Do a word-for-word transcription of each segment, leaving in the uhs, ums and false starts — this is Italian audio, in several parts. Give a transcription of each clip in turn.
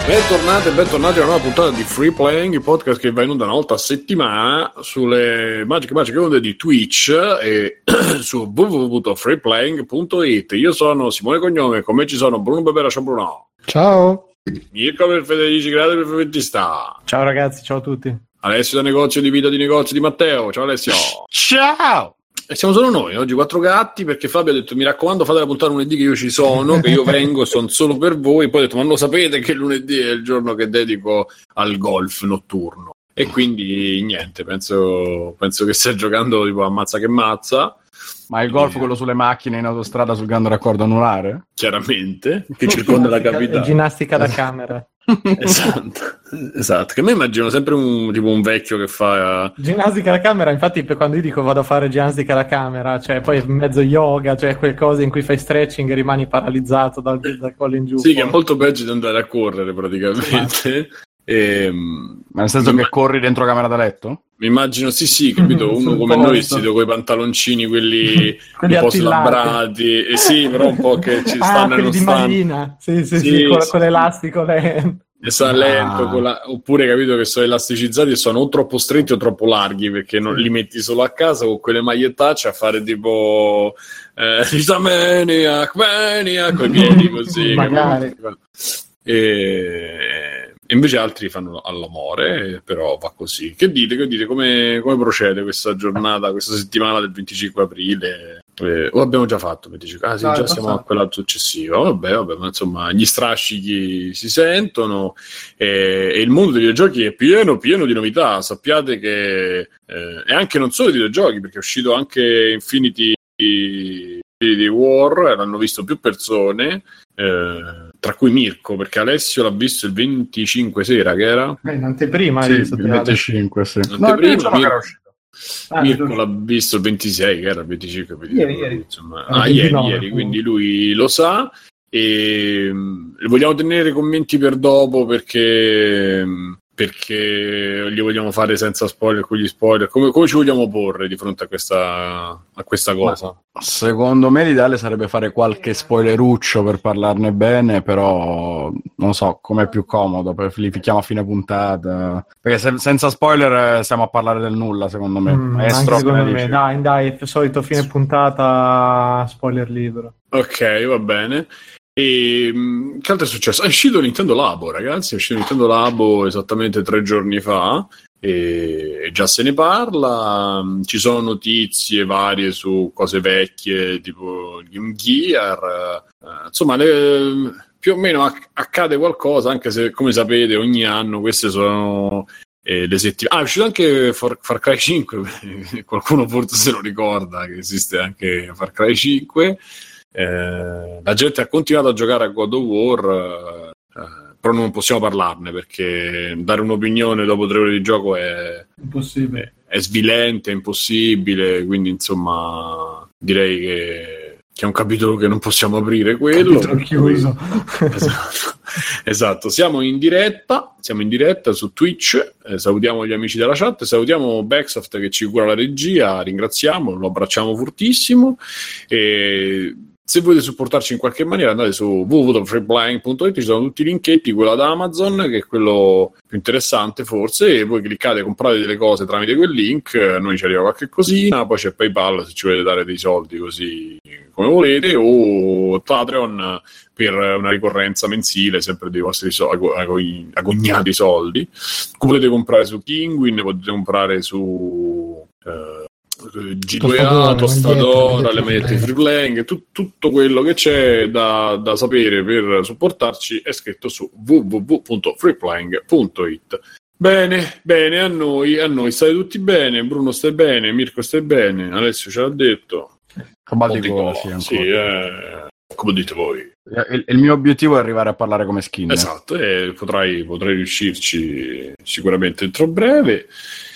Bentornati e bentornati a una nuova puntata di Free Playing, il podcast che va in onda una volta a settimana sulle magiche magiche onde di Twitch e su w w w punto free playing punto it. Io sono Simone Cognome, con me ci sono Bruno Bebera, ciao Bruno. Ciao. Mirko per Federici, grazie per Feventista. Ciao ragazzi, ciao a tutti. Alessio da negozio di video di negozio di Matteo, ciao Alessio. Ciao. E siamo solo noi, oggi quattro gatti, perché Fabio ha detto mi raccomando fate la puntata lunedì che io ci sono, che io vengo, sono solo per voi. Poi ho detto ma lo sapete che lunedì è il giorno che dedico al golf notturno. E quindi niente, penso, penso che stia giocando tipo ammazza che mazza. Ma il golf, quello sulle macchine in autostrada sul grande raccordo anulare? Chiaramente, che circonda la capitale. Ginnastica da camera. Esatto, esatto. Che me immagino sempre un tipo un vecchio che fa ginnastica da camera. Infatti, per quando io dico vado a fare ginnastica da camera, cioè poi mezzo yoga, cioè quelle cose in cui fai stretching e rimani paralizzato dal, dal collo in giù. Sì, poi. che è molto peggio di andare a correre praticamente. E, ma nel senso mi... che corri dentro camera da letto? Mi immagino, sì, sì, capito? Uno come noi vestito con i pantaloncini, quelli, quelli un po' slabbrati, e sì, però un po' che ci stanno ah, e non di stanno. Marina, sì, sì, sì, sì, con, sì. con l'elastico lento. E sta lento, con la... oppure capito che sono elasticizzati e sono o troppo stretti o troppo larghi, perché non li metti solo a casa con quelle magliettacce a fare tipo eh, Maniac, Maniac, con i piedi così. Magari. E... e invece altri fanno all'amore, però va così. Che dite, che dite? Come, come procede questa giornata, questa settimana del venticinque aprile? Eh, o abbiamo già fatto venticinque? Ah sì, no, già siamo a quella successiva. Vabbè, vabbè, ma insomma gli strascichi si sentono e, e il mondo dei videogiochi è pieno, pieno di novità. Sappiate che eh, e anche non solo di videogiochi, perché è uscito anche Infinity di War, l'hanno visto più persone, eh, tra cui Mirko, perché Alessio l'ha visto il venticinque sera, che era? Eh, in anteprima, sì, il venticinque, sì. In anteprima, no, Mirko, ah, Mirko l'ha visto il ventisei, che era il venticinque, venticinque ieri, ieri. Insomma. Ah, ieri, ieri, quindi lui lo sa. E um, vogliamo tenere i commenti per dopo perché um, perché li vogliamo fare senza spoiler, con gli spoiler. Come, come ci vogliamo porre di fronte a questa, a questa cosa? Ma, secondo me l'ideale sarebbe fare qualche spoileruccio per parlarne bene, però non so, com'è più comodo, per, li ficchiamo a fine puntata, perché se, senza spoiler stiamo a parlare del nulla, secondo me. Mm, anche secondo me, dai, dai, solito fine puntata spoiler libero. Ok, va bene. E che altro è successo? È uscito Nintendo Labo, ragazzi, è uscito Nintendo Labo esattamente tre giorni fa e già se ne parla. Ci sono notizie varie su cose vecchie tipo Game Gear, eh, insomma le, più o meno acc- accade qualcosa, anche se come sapete ogni anno queste sono eh, le settimane. Ah, è uscito anche Far, Far Cry cinque, qualcuno forse se lo ricorda che esiste anche Far Cry cinque. Eh, la gente ha continuato a giocare a God of War, eh, però non possiamo parlarne perché dare un'opinione dopo tre ore di gioco è impossibile, è, è svilente, è impossibile, quindi insomma direi che, che è un capitolo che non possiamo aprire, quello capitolo chiuso. esatto. Esatto, siamo in diretta siamo in diretta su Twitch, eh, salutiamo gli amici della chat, salutiamo Backsoft che ci cura la regia, ringraziamo, lo abbracciamo fortissimo e se volete supportarci in qualche maniera andate su w w w punto free playing punto it, ci sono tutti i linketti, quello ad Amazon che è quello più interessante forse, e voi cliccate, comprate delle cose tramite quel link, a noi ci arriva qualche cosina, poi c'è PayPal se ci volete dare dei soldi così come volete, o Patreon per una ricorrenza mensile sempre dei vostri so- ag- agognati soldi. Potete comprare su Kinguin, potete comprare su eh, G due A, Tostadora, le magliette Free Playing, tu, tutto quello che c'è da, da sapere per supportarci è scritto su w w w punto free playing punto it. Bene, bene, a noi, a noi state tutti bene, Bruno stai bene, Mirko stai bene, Alessio ce l'ha detto. Come dico, sì, sì, eh, come dite voi. Il, il mio obiettivo è arrivare a parlare come Skinner. Esatto, e potrai, potrai riuscirci sicuramente entro breve.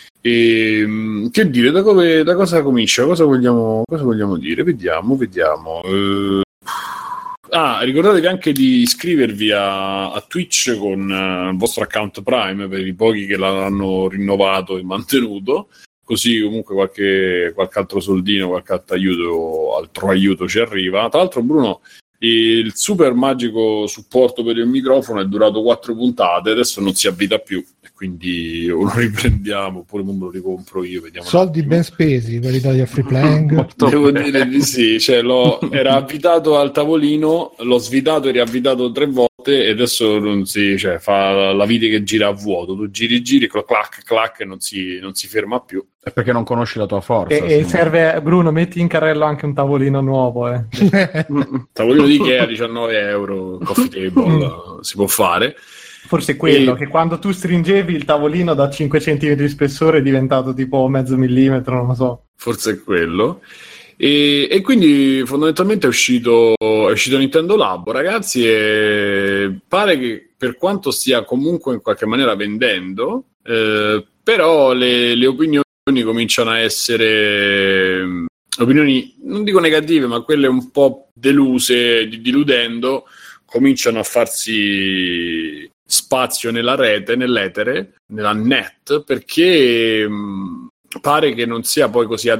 E che dire, da, come, da cosa comincia? Cosa vogliamo, cosa vogliamo dire? Vediamo, vediamo. Uh, ah, ricordatevi anche di iscrivervi a, a Twitch con uh, il vostro account Prime per i pochi che l'hanno rinnovato e mantenuto. Così comunque qualche, qualche altro soldino, qualche altro aiuto, altro aiuto ci arriva. Tra l'altro, Bruno, il super magico supporto per il microfono è durato quattro puntate, adesso non si avvita più, quindi o lo riprendiamo oppure me lo ricompro io, vediamo. Soldi ben spesi, qualità di free playing. Devo dire di sì, cioè, l'ho, era avvitato al tavolino, l'ho svitato e riavvitato tre volte e adesso non si, cioè, fa la vite che gira a vuoto, tu giri giri, clac clac e non si, non si ferma più. È perché non conosci la tua forza. E, e serve, Bruno, metti in carrello anche un tavolino nuovo, eh. Tavolino di Ikea, diciannove euro, coffee table, si può fare. Forse quello, e... che quando tu stringevi il tavolino da cinque centimetri di spessore è diventato tipo mezzo millimetro, non lo so. Forse è quello. E, e quindi fondamentalmente è uscito, è uscito Nintendo Labo, ragazzi, e pare che per quanto stia comunque in qualche maniera vendendo, eh, però le, le opinioni cominciano a essere opinioni, non dico negative, ma quelle un po' deluse, diludendo, cominciano a farsi spazio nella rete, nell'etere, nella net, perché mh, pare che non sia poi così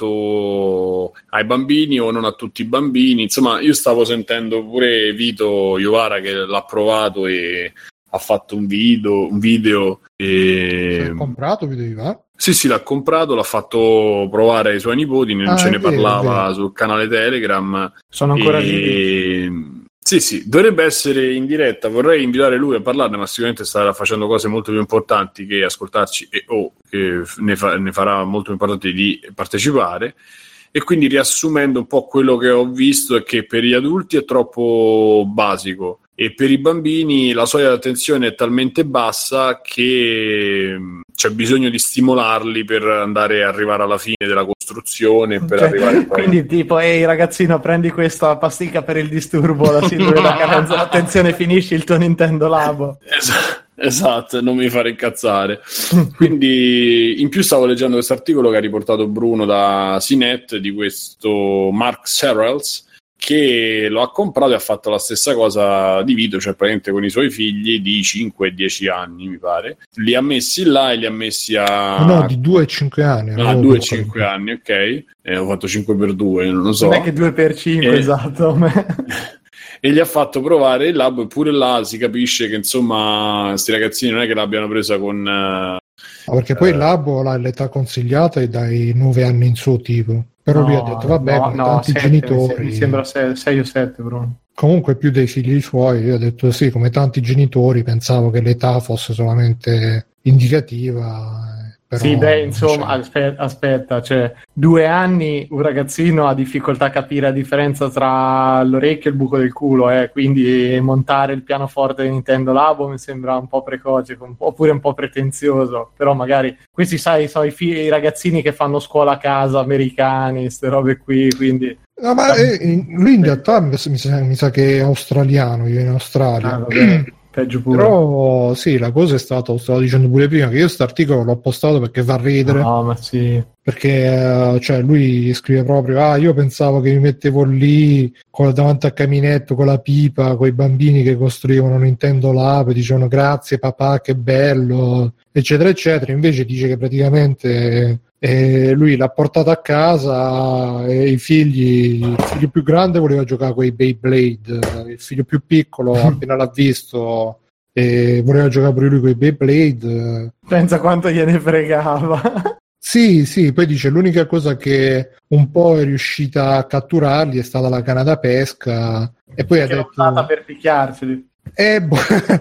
adatto ai bambini o non a tutti i bambini. Insomma, io stavo sentendo pure Vito Iovara che l'ha provato e ha fatto un video, un video e... L'ha comprato Vito Iovara? Sì, sì, l'ha comprato, l'ha fatto provare ai suoi nipoti, non ah, ce ne vero, parlava sul canale Telegram. Sono ancora e... lì. Sì, sì, dovrebbe essere in diretta, vorrei invitare lui a parlarne, ma sicuramente starà facendo cose molto più importanti che ascoltarci e o oh, che ne, fa, ne farà molto più importante di partecipare. E quindi, riassumendo un po' quello che ho visto, è che per gli adulti è troppo basico e per i bambini la soglia di attenzione è talmente bassa che c'è bisogno di stimolarli per andare a arrivare alla fine della costruzione, per cioè, arrivare poi... quindi tipo ehi ragazzino, prendi questa pasticca per il disturbo, la sindrome da carenza d'attenzione, finisci il tuo Nintendo Labo. Esatto. Esatto, non mi fare incazzare. Quindi in più stavo leggendo questo articolo che ha riportato Bruno da C net di questo Mark Serrels che lo ha comprato e ha fatto la stessa cosa di Vito, cioè praticamente con i suoi figli di cinque e dieci anni, mi pare. Li ha messi là e li ha messi a... No, di due e cinque anni. Ah, due e cinque anni, ok. E ho fatto cinque per due, non lo so. Non è che due per cinque, e... esatto. E gli ha fatto provare il labo, eppure là si capisce che insomma sti ragazzini non è che l'abbiano presa con... Uh, no, perché poi il labo, l'età consigliata è dai nove anni in su, tipo. Però no, lui ha detto, vabbè, no, con no, tanti sette, genitori... Mi sembra sei o sette, Bruno. Comunque più dei figli suoi, io ho detto sì, come tanti genitori, pensavo che l'età fosse solamente indicativa... Però sì, beh, insomma, aspetta, aspetta, cioè, due anni un ragazzino ha difficoltà a capire la differenza tra l'orecchio e il buco del culo, eh, quindi montare il pianoforte di Nintendo Labo mi sembra un po' precoce, oppure un po' pretenzioso, però magari questi, sai, sono i, figli, i ragazzini che fanno scuola a casa, americani, queste robe qui, quindi... No, ma eh, lui in realtà mi sa, mi sa che è australiano, vive in Australia. Ah, vabbè. Peggio pure. Però sì, la cosa è stata, lo stavo dicendo pure prima, che io questo articolo l'ho postato perché fa ridere. No, ma sì. Perché cioè, lui scrive proprio, ah, io pensavo che mi mettevo lì con, davanti al caminetto con la pipa, con i bambini che costruivano Nintendo Lab, dicevano grazie papà, che bello, eccetera, eccetera. Invece dice che praticamente... E lui l'ha portato a casa e i figli, il figlio più grande voleva giocare con i Beyblade, il figlio più piccolo appena l'ha visto e voleva giocare pure lui con i Beyblade. Pensa quanto gliene fregava. Sì, sì, poi dice l'unica cosa che un po' è riuscita a catturarli è stata la canna da pesca e poi ha detto stata per picchiarsi. Eh, boh.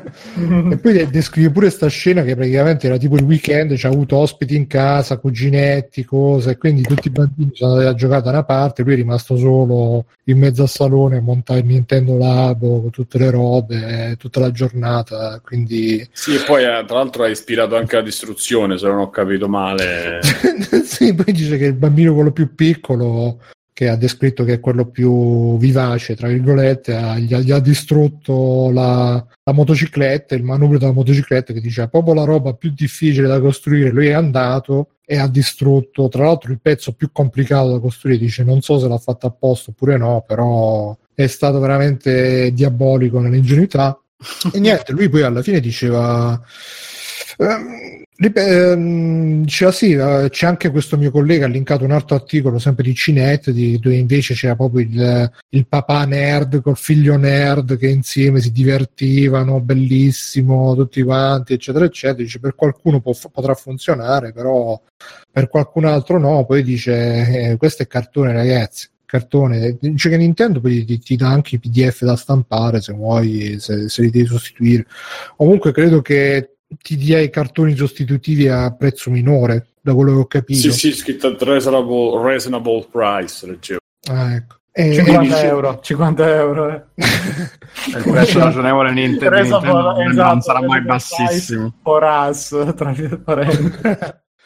E poi descrive pure sta scena che praticamente era tipo il weekend, c'ha avuto ospiti in casa, cuginetti, cose, e quindi tutti i bambini sono andati a giocare da una parte, lui è rimasto solo in mezzo al salone a montare il Nintendo Labo con tutte le robe tutta la giornata, quindi sì, e poi tra l'altro ha ispirato anche alla distruzione, se non ho capito male. sì, poi dice che il bambino quello più piccolo, che ha descritto che è quello più vivace, tra virgolette, ha, gli, ha, gli ha distrutto la, la motocicletta, il manubrio della motocicletta, che diceva proprio la roba più difficile da costruire. Lui è andato e ha distrutto, tra l'altro, il pezzo più complicato da costruire. Dice, non so se l'ha fatto apposta oppure no, però è stato veramente diabolico nell'ingenuità. E niente, lui poi alla fine diceva... Diceva sì, c'è anche questo mio collega ha linkato un altro articolo sempre di Cinet di, dove invece c'era proprio il, il papà nerd col figlio nerd che insieme si divertivano, bellissimo tutti quanti eccetera eccetera. Dice per qualcuno può, potrà funzionare, però per qualcun altro no. Poi dice eh, questo è cartone, ragazzi, cartone. Dice che Nintendo poi ti, ti dà anche i P D F da stampare se vuoi, se, se li devi sostituire. Comunque credo che ti dia i cartoni sostitutivi a prezzo minore, da quello che ho capito. Sì, sì, scritto reasonable, reasonable price, leggevo. Ah, ecco. E, cinquanta euro, cinquanta euro. Eh. Il prezzo ragionevole Nintendo, Nintendo esatto, non sarà mai bassissimo. For us, tra virgolette.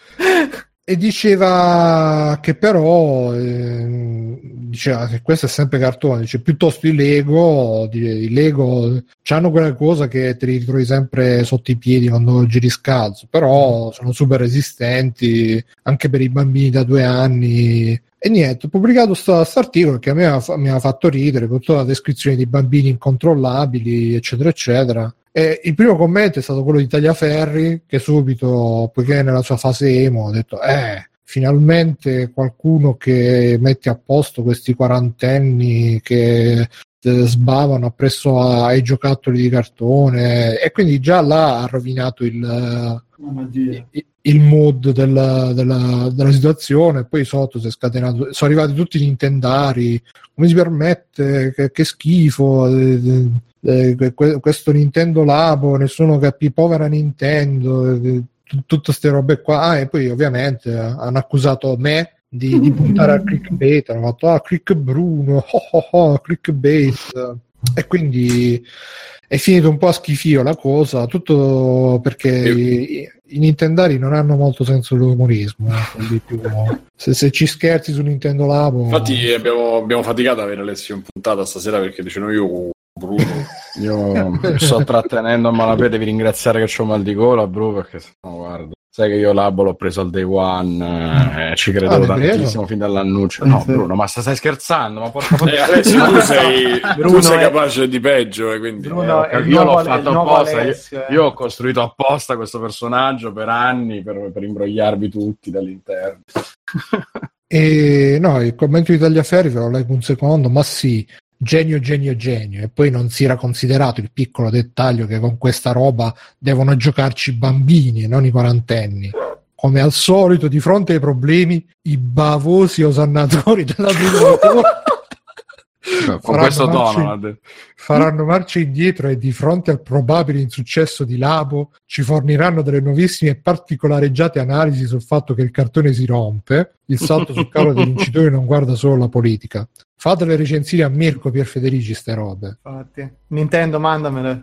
E diceva che però eh, diceva che questo è sempre cartone, dice piuttosto i Lego i Lego hanno quella cosa che te li ritrovi sempre sotto i piedi quando giri scalzo, però sono super resistenti anche per i bambini da due anni. E niente, ho pubblicato questo articolo che a me mi ha fatto ridere con tutta la descrizione di bambini incontrollabili eccetera eccetera. E il primo commento è stato quello di Tagliaferri, che subito, poiché nella sua fase emo, ha detto eh, finalmente qualcuno che mette a posto questi quarantenni che eh, sbavano appresso ai giocattoli di cartone, e quindi già là ha rovinato il, il, il mood della, della, della situazione. Poi sotto si è scatenato, sono arrivati tutti i nintendari, come si permette, che, che schifo, eh, Eh, questo Nintendo Labo, nessuno capì, povera Nintendo, eh, t- tutte ste robe qua. Ah, e poi ovviamente eh, hanno accusato me di, di puntare al clickbait, hanno fatto ah click Bruno, oh, oh, oh, clickbait, e quindi è finito un po' a schifio la cosa, tutto perché i, i nintendari non hanno molto senso dell'umorismo, eh, più, se, se ci scherzi su Nintendo Labo. Infatti abbiamo, abbiamo faticato ad avere Alessio in puntata stasera perché dicevano io Bruno. Io mi sto trattenendo a malapena, devi ringraziare che c'ho mal di gola, Bruno, perché no, guarda, sai che io Labo l'ho preso al day one, eh, ci credevo ah, tantissimo fin dall'annuncio. No, Bruno, ma stai scherzando? Ma porca eh, Alessio, tu sei, tu sei capace è... di peggio, eh, quindi Bruno, eh, io l'ho fatto apposta, Alessio, io, eh. io ho costruito apposta questo personaggio per anni per, per imbrogliarvi tutti dall'interno. E no, il commento di Tagliaferri ve lo leggo un secondo, ma sì, genio genio genio, e poi non si era considerato il piccolo dettaglio che con questa roba devono giocarci i bambini e non i quarantenni. Come al solito, di fronte ai problemi, i bavosi osannatori della prima no, con questo tono in... faranno marcia indietro, e di fronte al probabile insuccesso di Labo ci forniranno delle nuovissime e particolareggiate analisi sul fatto che il cartone si rompe. Il salto sul carro dei vincitori non guarda solo la politica. Fatele recensire a Mirko Pierfederici ste robe. Infatti. Nintendo, mandamele.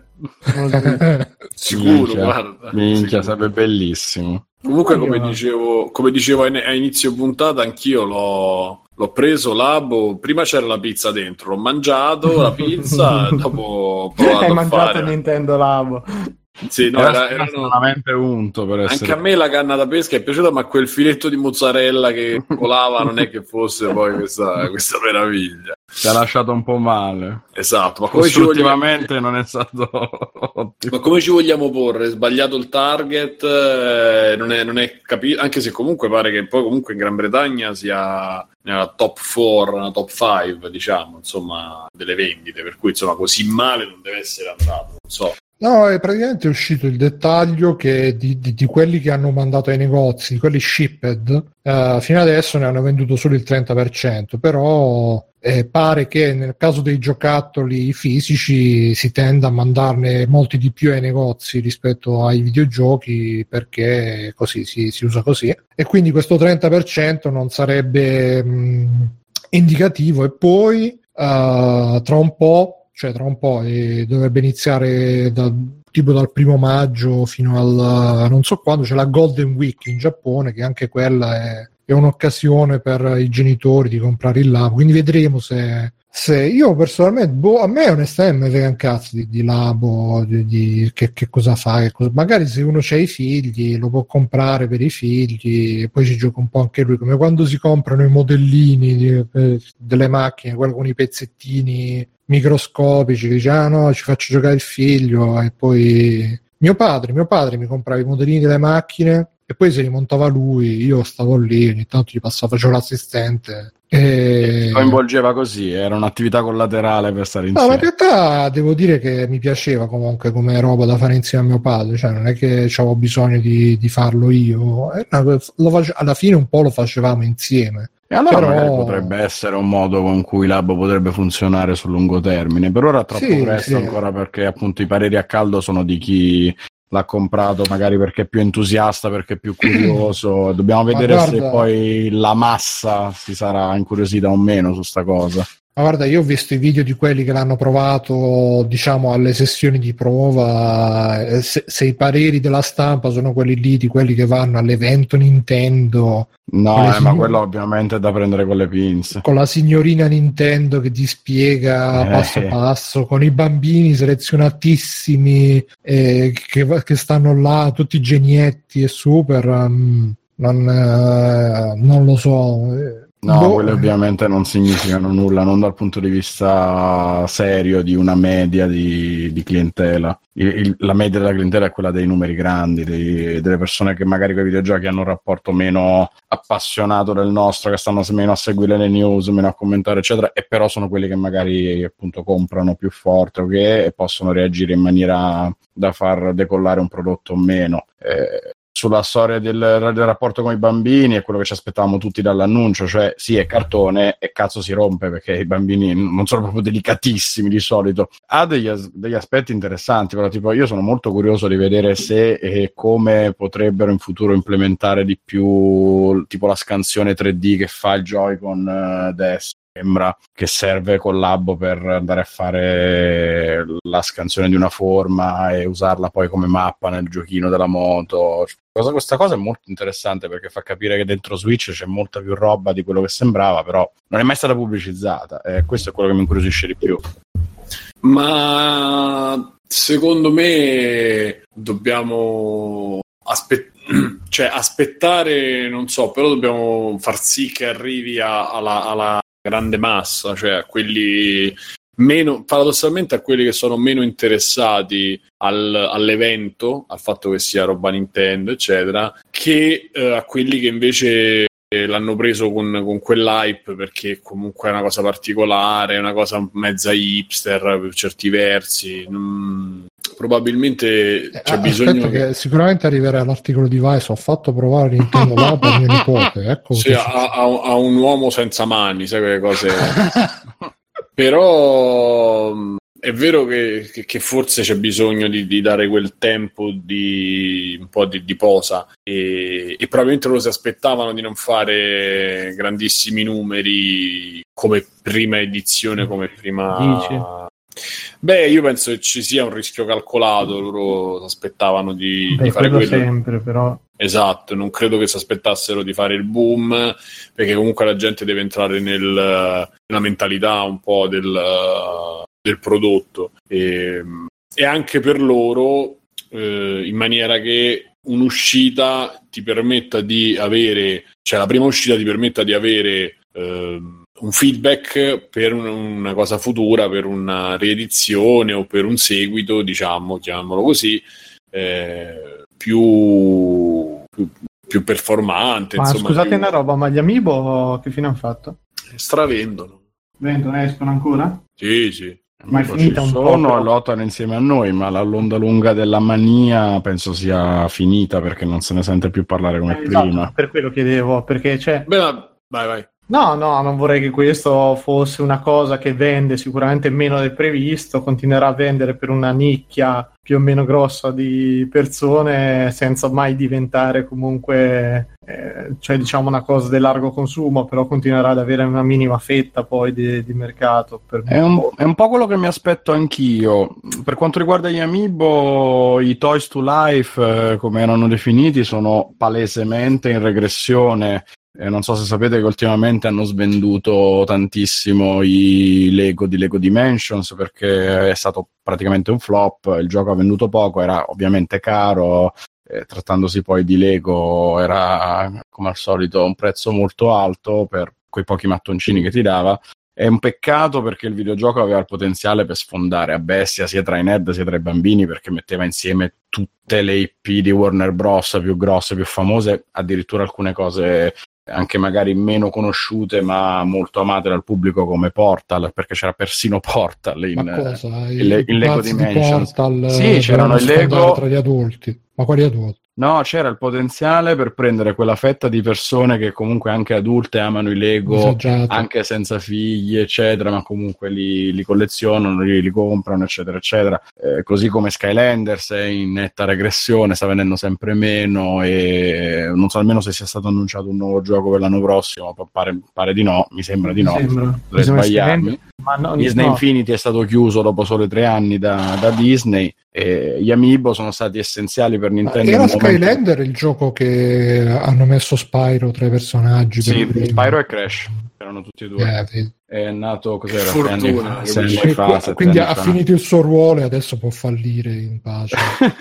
Sicuro, minchia, guarda. Minchia, Sicuro. sarebbe bellissimo. Comunque, come dicevo, come dicevo a inizio puntata, anch'io l'ho, l'ho preso Labo. Prima c'era la pizza dentro, l'ho mangiato la pizza, dopo ho provato Hai a mangiato fare Nintendo Labo. Sì, no, era, era, era veramente unto per essere... Anche a me la canna da pesca è piaciuta, ma quel filetto di mozzarella che colava non è che fosse poi questa, questa meraviglia. Ti ha lasciato un po' male. Esatto, ma come ci vogliamo... non è stato ottimo. Ma come ci vogliamo porre? Sbagliato il target, eh, non è, non è capito, anche se comunque pare che poi comunque in Gran Bretagna sia nella top quattro, nella top cinque, diciamo, insomma, delle vendite, per cui insomma così male non deve essere andato, non so. No, è praticamente uscito il dettaglio che di, di, di quelli che hanno mandato ai negozi, di quelli shipped, uh, fino adesso ne hanno venduto solo il trenta per cento, però eh, pare che nel caso dei giocattoli fisici si tenda a mandarne molti di più ai negozi rispetto ai videogiochi, perché così si, si usa così, e quindi questo trenta per cento non sarebbe mh, indicativo. E poi uh, tra un po' cioè tra un po' e dovrebbe iniziare da, tipo dal primo maggio fino al non so quando, c'è la Golden Week in Giappone, che anche quella è, è un'occasione per i genitori di comprare il Labo, quindi vedremo se, se io personalmente, boh, a me onestamente mi frega un cazzo di, di Labo, di, di, che, che cosa fa, che cosa, magari se uno c'ha i figli lo può comprare per i figli e poi ci gioca un po' anche lui, come quando si comprano i modellini di, eh, delle macchine, quelli con i pezzettini microscopici, che dice ah no, ci faccio giocare il figlio, e poi Mio padre, mio padre mi comprava i modellini delle macchine e poi se li montava lui, io stavo lì, ogni tanto gli passavo, facevo l'assistente. E... coinvolgeva così, era un'attività collaterale per stare No, insieme. ma in realtà devo dire che mi piaceva comunque come roba da fare insieme a mio padre, cioè non è che avevo bisogno di, di farlo io, eh, no, lo face... alla fine un po' lo facevamo insieme. E allora Però... magari potrebbe essere un modo con cui l'Lab potrebbe funzionare sul lungo termine. Per ora è troppo Sì, presto sì. ancora, perché appunto i pareri a caldo sono di chi l'ha comprato magari perché è più entusiasta, perché è più curioso. Dobbiamo vedere guarda... se poi la massa si sarà incuriosita o meno su sta cosa. Ma guarda, io ho visto i video di quelli che l'hanno provato, diciamo, alle sessioni di prova. Se, se i pareri della stampa sono quelli lì, di quelli che vanno all'evento Nintendo. No, eh, signor... ma quello ovviamente è da prendere con le pinze. Con la signorina Nintendo che ti spiega eh. passo passo, con i bambini selezionatissimi eh, che, che stanno là, tutti genietti e super. Um, non, eh, non lo so. No, boh. quelle ovviamente non significano nulla, non dal punto di vista serio di una media di, di clientela. Il, il, la media della clientela è quella dei numeri grandi, dei, delle persone che magari con i videogiochi hanno un rapporto meno appassionato del nostro, che stanno meno a seguire le news, meno a commentare, eccetera, e però sono quelli che magari appunto comprano più forte o che e possono reagire in maniera da far decollare un prodotto o meno. Eh, sulla storia del, del rapporto con i bambini è quello che ci aspettavamo tutti dall'annuncio, cioè sì, è cartone e cazzo si rompe perché i bambini non sono proprio delicatissimi di solito. Ha degli, as- degli aspetti interessanti, però tipo io sono molto curioso di vedere se e come potrebbero in futuro implementare di più tipo la scansione tre D che fa il Joy-Con uh, adesso. Sembra che serve col Labo per andare a fare la scansione di una forma e usarla poi come mappa nel giochino della moto. Cosa, questa cosa è molto interessante perché fa capire che dentro Switch c'è molta più roba di quello che sembrava, però non è mai stata pubblicizzata e questo è quello che mi incuriosisce di più. Ma secondo me dobbiamo aspettare. Cioè aspettare, non so, però dobbiamo far sì che arrivi a, alla, alla grande massa, cioè a quelli meno, paradossalmente a quelli che sono meno interessati al, all'evento, al fatto che sia roba Nintendo, eccetera, che eh, a quelli che invece l'hanno preso con, con quell'hype perché comunque è una cosa particolare, è una cosa mezza hipster per certi versi. Mm, probabilmente c'è eh, bisogno che... che sicuramente arriverà l'articolo di Vice. Ho fatto provare Nintendo Lab a mio nipote, ecco, sì, a, a, a un uomo senza mani, sai quelle cose. Però è vero che, che, che forse c'è bisogno di, di dare quel tempo di un po' di, di posa e, e probabilmente loro si aspettavano di non fare grandissimi numeri come prima edizione, come prima. Dici? Beh, io penso che ci sia un rischio calcolato, loro si aspettavano di, Beh, di fare quello quello sempre, però. Esatto, non credo che si aspettassero di fare il boom, perché comunque la gente deve entrare nel, nella mentalità un po' del, del prodotto e, e anche per loro eh, in maniera che un'uscita ti permetta di avere, cioè la prima uscita ti permetta di avere eh, un feedback per un, una cosa futura, per una riedizione o per un seguito, diciamo, chiamiamolo così, eh, più, più, più performante. Ma insomma, scusate più... una roba, ma gli Amiibo che fine hanno fatto? Stravendono. Vendono, escono ancora? Sì, sì. Ma è finita un po'. Sono e lottano insieme a noi, ma la l'onda lunga della mania penso sia finita perché non se ne sente più parlare come Eh, esatto, prima. per quello chiedevo, perché c'è... Beh, vai, vai. No, no, non vorrei che questo fosse una cosa che vende sicuramente meno del previsto, continuerà a vendere per una nicchia più o meno grossa di persone senza mai diventare comunque, eh, cioè diciamo una cosa di largo consumo, però continuerà ad avere una minima fetta poi di, di mercato. Per è, un, è un po' quello che mi aspetto anch'io. Per quanto riguarda gli Amiibo, i Toys to Life, eh, come erano definiti, sono palesemente in regressione. Eh, non so se sapete che ultimamente hanno svenduto tantissimo i Lego di Lego Dimensions perché è stato praticamente un flop, il gioco ha venduto poco, era ovviamente caro, eh, trattandosi poi di Lego era come al solito un prezzo molto alto per quei pochi mattoncini che ti dava è un peccato perché il videogioco aveva il potenziale per sfondare a bestia sia tra i nerd sia tra i bambini, perché metteva insieme tutte le I P di Warner Bros. Più grosse, più famose, addirittura alcune cose anche magari meno conosciute ma molto amate dal pubblico come Portal, perché c'era persino Portal in, ma cosa? in, in Lego Dimensions. Portal, sì, c'erano i Lego tra gli adulti. Ma quali adulti? No, c'era il potenziale per prendere quella fetta di persone che comunque anche adulte amano i Lego, Esaggiato. anche senza figli, eccetera, ma comunque li, li collezionano, li, li comprano, eccetera, eccetera. Eh, così come Skylanders è in netta regressione, sta venendo sempre meno e non so almeno se sia stato annunciato un nuovo gioco per l'anno prossimo, pare, pare di no, mi sembra di no, sembra. dovrei sbagliarmi. Ma no, Disney no. Infinity è stato chiuso dopo solo tre anni da, da Disney e gli Amiibo sono stati essenziali per Nintendo. Era Skylander il gioco che hanno messo Spyro tra i personaggi? Sì, per Spyro e Crash erano tutti e due. Eh, è nato cos'era? Fortuna, sei anni sì, fa, sette quindi anni ha fa. finito il suo ruolo e adesso può fallire in pace.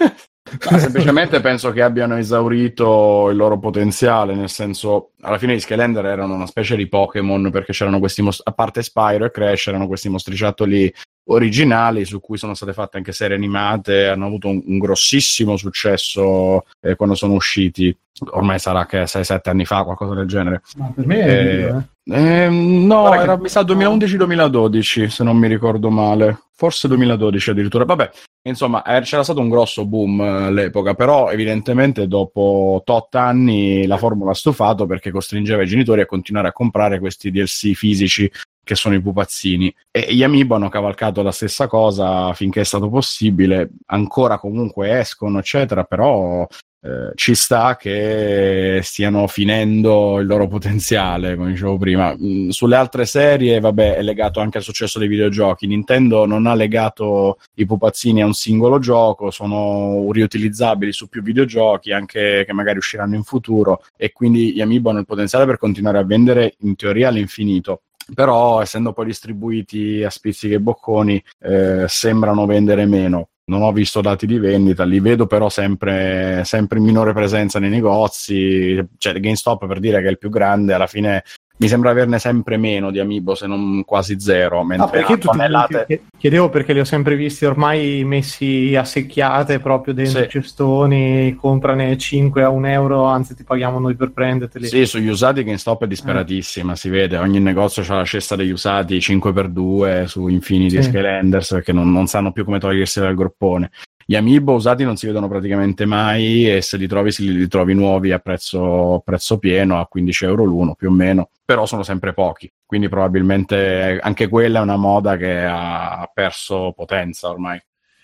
No, semplicemente penso che abbiano esaurito il loro potenziale, nel senso, alla fine gli Skylander erano una specie di Pokémon, perché c'erano questi most- a parte Spyro e Crash erano questi mostriciattoli originali su cui sono state fatte anche serie animate, hanno avuto un, un grossissimo successo eh, quando sono usciti, ormai sarà che sei sette anni fa, qualcosa del genere. Ma per me è Eh, vero, eh. Eh, no, Guarda era che- mi sa duemilaundici duemiladodici, se non mi ricordo male, forse duemiladodici addirittura. Vabbè, insomma, eh, c'era stato un grosso boom eh, all'epoca, però evidentemente dopo tot anni la formula ha stufato, perché costringeva i genitori a continuare a comprare questi D L C fisici che sono i pupazzini, e gli Amiibo hanno cavalcato la stessa cosa finché è stato possibile, ancora comunque escono eccetera, però eh, ci sta che stiano finendo il loro potenziale, come dicevo prima. Mm, sulle altre serie, vabbè, è legato anche al successo dei videogiochi. Nintendo non ha legato i pupazzini a un singolo gioco, sono riutilizzabili su più videogiochi, anche che magari usciranno in futuro, e quindi gli Amiibo hanno il potenziale per continuare a vendere in teoria all'infinito. Però essendo poi distribuiti a spizzichi e bocconi eh, sembrano vendere meno. Non ho visto dati di vendita, li vedo però sempre, sempre in minore presenza nei negozi. Cioè GameStop, per dire che è il più grande, alla fine mi sembra averne sempre meno di Amiibo, se non quasi zero, No, mentre perché a tutti tonnellate... che- chiedevo, perché li ho sempre visti ormai messi a secchiate proprio dentro Sì. i cestoni, comprane cinque a un euro, anzi ti paghiamo noi per prenderteli. Sì, sugli usati GameStop è disperatissima, si vede, ogni negozio c'ha la cesta degli usati cinque per due su Infinity e Sì. Skylanders, perché non, non sanno più come togliersi dal groppone. Gli Amiibo usati non si vedono praticamente mai, e se li trovi, si li trovi nuovi a prezzo, prezzo pieno, a quindici euro l'uno più o meno, però sono sempre pochi, quindi probabilmente anche quella è una moda che ha perso potenza ormai.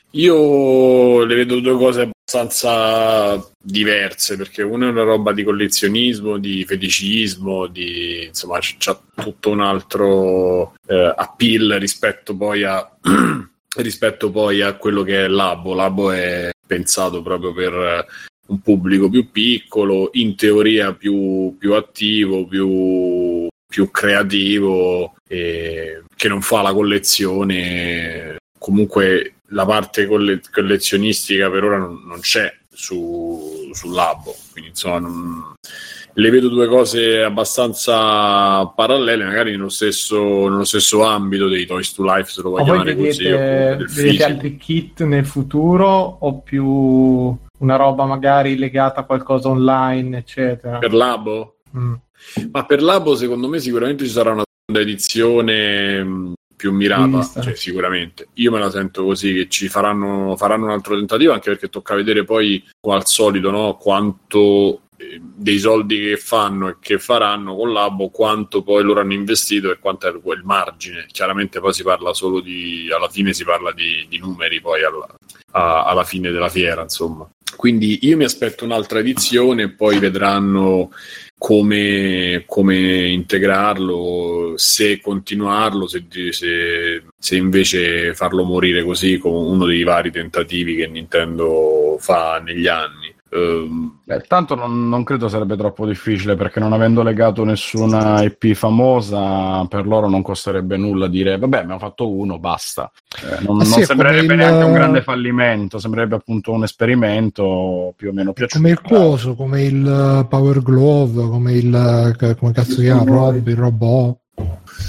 Io le vedo due cose abbastanza diverse, perché una è una roba di collezionismo, di feticismo, di insomma c- c'ha tutto un altro eh, appeal rispetto poi a rispetto poi a quello che è Labo. Labo è pensato proprio per un pubblico più piccolo, in teoria più, più attivo, più, più creativo, e che non fa la collezione. Comunque la parte colle- collezionistica per ora non, non c'è su, su Labo, quindi insomma non... le vedo due cose abbastanza parallele, magari nello stesso, nello stesso ambito dei Toys to Life, se lo Ma vuoi voi chiamare così, o vedete, comunque del vedete fisico. altri kit nel futuro, o più una roba magari legata a qualcosa online, eccetera? Per Labo? Mm. Ma per Labo secondo me sicuramente ci sarà una seconda edizione mh, più mirata, Vista. cioè, sicuramente. Io me la sento così, che ci faranno, faranno un altro tentativo, anche perché tocca vedere poi, come al solito, no, quanto eh, dei soldi che fanno e che faranno con Labo, quanto poi loro hanno investito e quanto è quel margine. Chiaramente poi si parla solo di, alla fine si parla di, di numeri poi alla, a, alla fine della fiera, insomma. Quindi io mi aspetto un'altra edizione e poi vedranno come, come integrarlo, se continuarlo, se, se, se invece farlo morire così, come uno dei vari tentativi che Nintendo fa negli anni. Um, Beh, tanto non, non credo sarebbe troppo difficile, perché non avendo legato nessuna I P famosa, per loro non costerebbe nulla dire vabbè, abbiamo fatto uno, basta. Eh, non Ah, sì, non è sembrerebbe come il- neanche un grande fallimento, sembrerebbe appunto un esperimento più o meno piaciuto. Come il coso, come il uh, Power Glove, come il uh, come cazzo si chiama, Rob, il robot.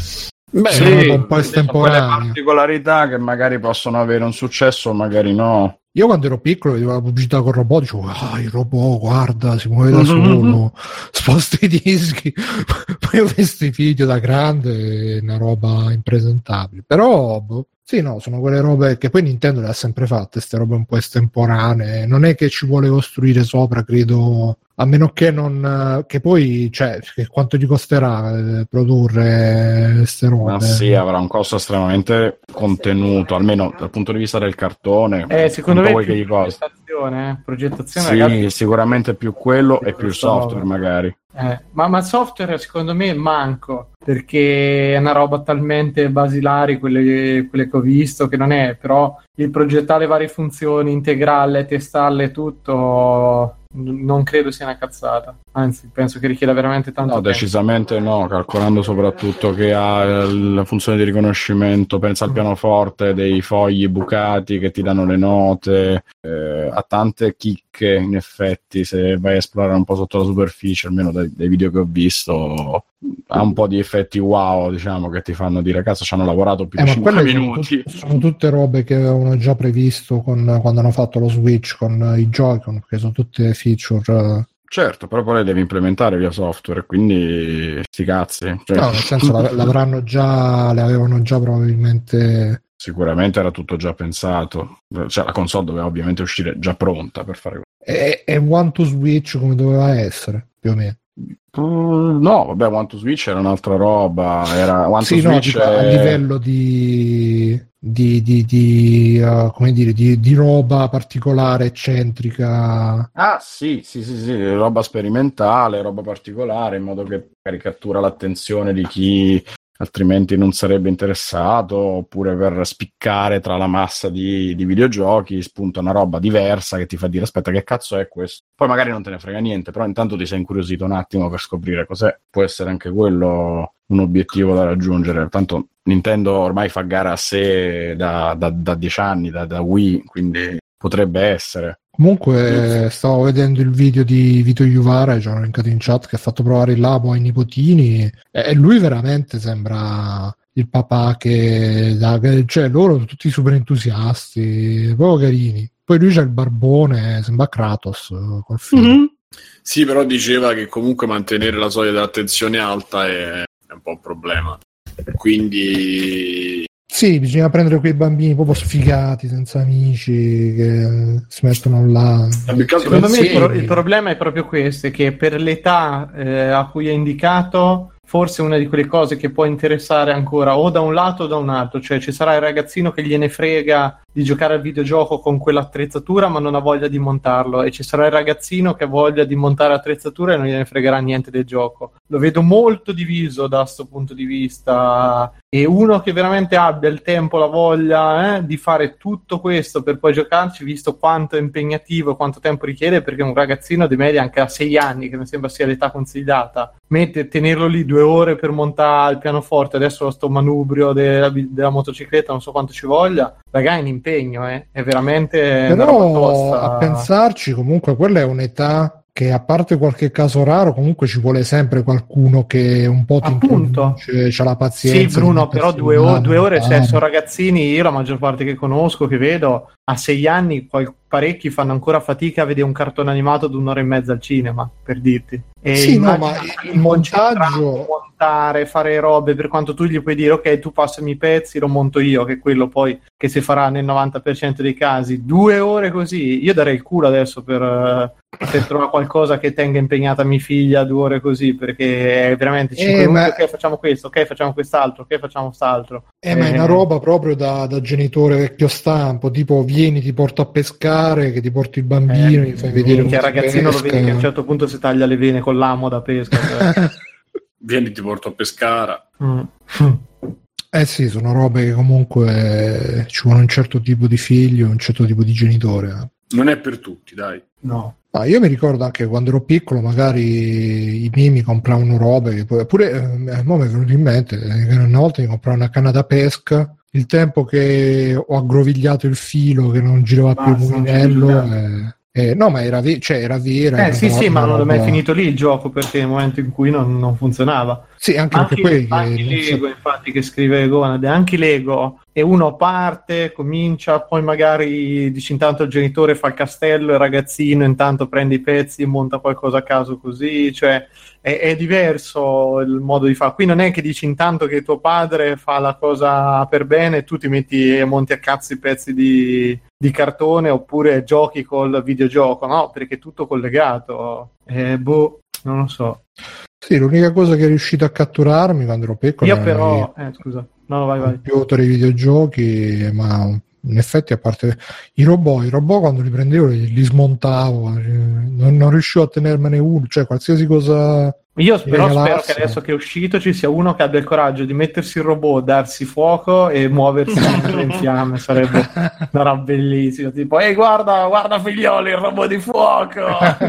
Beh, Sì, un po' estemporanee. quelle particolarità che magari possono avere un successo, magari no. Io quando ero piccolo vedevo la pubblicità col robot, dicevo, ah, il robot, guarda, si muove da solo, sposta i dischi. Poi ho visto i video da grande, una roba impresentabile. Però, boh, sì, no, sono quelle robe che poi Nintendo le ha sempre fatte, queste robe un po' estemporanee. Non è che ci vuole costruire sopra, credo, a meno che non... che poi, cioè, che quanto gli costerà eh, produrre queste robe? Ma sì, avrà un costo estremamente contenuto, almeno dal punto di vista del cartone. Eh, secondo me vuoi più che gli costi. progettazione, eh? progettazione Sì, ragazzi, sicuramente più quello e più il software magari. Eh, ma, ma il software secondo me manco, perché è una roba talmente basilare, quelle, quelle che ho visto, che non è, però il progettare varie funzioni, integrarle, testarle, tutto, n- non credo sia una cazzata, anzi penso che richieda veramente tanto No, tempo. decisamente no, calcolando soprattutto che ha la funzione di riconoscimento, pensa al pianoforte, dei fogli bucati che ti danno le note, eh, ha tante chicche in effetti, se vai a esplorare un po' sotto la superficie, almeno dai, dai video che ho visto, ha un po' di effetti wow, diciamo, che ti fanno dire cazzo, ci hanno lavorato più Eh, di ma cinque quelle sono, minuti. tut- sono tutte robe che avevano già previsto con, quando hanno fatto lo Switch con i Joy-Con, perché sono tutte feature. Certo, però poi le devi implementare via software, quindi sti cazzi. Cioè... No, nel senso l'av- l'avranno già, le avevano già probabilmente. Sicuramente era tutto già pensato, cioè la console doveva ovviamente uscire già pronta per fare E, e One to Switch come doveva essere, più o meno. Uh, no, vabbè, One to Switch era un'altra roba. Era One Sì, to no, Switch dico, è... a livello di, di, di, di uh, come dire, di, di roba particolare, eccentrica. Ah, sì, sì, sì, sì, roba sperimentale, roba particolare, in modo che cattura l'attenzione di chi altrimenti non sarebbe interessato, oppure per spiccare tra la massa di, di videogiochi spunta una roba diversa che ti fa dire aspetta, che cazzo è questo? Poi magari non te ne frega niente, però intanto ti sei incuriosito un attimo per scoprire cos'è. Può essere anche quello un obiettivo da raggiungere. Tanto Nintendo ormai fa gara a sé da, da, da dieci anni, da, da Wii, quindi potrebbe essere. Comunque stavo vedendo il video di Vito Iuvara, ci hanno linkato in chat, che ha fatto provare il labo ai nipotini, e lui veramente sembra il papà che, cioè loro sono tutti super entusiasti, proprio carini. Poi lui c'ha il barbone, sembra Kratos col figlio. Mm-hmm. Sì, però diceva che comunque mantenere la soglia dell'attenzione alta è, è un po' un problema, quindi sì, bisogna prendere quei bambini proprio sfigati, senza amici, che si mettono là. Secondo me il, pro- il problema è proprio questo, è che per l'età eh, a cui è indicato, forse una di quelle cose che può interessare ancora o da un lato o da un altro, cioè ci sarà il ragazzino che gliene frega di giocare al videogioco con quell'attrezzatura ma non ha voglia di montarlo, e ci sarà il ragazzino che ha voglia di montare l'attrezzatura e non gliene fregherà niente del gioco. Lo vedo molto diviso da questo punto di vista, e uno che veramente abbia il tempo, la voglia eh, di fare tutto questo per poi giocarci, visto quanto è impegnativo, quanto tempo richiede, perché un ragazzino di media anche a sei anni, che mi sembra sia l'età consigliata, mette, tenerlo lì due ore per montare il pianoforte, adesso sto manubrio della, della motocicletta, non so quanto ci voglia, ragazzi, è un impegno, eh? È veramente però a pensarci, comunque quella è un'età che, a parte qualche caso raro, comunque ci vuole sempre qualcuno che un po' ti introduce, c'ha la pazienza. Sì, Bruno, però due, o- due ore, se sono ragazzini, io la maggior parte che conosco, che vedo, a sei anni qual- parecchi fanno ancora fatica a vedere un cartone animato di un'ora e mezza al cinema, per dirti. E sì, no, ma il montaggio, montare, fare robe, per quanto tu gli puoi dire ok, tu passami i pezzi, lo monto io, che è quello poi che si farà nel novanta per cento dei casi. Due ore così, io darei il culo adesso per, per trovare qualcosa che tenga impegnata mia figlia due ore così, perché è veramente cinque eh, minuti, ma... ok facciamo questo, ok facciamo quest'altro, ok facciamo quest'altro. Eh, eh, ma è una roba proprio da, da genitore vecchio stampo, tipo vieni, ti porto a pescare, che ti porti il bambino, eh, gli fai vedere che il ragazzino pesca. Lo vedi che a un certo punto si taglia le vene con l'amo da pesca, cioè. Vieni, ti porto a pescara. Mm. Eh sì, sono robe che comunque ci vuole un certo tipo di figlio, un certo tipo di genitore. Non è per tutti, dai. No. Ah, io mi ricordo anche quando ero piccolo, magari i miei mi compravano robe che poi, pure eh, mo mi è venuto in mente che una volta mi compravano una canna da pesca, il tempo che ho aggrovigliato il filo che non girava più il mulinello. Eh, no, ma era, ve- cioè, era vera. Eh era sì, una, sì, ma non è mai roba... finito lì il gioco, perché nel momento in cui non, non funzionava. Sì, anche anche, perché poi anche che Lego, so... infatti, che scrive Gonade, anche Lego, e uno parte, comincia, poi magari dici intanto il genitore fa il castello, il ragazzino intanto prende i pezzi e monta qualcosa a caso così, cioè è, è diverso il modo di fare. Qui non è che dici intanto che tuo padre fa la cosa per bene e tu ti metti e monti a cazzo i pezzi di, di cartone oppure giochi col videogioco, no, perché è tutto collegato. Eh, boh, non lo so. Sì, l'unica cosa che è riuscito a catturarmi quando ero piccolo Io però, eh, scusa, no, vai, vai. computer e videogiochi, ma in effetti a parte i robot, i robot quando li prendevo li, li smontavo, non, non riuscivo a tenermene uno, cioè qualsiasi cosa. Io però spero che adesso che è uscito ci sia uno che abbia il coraggio di mettersi il robot, darsi fuoco e muoversi in fiamme, sarebbe sarà bellissimo, tipo ehi guarda, guarda figlioli, il robot di fuoco.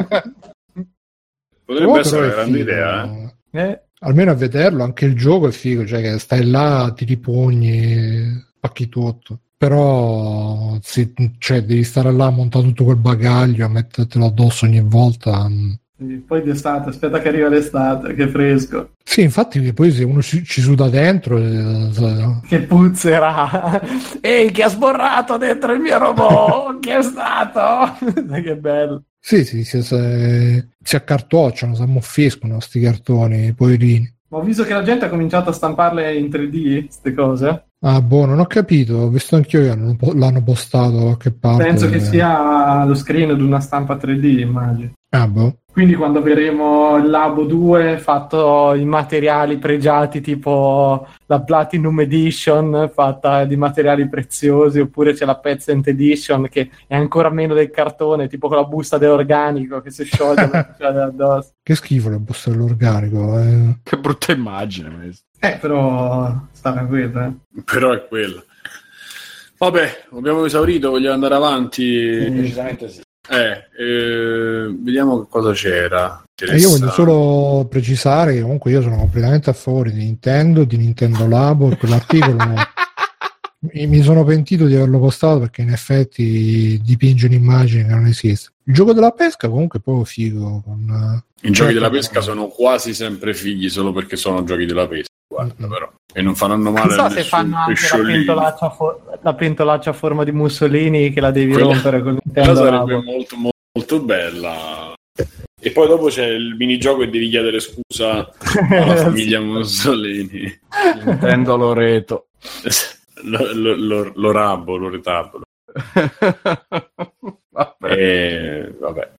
Potrebbe oh, essere una grande figo. idea, eh? Eh? Almeno a vederlo, anche il gioco è figo, cioè che stai là, ti ripugni, pacchi tutto. Però sì, cioè, devi stare là a montare tutto quel bagaglio, a mettertelo addosso ogni volta. Poi d'estate, aspetta che arriva l'estate, che fresco. Sì, infatti poi se uno ci, ci suda dentro eh, che puzzerà. Ehi, chi ha sborrato dentro il mio robot? Chi è stato? Che bello. Sì, sì, si, si, si accartocciano, si ammuffiscono sti cartoni, poverini. Ma ho visto che la gente ha cominciato a stamparle in tre D, queste cose. Ah, boh, non ho capito, ho visto anch'io che hanno, l'hanno postato da qualche parte. Penso che sia lo screen di una stampa tre D, immagino. Ah, boh. Quindi quando avremo il Labo due fatto in materiali pregiati tipo la Platinum Edition fatta di materiali preziosi, oppure c'è la Peasant Edition che è ancora meno del cartone, tipo con la busta dell'organico che si scioglie addosso. Che schifo la busta dell'organico. Eh. Che brutta immagine. Questo. Eh, però sta tranquillo, eh. Però è quello. Vabbè, abbiamo esaurito, vogliamo andare avanti? Sì. Decisamente sì. Eh, eh, vediamo che cosa c'era. E io voglio solo precisare che comunque io sono completamente a favore di Nintendo, di Nintendo Labo, e quell'articolo mi sono pentito di averlo postato perché in effetti dipinge un'immagine che non esiste. Il gioco della pesca comunque è proprio figo. Con, I giochi della pesca sono quasi sempre fighi solo perché sono giochi della pesca. Guarda, mm-hmm. però. E non faranno male. Non so se fanno anche la pentolaccia, for- la pentolaccia a forma di Mussolini che la devi quella, rompere con Nintendo. Sarebbe molto, molto, molto bella. E poi dopo c'è il minigioco e devi chiedere scusa alla famiglia Mussolini. Nintendo Loreto. Lo, lo, lo, lo rabo, lo retabolo. Vabbè. E, vabbè.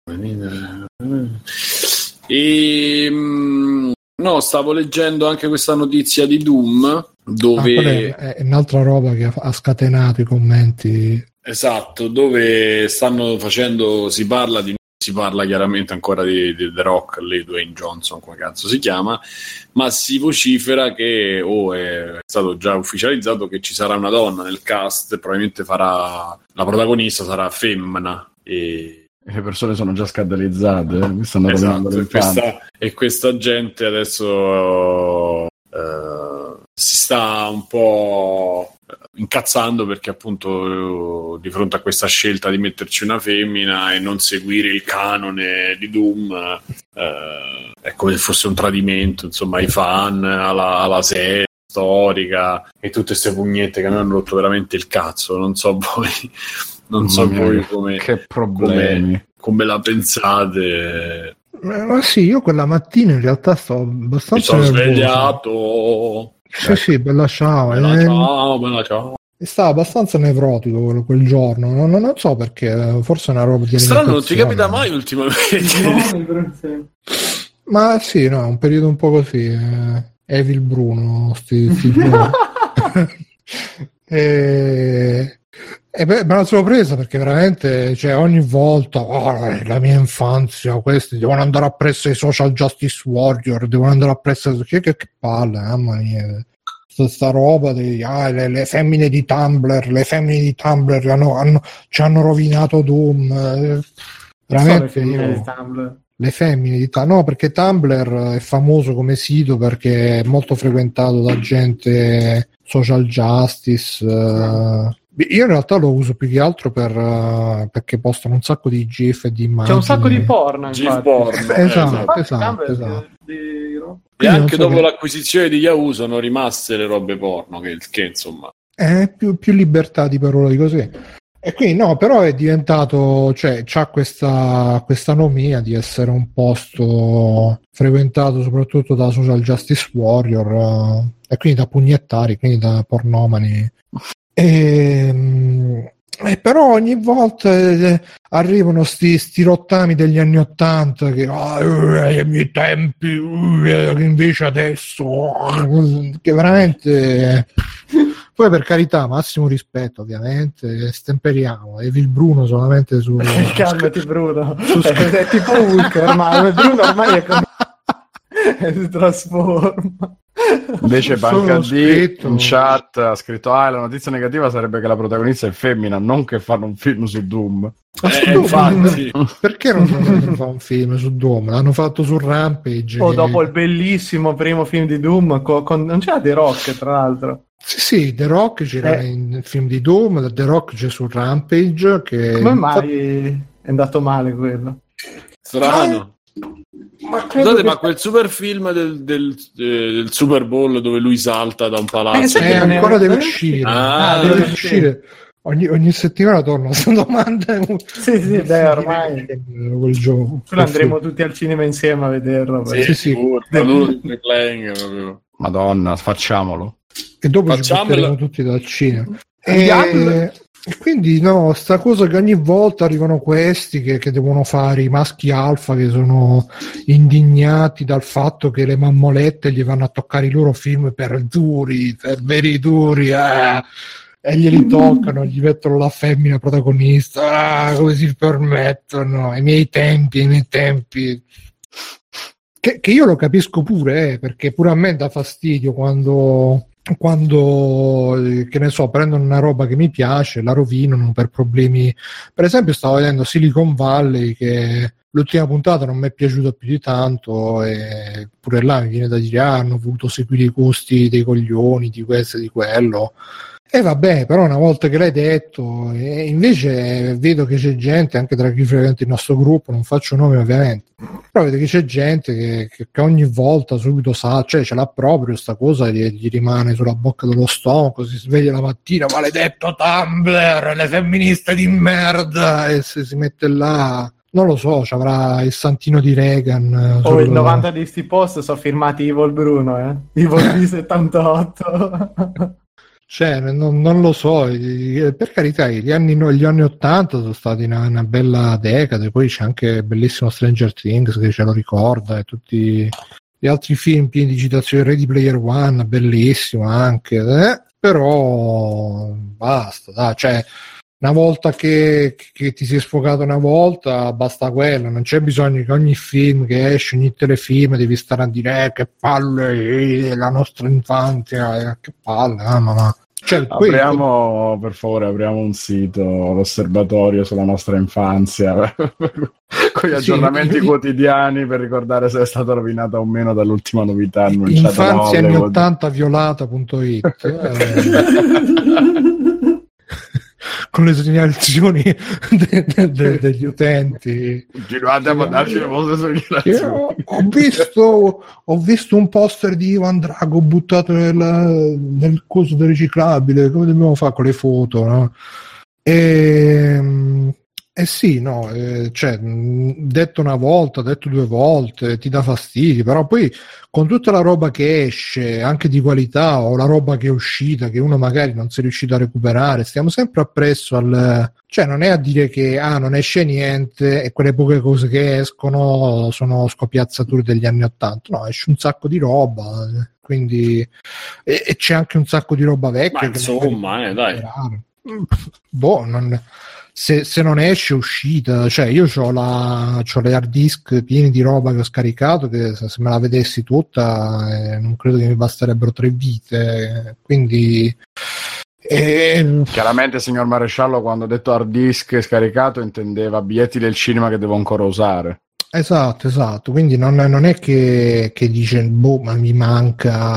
E, no, stavo leggendo anche questa notizia di Doom dove ah, è un'altra roba che ha scatenato i commenti. Esatto, dove stanno facendo, si parla di si parla chiaramente ancora di, di The Rock, lì Dwayne Johnson, come cazzo si chiama, ma si vocifera che o oh, è stato già ufficializzato che ci sarà una donna nel cast, probabilmente farà la protagonista sarà femmina e le persone sono già scandalizzate, eh? Mi stanno esatto, e, questa, e questa gente adesso uh, si sta un po' incazzando perché appunto di fronte a questa scelta di metterci una femmina e non seguire il canone di Doom uh, è come se fosse un tradimento, insomma, ai fan, alla, alla serie storica e tutte queste pugnette che mi hanno rotto veramente il cazzo. Non so voi non so mia, voi come, che problemi. come, come la pensate. Ma sì, io quella mattina in realtà sto abbastanza mi sono nervoso. svegliato sì ecco. Sì, bella ciao bella eh, ciao bella ciao stava abbastanza nevrotico quel, quel giorno non, non so perché, forse è una roba di strano, non ti capita mai ultimamente. Ma sì, no, è un periodo un po' così eh, Evil Bruno sti, sti e E beh, me la sono presa perché veramente, cioè, ogni volta, oh, la mia infanzia, questi devono andare appresso ai social justice warrior, devono andare appresso, che, che, che palle, mamma mia, sta, sta roba di, ah, le, le femmine di Tumblr, le femmine di Tumblr hanno, hanno, ci hanno rovinato Doom, eh, veramente. So, le femmine io, di Tumblr. Le femmine di Tumblr, no, perché Tumblr è famoso come sito perché è molto frequentato da gente social justice, uh, Io in realtà lo uso più che altro per, uh, perché postano un sacco di GIF e di immagini. C'è un sacco di porno, GIF porno. Esatto, eh, esatto, esatto. esatto. Di... E anche so dopo che... l'acquisizione di Yahoo sono rimaste le robe porno, che, che insomma... È più, più libertà di parola di così. E quindi no, però è diventato, cioè c'ha questa questa nomia di essere un posto frequentato soprattutto da social justice warrior uh, e quindi da pugnettari, quindi da pornomani. E, e però ogni volta eh, arrivano sti, sti rottami degli anni ottanta che ah, eh, ai miei tempi eh, che invece adesso eh, che veramente poi per carità massimo rispetto ovviamente, stemperiamo Evil Bruno solamente su calmati Bruno su è, è tipo Hulk ormai Bruno ormai è come si trasforma. Invece Banca D in chat ha scritto ah la notizia negativa sarebbe che la protagonista è femmina, non che fanno un film su Doom. Eh, infatti. Perché non, non fa un film su Doom? L'hanno fatto su Rampage o che... dopo il bellissimo primo film di Doom con, con... non c'era The Rock tra l'altro. Sì, sì, The Rock c'era eh. in film di Doom, The Rock c'è su Rampage che... Come mai è andato male quello? Strano. Ma Scusate, che... ma quel super film del, del, del Super Bowl dove lui salta da un palazzo eh, eh, ancora deve uscire, ah, ah, deve sì. uscire. Ogni, ogni settimana torna questa domanda. Sì, sì, beh, ormai quel gioco. Andremo tutti al cinema insieme a vederlo. Sì, sì, sì. Madonna, facciamolo. E dopo ci porteremo tutti dal cinema. E... E quindi no, sta cosa che ogni volta arrivano questi che, che devono fare i maschi alfa che sono indignati dal fatto che le mammolette gli vanno a toccare i loro film per duri, per veri duri, eh, e glieli toccano, gli mettono la femmina protagonista, ah, come si permettono, ai miei tempi, ai miei tempi. Che, che io lo capisco pure, eh, perché pure a me dà fastidio quando... quando che ne so prendono una roba che mi piace, la rovinano per problemi. Per esempio stavo vedendo Silicon Valley che l'ultima puntata non mi è piaciuta più di tanto e pure là mi viene da dire ah, hanno voluto seguire i costi dei coglioni di questo e di quello e vabbè, però una volta che l'hai detto e invece vedo che c'è gente anche tra chi frequenta il nostro gruppo, non faccio nomi ovviamente, però vedo che c'è gente che, che, che ogni volta subito sa, cioè ce l'ha proprio sta cosa, gli, gli rimane sulla bocca dello stomaco, si sveglia la mattina, maledetto Tumblr, le femministe di merda, e se si mette là non lo so, ci avrà il santino di Reagan o sul... il novanta di sti post sono firmati Evil Bruno, eh Evil B settantotto. Cioè, non, non lo so, per carità, gli anni, gli anni ottanta sono stati una, una bella decade, poi c'è anche il bellissimo Stranger Things che ce lo ricorda, e tutti gli altri film pieni di citazioni, Ready Player One, bellissimo anche, eh? Però basta, dai, cioè, una volta che, che ti sei sfogato una volta, basta quello, non c'è bisogno che ogni film che esce, ogni telefilm devi stare a dire eh, che palle, eh, la nostra infanzia, eh, che palle, ah, mamma. Cioè, apriamo poi... per favore apriamo un sito, l'osservatorio sulla nostra infanzia con gli aggiornamenti sì, quotidiani per ricordare se è stata rovinata o meno dall'ultima novità annunciata. Infanzia anni ottanta violata punto it con le segnalazioni de- de- de- degli utenti. Continuate a mandarci le vostre segnalazioni. Ho, ho visto ho visto un poster di Ivan Drago buttato nel, nel coso del riciclabile, come dobbiamo fare con le foto, no? E eh sì, no, eh, cioè, detto una volta, detto due volte, ti dà fastidio, però poi con tutta la roba che esce, anche di qualità, o la roba che è uscita, che uno magari non si è riuscito a recuperare, stiamo sempre appresso al... Cioè, non è a dire che, ah, non esce niente, e quelle poche cose che escono sono scopiazzature degli anni Ottanta, no, esce un sacco di roba, quindi... E, e c'è anche un sacco di roba vecchia. Ma insomma, eh, dai. Boh, non... Se, se non esce uscita, cioè io c'ho, la, c'ho le hard disk pieni di roba che ho scaricato che se me la vedessi tutta eh, non credo che mi basterebbero tre vite, quindi eh... chiaramente signor Maresciallo quando ha detto hard disk scaricato intendeva biglietti del cinema che devo ancora usare. Esatto, esatto, quindi non, non è che, che dice boh ma mi manca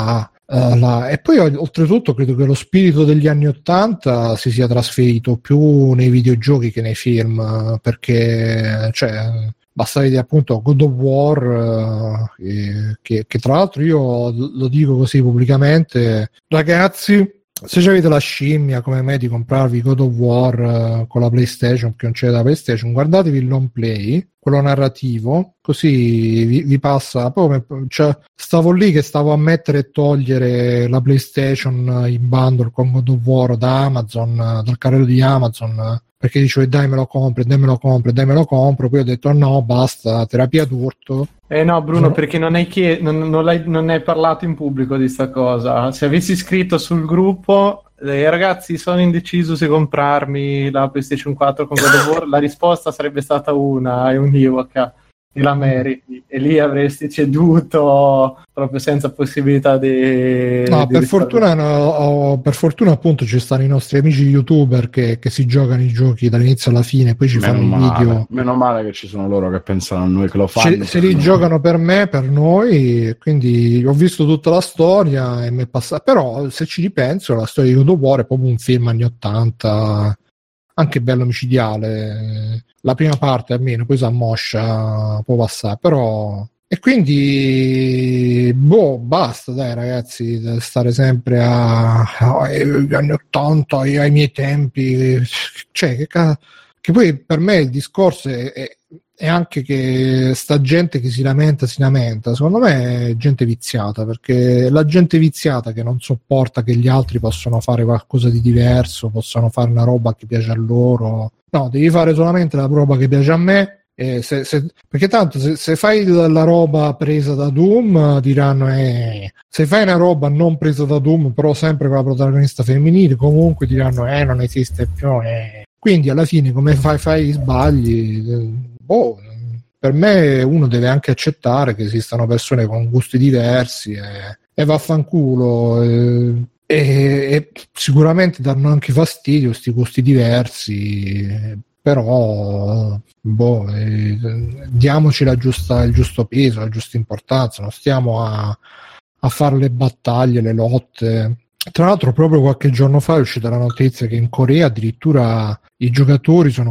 Uh, la... E poi oltretutto credo che lo spirito degli anni ottanta si sia trasferito più nei videogiochi che nei film, perché cioè, basta vedere appunto God of War, uh, che, che, che tra l'altro io lo dico così pubblicamente, ragazzi, se avete la scimmia come me di comprarvi God of War uh, con la PlayStation, perché non c'è da PlayStation, guardatevi il long play, quello narrativo, così vi, vi passa. Poi cioè, stavo lì che stavo a mettere e togliere la PlayStation in bundle con God of War da Amazon, dal carrello di Amazon, perché dicevo dai me lo compro, dai me lo compro, dai me lo compro, poi ho detto no, basta, terapia d'urto. Eh no Bruno, no. perché non hai, chied- non, non, l'hai, non hai parlato in pubblico di sta cosa. Se avessi scritto sul gruppo eh, ragazzi sono indeciso se comprarmi la PlayStation quattro con God of War, la risposta sarebbe stata una, è univoca, e la meriti, e lì avresti ceduto proprio senza possibilità di no di per risparmio. fortuna no, per fortuna appunto ci stanno i nostri amici youtuber che, che si giocano i giochi dall'inizio alla fine, poi ci meno fanno i male, video, meno male che ci sono loro che pensano a noi che lo fanno, se, se li giocano per me, per noi, quindi ho visto tutta la storia e mi è passata. Però se ci ripenso la storia di God of War è proprio un film anni ottanta, anche bello micidiale, la prima parte almeno, poi s'ammoscia, può passare, però. E quindi boh, basta dai ragazzi, da stare sempre a, a, agli anni ottanta, ai miei tempi, cioè che, ca- che poi per me il discorso è, è, è anche che sta gente che si lamenta si lamenta, secondo me è gente viziata, perché la gente viziata che non sopporta che gli altri possono fare qualcosa di diverso, possono fare una roba che piace a loro. No, devi fare solamente la roba che piace a me. Eh, se, se, perché tanto se, se fai la, la roba presa da Doom diranno eh. Se fai una roba non presa da Doom però sempre con la protagonista femminile comunque diranno eh non esiste più eh. Quindi alla fine come fai fai sbagli eh, boh, per me uno deve anche accettare che esistano persone con gusti diversi e, e vaffanculo eh. E, e sicuramente danno anche fastidio questi gusti diversi, però boh, eh, diamoci la giusta, il giusto peso, la giusta importanza, non stiamo a, a fare le battaglie, le lotte. Tra l'altro proprio qualche giorno fa è uscita la notizia che in Corea addirittura i giocatori sono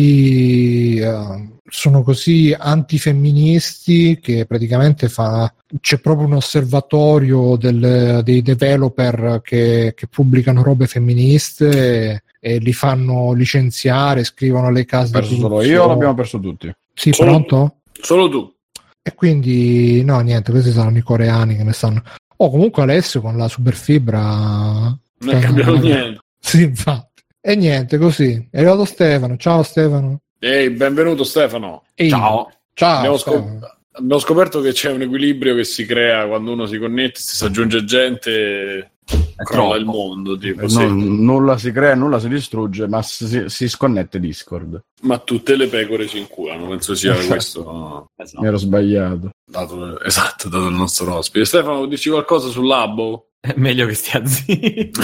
così uh, sono così antifemministi che praticamente fa c'è proprio un osservatorio del, dei developer che, che pubblicano robe femministe e, e li fanno licenziare, scrivono le case perso di solo io o l'abbiamo perso tutti? Sì, solo, pronto? Solo tu. E quindi no, niente, questi saranno i coreani che ne stanno. Oh, comunque Alessio con la superfibra non è cambiato niente. Sì, infatti. E niente, così. È arrivato Stefano. Ciao Stefano. Ehi, benvenuto Stefano. Ehi. Ciao. Ciao. Abbiamo, Stefano. scop- abbiamo scoperto che c'è un equilibrio che si crea quando uno si connette, si aggiunge gente, crolla il mondo. Tipo, Eh, sì. non- nulla si crea, nulla si distrugge, ma si, si sconnette Discord. Ma tutte le pecore si inculano, penso sia questo. Mi ero sbagliato. Dato, esatto, dato il nostro ospite. Stefano, vuoi dirci qualcosa sul Labo? È meglio che stia zitto.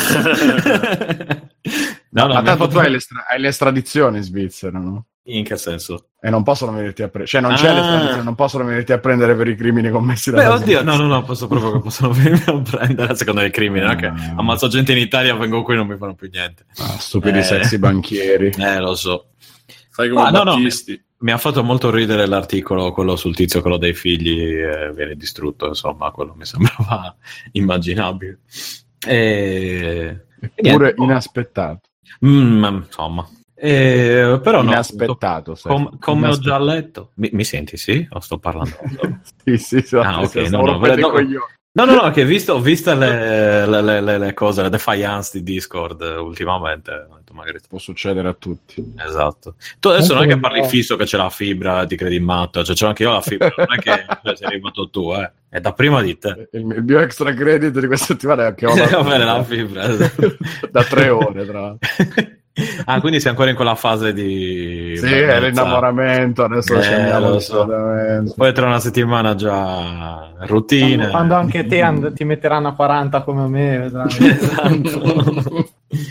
no, no, ma mi ha tanto fatto- tu hai, l'estra- hai l'estradizione in Svizzera, no? In che senso? E non possono venirti a prendere, cioè non c'è Ah. l'estradizione, non possono venirti a prendere per i crimini commessi da Beh, oddio, no, no, no, posso proprio che possono venirmi a prendere secondo me il crimine, Ah. che ammazzo gente in Italia, vengo qui e non mi fanno più niente. Ah, stupidi Eh. sexy banchieri. Eh, lo so. Fai come Ah, no, no, Battisti. Mi ha fatto molto ridere l'articolo, quello sul tizio, quello dei figli eh, viene distrutto, insomma, quello mi sembrava immaginabile. E... Eppure niente. inaspettato. Mm, insomma. Eh, però no, Inaspettato. sai. com- come ho Inaspettato. già letto, mi, mi senti? Sì? O sto parlando? Sì, sì, sì. Ah, ok, sì, no, stavo no, rompendo i no. coglioni. No, no, no, che visto, ho visto le, le, le, le cose, le defiance di Discord eh, ultimamente, ho detto, magari Può succedere a tutti. esatto. Tu adesso non è che parli No. fisso che c'è la fibra di Credimatto, cioè c'ho anche io la fibra, non è che cioè, sei arrivato tu, eh. È da prima di te. Il, il mio extra credit di questa settimana è che ho Va bene, la fibra. da tre ore, tra l'altro. Ah, quindi sei ancora in quella fase di... Sì, è l'innamoramento, adesso Eh, ci andiamo lo so. assolutamente. Poi tra una settimana già routine. Quando, quando anche te and- ti metteranno a quaranta come me, vedrai. Esatto.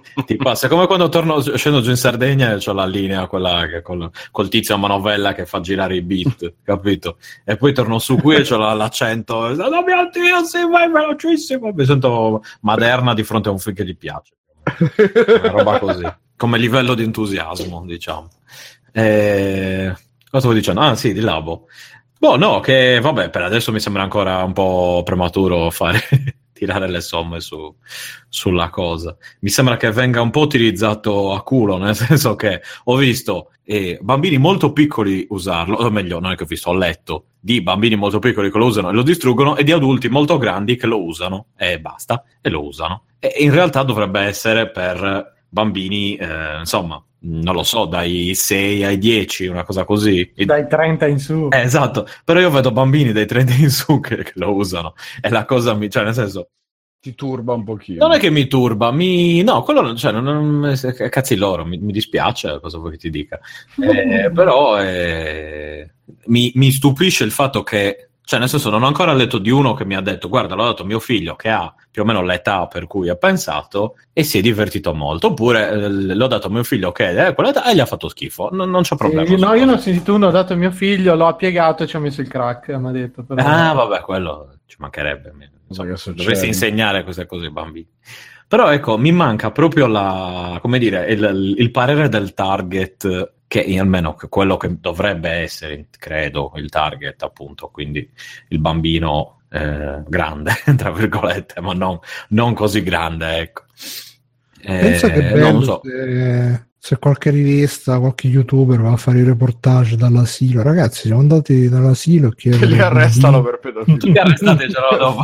Tipo, se come quando torno, scendo giù in Sardegna e c'ho la linea, quella che col, col tizio a manovella che fa girare i beat, capito? E poi torno su qui e c'ho la, l'accento, oh mio Dio, sì, vai velocissimo, mi sento Maderna di fronte a un film che gli piace. Una roba così, come livello di entusiasmo, diciamo. E... cosa stavo dicendo? Ah sì, di Labo. Boh, no, che vabbè, per adesso mi sembra ancora un po' prematuro fare tirare le somme su, sulla cosa. Mi sembra che venga un po' utilizzato a culo, nel senso che ho visto eh, bambini molto piccoli usarlo, o meglio, non è che ho visto, ho letto di bambini molto piccoli che lo usano e lo distruggono, e di adulti molto grandi che lo usano e basta, e lo usano. E in realtà dovrebbe essere per bambini, eh, insomma, non lo so, dai sei ai dieci, una cosa così. Dai trenta in su. Eh, esatto, però io vedo bambini dai trenta in su che, che lo usano, e la cosa mi, cioè nel senso, ti turba un pochino. non è che mi turba, mi, no, quello, cioè, non, non, cazzi loro, mi, mi dispiace, cosa vuoi che ti dica, eh, però eh, mi, mi stupisce il fatto che, cioè nel senso, non ho ancora letto di uno che mi ha detto guarda, l'ho dato a mio figlio che ha più o meno l'età per cui ha pensato e si è divertito molto, oppure eh, l'ho dato a mio figlio che è quell'età e gli ha fatto schifo, non, non c'è problema. Sì, no, io non ho sentito uno, ho dato a mio figlio, l'ho piegato e ci ho messo il crack, mi ha detto. Però... ah vabbè, quello ci mancherebbe, insomma, dovresti insegnare queste cose ai bambini. Però ecco, mi manca proprio la, come dire, il, il parere del target, che almeno quello che dovrebbe essere, credo, il target, appunto, quindi il bambino eh, grande, tra virgolette, ma non, non così grande, ecco. Eh, Pensa che bello non so. se, se qualche rivista, qualche youtuber va a fare i reportage dall'asilo. Ragazzi, siamo andati dall'asilo che li arrestano per pedofilia. Tutti arrestati il giorno dopo.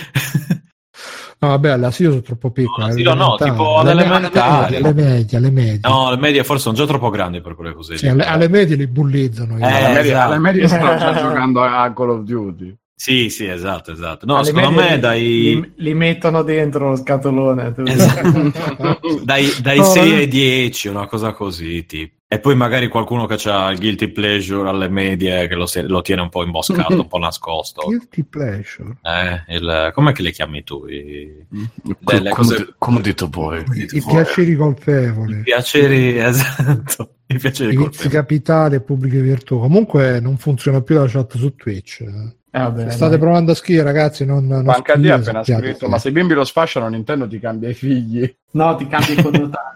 No, vabbè, all'asilo sono troppo piccoli. No, l'asilo no, tipo alle elementari. Alle medie, alle medie. No, le medie forse sono già troppo grandi per quelle cose. Sì, alle, alle medie li bullizzano. Eh, alle, medie, esatto. alle medie stanno già giocando a Call of Duty. Sì, sì, esatto, esatto. No, alle secondo me li, dai... Li, li mettono dentro lo scatolone. Esatto. dai dai no, sei no. ai dieci, una cosa così, tipo. E poi magari qualcuno che ha il guilty pleasure alle medie, che lo, lo tiene un po' imboscato, un po' nascosto. Guilty pleasure? Eh, il, com'è che li chiami tu? I, delle come, cose... come dito poi? I, i piaceri colpevoli. I piaceri, esatto. I piaceri colpevoli. Capitali e pubbliche virtù. Comunque non funziona più la chat su Twitch. Eh, vabbè, state dai. provando a scrivere, ragazzi, non, non Banca D ha appena sappiate, scritto sì. ma se i bimbi lo sfasciano Nintendo ti cambia i figli. No, ti cambia i connotati.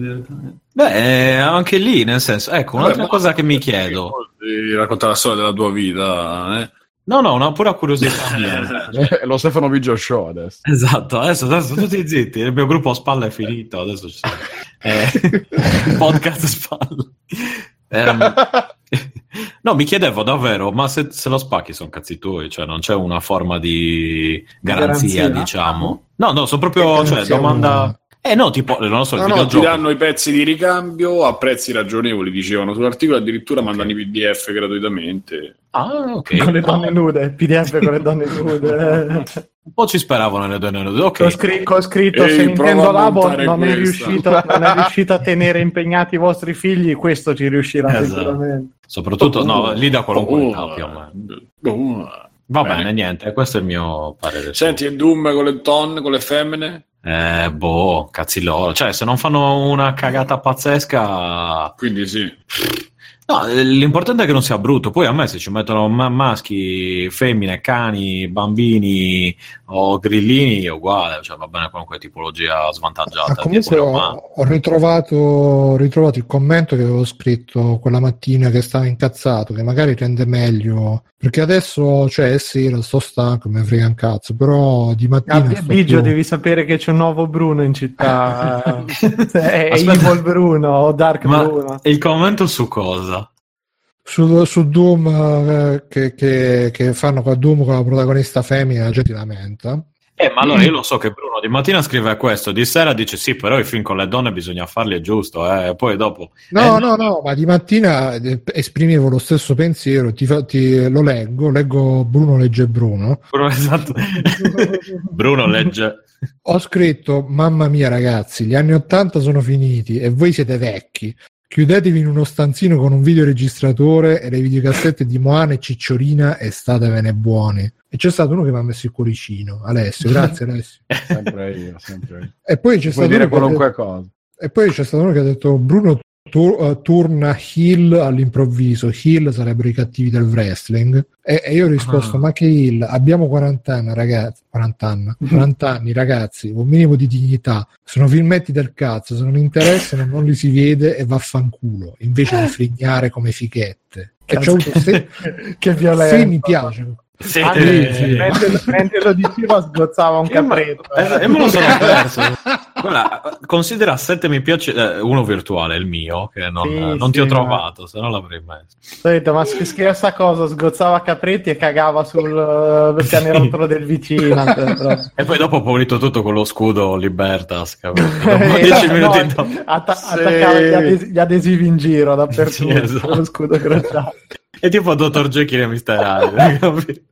Beh, anche lì, nel senso, ecco, un'altra Vabbè, cosa che mi chiedo. Di raccontare la storia della tua vita, eh? No, no, una pura curiosità mia. È lo Stefano Biggio Show adesso. Esatto, adesso, adesso tutti zitti, il mio gruppo Spalla è finito, adesso ci sono. Eh, podcast Spalla. Um, no, mi chiedevo davvero, ma se, se lo spacchi sono cazzi tuoi, cioè non c'è una forma di garanzia, garanzia? diciamo. No, no, sono proprio, cioè, domanda... Eh no, tipo, non so, il no, no, videogioco... ti danno i pezzi di ricambio a prezzi ragionevoli, dicevano sull'articolo, addirittura okay. Mandano i P D F gratuitamente. Ah, ok. Con le donne nude, P D F con le donne nude. Un po' ci speravano le donne nude, ok. Ho, scr- ho scritto, Ehi, se Nintendo Labo non è, riuscito, non è riuscito a tenere impegnati i vostri figli, questo ci riuscirà esatto. sicuramente. Soprattutto, oh, no, lì da qualunque oh, età più o meno. Oh, Va bene. bene, niente, questo è il mio parere. Senti, e Doom con le donne, con le femmine? Eh, boh, cazzi loro. Cioè, se non fanno una cagata pazzesca... Quindi sì. No, l'importante è che non sia brutto. Poi a me se ci mettono ma- maschi, femmine, cani, bambini o grillini è uguale, cioè va bene qualunque tipologia svantaggiata. Ah, comunque ho, ho ritrovato ho ritrovato il commento che avevo scritto quella mattina che stava incazzato, che magari rende meglio, perché adesso, cioè, è sera, sto stanco, mi frega un cazzo, però di mattina ah, Biggio, devi sapere che c'è un nuovo Bruno in città. È Evil Bruno o Dark Ma Bruno. Il commento su cosa? Su, su Doom eh, che, che, che fanno qua Doom con la protagonista femmina, la gente lamenta. Eh, ma allora io lo so che Bruno di mattina scrive questo, di sera dice sì, però i film con le donne bisogna farli, è giusto, eh. Poi dopo... No, eh, no, no, ma di mattina esprimevo lo stesso pensiero, ti, fa, ti lo leggo, leggo Bruno legge Bruno. Bruno, esatto. Bruno legge... Ho scritto, mamma mia ragazzi, gli anni ottanta sono finiti e voi siete vecchi. chiudetevi in uno stanzino con un videoregistratore e le videocassette di Moana e Cicciolina e statevene buoni. E c'è stato uno che mi ha messo il cuoricino, Alessio, grazie Alessio. Sempre io, sempre io. E poi c'è Puoi stato dire uno che ha qualunque detto- cosa. E poi c'è stato uno che ha detto Bruno tur- uh, turna heel all'improvviso. Heel sarebbero i cattivi del wrestling. E, e io ho risposto: Ah. ma che heel? Abbiamo quaranta anni, ragazzi. quaranta anni, quaranta anni, ragazzi. Un minimo di dignità. Sono filmetti del cazzo. Se non interessano, non li si vede e vaffanculo. Invece di frignare come fichette. E c'ho avuto se, Che violenza. se mi piace. Sì, Ah, eh, sì, mentre, mentre lo diceva sgozzava un Io me- capretto. eh, e me lo sono perso. Guarda, considera sette mi piace, eh, uno virtuale, il mio, che non, Sì, non sì, ti ho ma- trovato, se no l'avrei messo. Ho detto, ma che scherza cosa, sgozzava capretti e cagava sul uh, pianerottolo del vicino. Però. E poi dopo ho pulito tutto con lo scudo Libertas, capito? Dopo Eh, dieci no, minuti dopo. atta- Sì. Attaccava gli, adesi- gli adesivi in giro dappertutto, Sì, esatto. con lo scudo crociato. È tipo dottor Jekyll e mister Hyde, capito?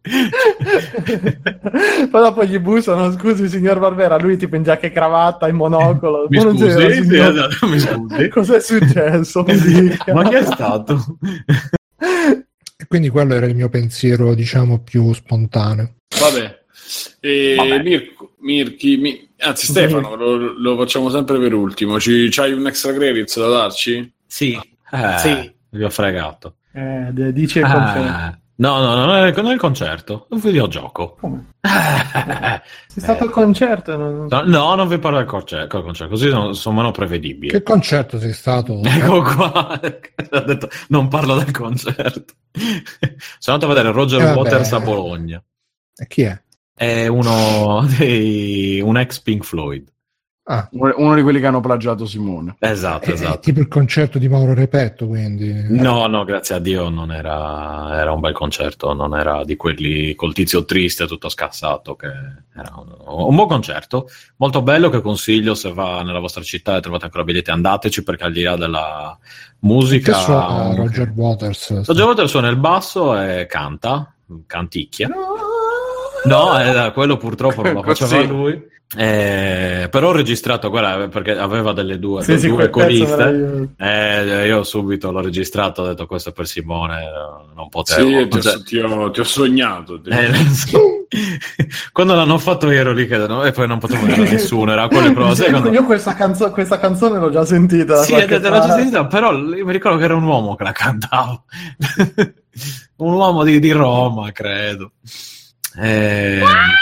Poi dopo gli bussano, scusi signor Barbera, lui tipo in giacca e cravatta, in monocolo. Mi Buonasera, scusi? Sì, signor. esatto, mi scusi. Cos'è successo? Mi dica. Ma chi è stato? E quindi quello era il mio pensiero, diciamo, più spontaneo. Vabbè. E Vabbè. Mirko, Mirchi, Mi- anzi Stefano, lo, lo facciamo sempre per ultimo. Ci, c'hai un extra credits da darci? Sì. Eh, Sì. Vi ho fregato. Eh, de- dice il confermo. Ah, no, no, no, non è, non è il concerto, è un videogioco. Come? Eh, Sei stato al concerto? Non... no, no, non vi parlo del concerto, concerto così sono, sono meno prevedibili. Che concerto sei stato? Ecco qua, ho detto non parlo del concerto. Sono andato a vedere Roger Eh, vabbè. Waters a Bologna. E chi è? È uno dei un ex Pink Floyd. Ah, Uno uno di quelli che hanno plagiato Simone. Esatto, è, è esatto. tipo il concerto di Mauro Repetto, quindi. No, no, grazie a Dio non era, era un bel concerto, non era di quelli col tizio triste, tutto scassato, che era un, un buon concerto, molto bello, che consiglio se va nella vostra città e trovate ancora biglietti, andateci, perché al di là della musica... Che suona Roger Waters? Roger Waters suona il basso e canta, canticchia. No, eh, quello purtroppo non lo faceva Così. lui. Eh, però ho registrato, guarda, perché aveva delle due, Sì, sì, due quel pezzo coriste. meraviglioso. Eh, io subito l'ho registrato, ho detto questo è per Simone, non Sì, potevo. ti ho, Cioè, ti ho- ti ho sognato. ti- eh, non so. Quando l'hanno fatto io ero lì che no, e poi non potevo dire a nessuno, era quelle cose. Io, Quando... io questa, canzo- questa canzone l'ho già sentita. da Sì, qualche te l'ho già parte. sentita, però io mi ricordo che era un uomo che la cantava. Un uomo di, di Roma, credo. Eh...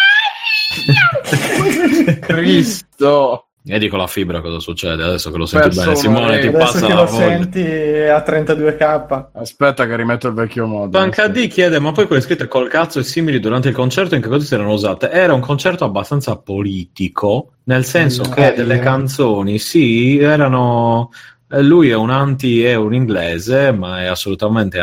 Cristo! E dico la fibra cosa succede adesso che lo senti Perso bene. Simone ti un'orecchio. Adesso passa che la lo voglia. senti a trentadue K. Aspetta che rimetto il vecchio modo. Banca D chiede: ma poi quelle scritte col cazzo e simili durante il concerto in che cosa si erano usate? Era un concerto abbastanza politico, nel senso Eh, che eh, delle eh. canzoni, sì, erano. eh, Lui è un anti, è un inglese, ma è assolutamente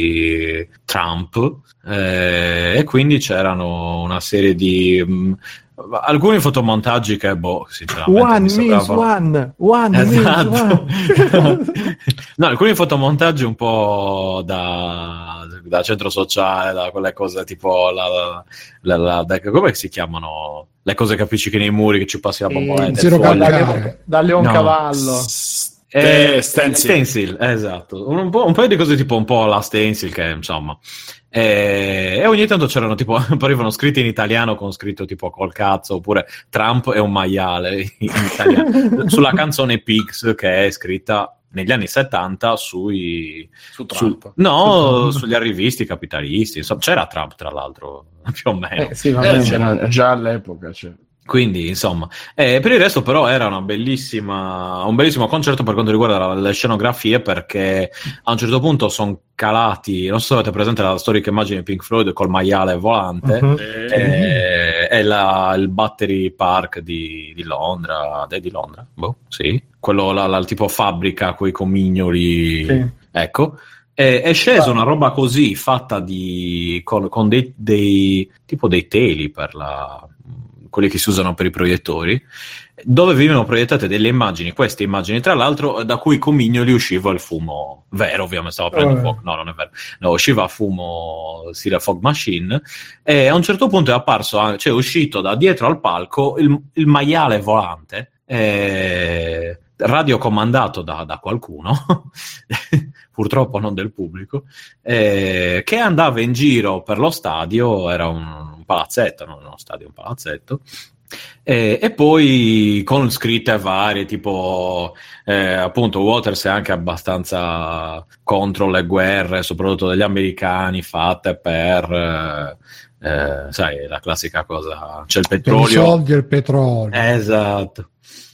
anti-Trump, eh, e quindi c'erano una serie di. Mh, alcuni fotomontaggi che, boh, sinceramente. One mi means sembravano- one. One Esatto. means one. No, alcuni fotomontaggi un po' da, da centro sociale, da quelle cose tipo la, la, la, da, come si chiamano le cose che appiccichi nei muri, che ci passi la Sì, bomboletta zero e fuori. calcare. Da, da Leon No. Cavallo. Eh, Eh, stencil. stencil, esatto, un, un po', un paio di cose tipo un po' la stencil che insomma, e, e ogni tanto c'erano tipo apparivano scritti in italiano con scritto tipo col cazzo, oppure Trump è un maiale in italiano sulla canzone Pigs, che è scritta negli anni settanta sui Su su- Trump. no, sugli arrivisti capitalisti, insomma, c'era Trump tra l'altro più o meno. Eh, sì, va bene. Eh, c'era- già all'epoca c'è. Quindi, insomma, eh, per il resto, però, era una bellissima, un bellissimo concerto per quanto riguarda la- le scenografie, perché a un certo punto sono calati. Non so se avete presente la storica immagine di Pink Floyd col maiale volante. Mhm. Eh, eh, è la- il Battery Park di, di Londra. È di Londra? Boh, sì. Quello, la, la- tipo fabbrica con i comignoli. Sì. Ecco. È, è scesa una roba così, fatta di con, con dei, dei tipo dei teli per la quelli che si usano per i proiettori, dove venivano proiettate delle immagini, queste immagini tra l'altro, da cui comignoli usciva il fumo vero, ovviamente stavo prendendo Oh. fuoco, no non è vero, no, usciva fumo stile fog machine, e a un certo punto è apparso, cioè è uscito da dietro al palco il, il maiale volante, eh, radiocomandato da, da qualcuno, purtroppo non del pubblico, eh, che andava in giro per lo stadio, era un, un palazzetto, non uno stadio, un palazzetto, e, e poi con scritte varie, tipo eh, appunto Waters è anche abbastanza contro le guerre, soprattutto degli americani, fatte per... Eh, Eh, sai, la classica cosa, c'è il petrolio, i soldi e il petrolio, esatto,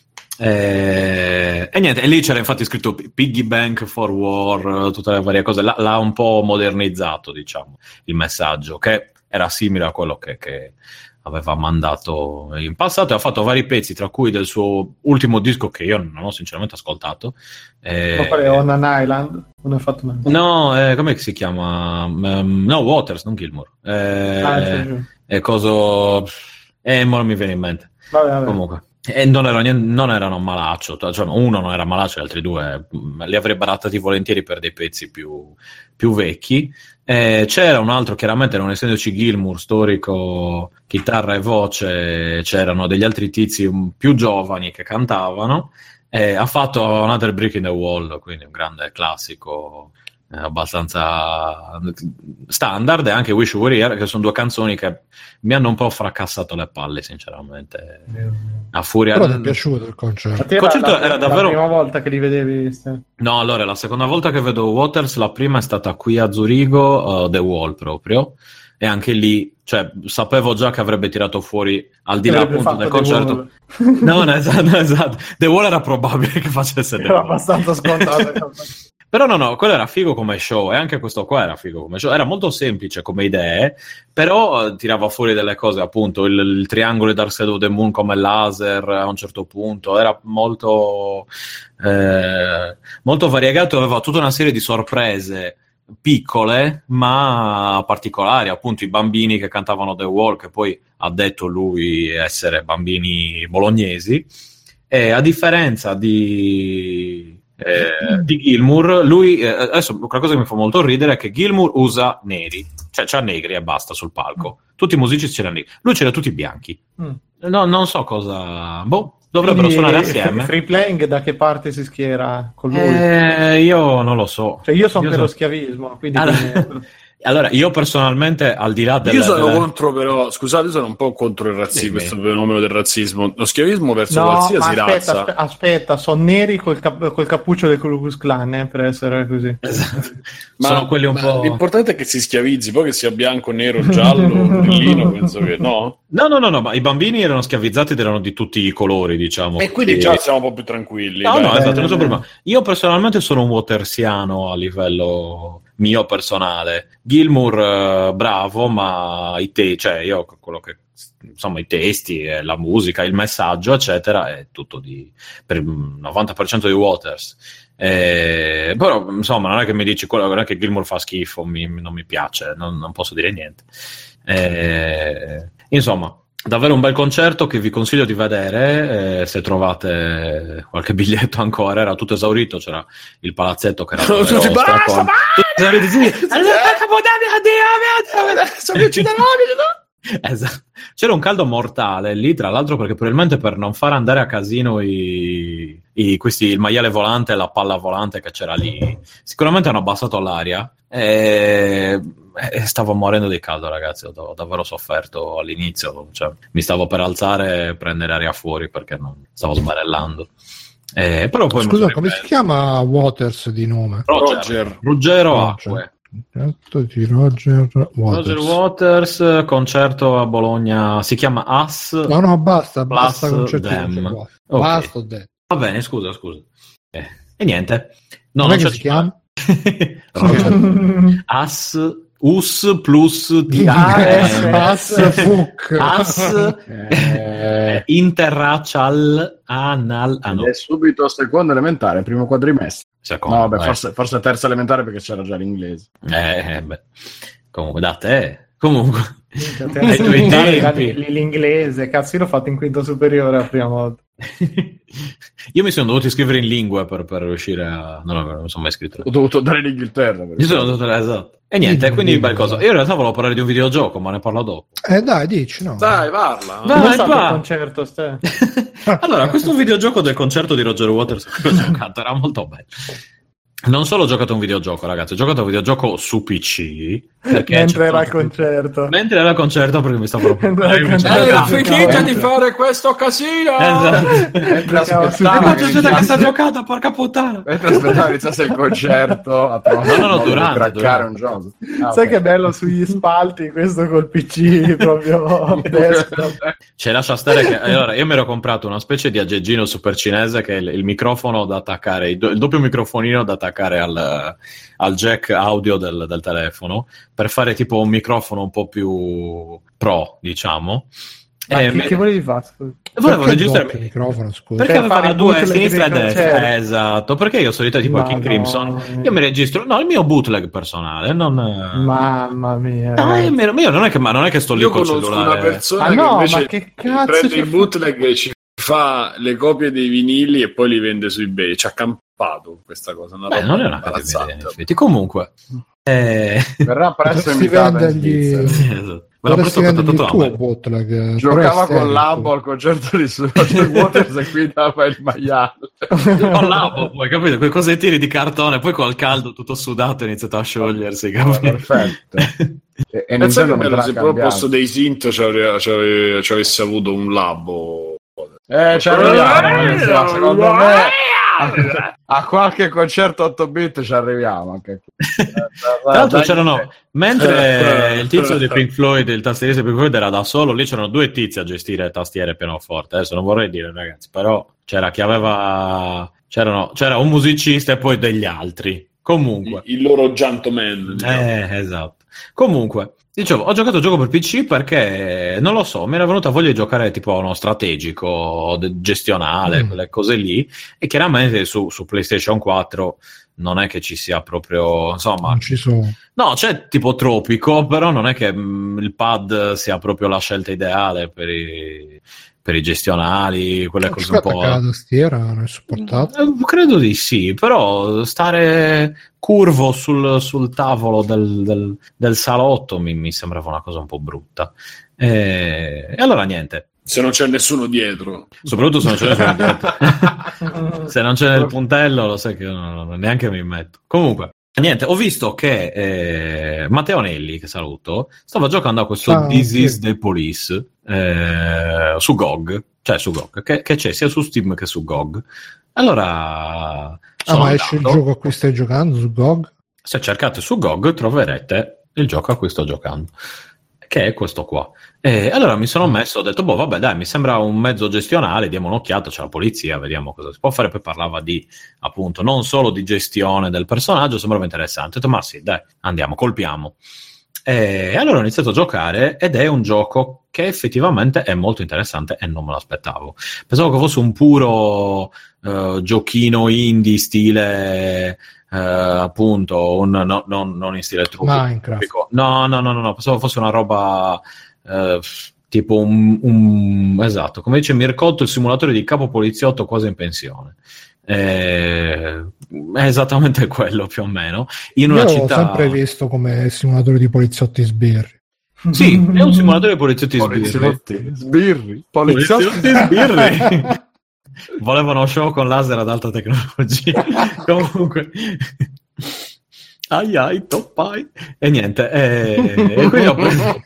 eh, e niente, e lì c'era infatti scritto piggy bank for war, tutte le varie cose, L- l'ha un po' modernizzato, diciamo, il messaggio, che era simile a quello che, che aveva mandato in passato, e ha fatto vari pezzi, tra cui del suo ultimo disco che io non ho sinceramente ascoltato. Eh, fare On an Island? Non ho fatto mai. No, eh, com'è che si chiama? Um, no, Waters, non Gilmour. Eh, ah, sì, sì. E coso... Eh, non mi viene in mente. Vabbè, vabbè. Comunque. E non, ero, non erano malaccio, cioè uno non era malaccio, gli altri due li avrei barattati volentieri per dei pezzi più, più vecchi. Eh, c'era un altro, chiaramente non essendoci Gilmour, storico, chitarra e voce, c'erano degli altri tizi più giovani che cantavano. Eh, ha fatto Another Brick in the Wall, quindi un grande classico, eh, abbastanza standard, e anche Wish You Were Here, che sono due canzoni che mi hanno un po' fracassato le palle, sinceramente. A furia... Però ti è piaciuto il concerto? Il concerto la, era davvero... La prima volta che li vedevi? Sì. No, allora, la seconda volta che vedo Waters, la prima è stata qui a Zurigo, uh, The Wall proprio, e anche lì, cioè, sapevo già che avrebbe tirato fuori, al di là appunto del concerto... No, no, esatto, esatto. The Wall era probabile che facesse The Era Wall. abbastanza scontato. Però no, no, quello era figo come show, e anche questo qua era figo come show. Era molto semplice come idee, però uh, tirava fuori delle cose, appunto, il, il triangolo di Dark Side of the Moon come laser a un certo punto, era molto, eh, molto variegato, aveva tutta una serie di sorprese piccole ma particolari, appunto i bambini che cantavano The Wall, che poi ha detto lui essere bambini bolognesi, e a differenza di... Eh, di Gilmour, lui eh, adesso qualcosa che mi fa molto ridere è che Gilmour usa neri, cioè c'ha negri e basta sul palco, tutti i musicisti c'erano neri, lui c'era tutti bianchi. mm. No, non so cosa, boh, dovrebbero Quindi, suonare assieme. Free Playing da che parte si schiera con lui? Eh, io non lo so, cioè io sono per so... lo schiavismo, quindi allora... quindi... Allora, io personalmente, al di là della... Io sono della... contro, però, scusate, io sono un po' contro il razzismo, questo fenomeno del razzismo. Lo schiavismo verso no, qualsiasi ma aspetta, razza. Aspetta, aspetta, sono neri col, cap- col cappuccio del Ku Klux Klan, eh, per essere così. Esatto. Ma, sono quelli un ma po'... l'importante è che si schiavizzi, poi che sia bianco, nero, giallo, brillino, penso che no. No, no, no, no, ma i bambini erano schiavizzati ed erano di tutti i colori, diciamo. E quindi già siamo un po' più tranquilli. No, dai. no, esatto, non so bene. prima. Io personalmente sono un watersiano a livello mio personale. Gilmour eh, bravo, ma i te, cioè io quello che insomma i testi, eh, la musica, il messaggio, eccetera, è tutto di per il novanta per cento di Waters. Eh, però insomma non è che mi dici quello, non è che Gilmour fa schifo, mi, non mi piace, non, non posso dire niente. Eh, insomma, davvero un bel concerto che vi consiglio di vedere, eh, se trovate qualche biglietto ancora. Era tutto esaurito, c'era il palazzetto che era tutti basta, esatto. C'era un caldo mortale lì, tra l'altro, perché probabilmente per non far andare a casino i, i, questi, il maiale volante e la palla volante che c'era lì, sicuramente hanno abbassato l'aria e, e stavo morendo di caldo, ragazzi. Ho, ho davvero sofferto all'inizio, cioè, mi stavo per alzare e prendere aria fuori perché non stavo sbarellando. Eh, però poi scusa, come si chiama Waters di nome? Roger Ruggero Acque. Di Roger Waters. Roger Waters, concerto a Bologna, si chiama Us. No, no, basta, Plus basta concerto. Them. Okay. Basta, ho detto. Va bene, scusa, scusa. Eh, e niente. No, non, non è c'è che si chiama? As Us plus T As Fuc As eh, Interracial Anal ah, no. È subito secondo elementare, primo quadrimestre. Secondo, no, beh, forse, forse terza elementare perché c'era già l'inglese. Eh, beh. Comunque da te Comunque, ai tuoi tempi l'inglese, cazzo, io l'ho fatto in quinto superiore la prima volta. Io mi sono dovuto iscrivere in lingua per, per riuscire a... No, no, non mi sono mai iscritto. Ho dovuto andare in Inghilterra. Io sono dovuto... Esatto. E niente, quindi bel cosa. Io in realtà volevo parlare di un videogioco, ma ne parlo dopo. Eh dai, dici, no. Dai, parla. Dai, non va. Il concerto, ste. Allora, questo videogioco del concerto di Roger Waters che ho giocato era molto bello. Non solo ho giocato un videogioco, ragazzi, ho giocato un videogioco su P C. Mentre era al concerto. Mentre era al concerto, perché mi stavo proprio... Hai finito di fare questo casino! Esatto. Mentre aspettavo che gente che sta giocando, porca puttana! Mentre aspettavo iniziasse il concerto a no, no, no, durante, durante. un gioco. Ah, sai okay. Che bello sugli spalti questo col P C proprio c'è lascia stare che allora io mi ero comprato una specie di aggeggino super cinese che è il, il microfono da attaccare, il, do, il doppio microfonino da attaccare al, al jack audio del, del telefono per fare tipo un microfono un po' più pro, diciamo. Ma eh, che, me... che volevi fare? Volevo registrare il microfono, scusa. Perché per aveva due a sinistra e a destra. Certo. Esatto, perché io solito tipo King Crimson. Io mi registro, no, il mio bootleg personale, non Mamma mia. Ah, io, io non è che ma non è che sto lì io col conosco cellulare. Una persona ah, che no, invece ma che cazzo prende i bootleg e ci fa le copie dei vinili e poi li vende su eBay. Ci ha campato questa cosa, una Beh, roba non è una cosa in effetti. Comunque eh... verrà presto invitata in Svizzera. Potresti vendergli il tuo bootleg. Giocava con Lambo al concerto di Roger Waters e qui dava il maiale. Con Lambo, poi capito? Quei cosettini di cartone, poi col caldo tutto sudato è iniziato a sciogliersi. Oh, perfetto. E, e Pensate che bello se proprio al posto dei Sint ci, avre, ci, avre, ci avesse avuto un labbo. Eh, ci arriviamo. Secondo me a, a qualche concerto otto bit ci arriviamo anche qui. Tra l'altro c'erano, mentre il tizio di Pink Floyd, il tastierista di Pink Floyd era da solo, lì c'erano due tizi a gestire tastiere e pianoforte. Adesso non vorrei dire, ragazzi, però c'era chi aveva c'erano, c'era un musicista e poi degli altri. Comunque il, il loro gentleman, diciamo. Eh, esatto. Comunque dicevo, ho giocato il gioco per P C perché, non lo so, mi era venuta voglia di giocare tipo uno strategico, gestionale, mm. quelle cose lì, e chiaramente su, su PlayStation quattro non è che ci sia proprio, insomma... Non ci sono. No, c'è tipo Tropico, però non è che mh, il pad sia proprio la scelta ideale per i... per i gestionali, quelle cose un po'... la tastiera non è supportata? Credo di sì, però stare curvo sul, sul tavolo del, del, del salotto mi, mi sembrava una cosa un po' brutta. E, e allora niente. Se non c'è nessuno dietro. Soprattutto se non c'è nessuno dietro. Se non c'è il puntello, lo sai che io non, non, neanche mi metto. Comunque, niente, ho visto che eh, Matteo Nelli, che saluto, stava giocando a questo ah, This sì. is the Police eh, su G O G, cioè su G O G, che, che c'è sia su Steam che su G O G. Allora, ah, ma esce il gioco a cui stai giocando su G O G? Se cercate su G O G troverete il gioco a cui sto giocando, che è questo qua. E allora mi sono messo, ho detto, boh, vabbè, dai, mi sembra un mezzo gestionale, diamo un'occhiata, c'è la polizia, vediamo cosa si può fare. Poi parlava di, appunto, non solo di gestione del personaggio, sembrava interessante. Ho detto, ma sì, dai, andiamo, colpiamo. E allora ho iniziato a giocare ed è un gioco che effettivamente è molto interessante e non me l'aspettavo. Pensavo che fosse un puro uh, giochino indie stile... Uh, appunto un, no, no, non in stile trucco, Minecraft. no no no no no pensavo fosse una roba uh, tipo un, un esatto, come dice Mircotto, il simulatore di capo poliziotto quasi in pensione. Eh, è esattamente quello più o meno in una Io città. L'ho sempre visto come simulatore di poliziotti sbirri. Sì, è un simulatore di poliziotti sbirri. Poliziotti sbirri. Poliziotti sbirri. Volevano show con laser ad alta tecnologia. Comunque ai ai toppai e niente e, e quindi ho preso...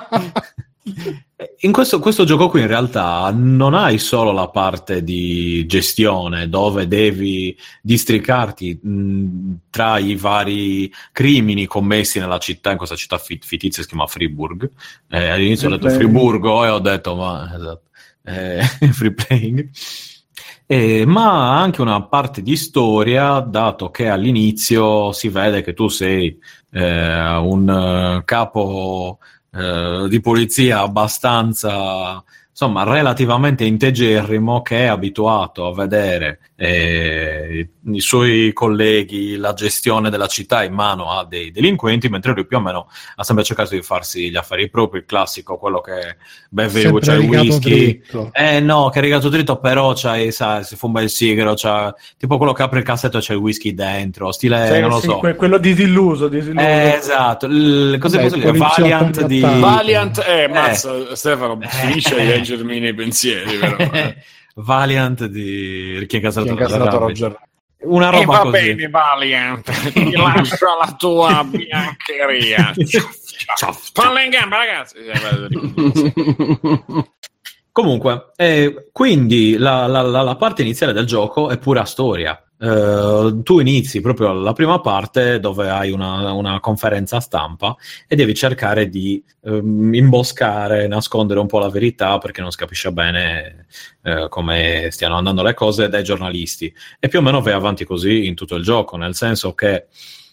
in questo, questo gioco qui in realtà non hai solo la parte di gestione dove devi districarti mh, tra i vari crimini commessi nella città, in questa città fit- fittizia si chiama Friburg. Eh, all'inizio ho detto Friburgo e ho detto ma esatto, eh, free playing. Eh, ma ha anche una parte di storia, dato che all'inizio si vede che tu sei eh, un uh, capo uh, di polizia abbastanza, insomma, relativamente integerrimo, che è abituato a vedere eh, i suoi colleghi la gestione della città in mano a dei delinquenti, mentre lui più o meno ha sempre cercato di farsi gli affari propri, il classico, quello che beve, c'ha il whisky, dritto. eh no, che è rigato dritto, però c'hai, sa, si fuma il sigaro, c'ha, tipo quello che apre il cassetto e c'è il whisky dentro, stile, cioè, non lo sì, so. Que- quello disilluso, disilluso. Eh, esatto, l- cos'è posso dire? Valiant di... Valiant, eh, mazza, eh. Stefano, finisce di leggermi nei pensieri, però. Eh. Valiant di Chi è incastrato Roger. Una roba e va così. Bene, Valiant, ti lascio la tua biancheria. Palla in gamba, ragazzi. Comunque, eh, quindi la, la, la, la parte iniziale del gioco è pura storia. Uh, tu inizi proprio la prima parte dove hai una, una conferenza stampa e devi cercare di um, imboscare, nascondere un po' la verità perché non si capisce bene uh, come stiano andando le cose dai giornalisti, e più o meno vai avanti così in tutto il gioco, nel senso che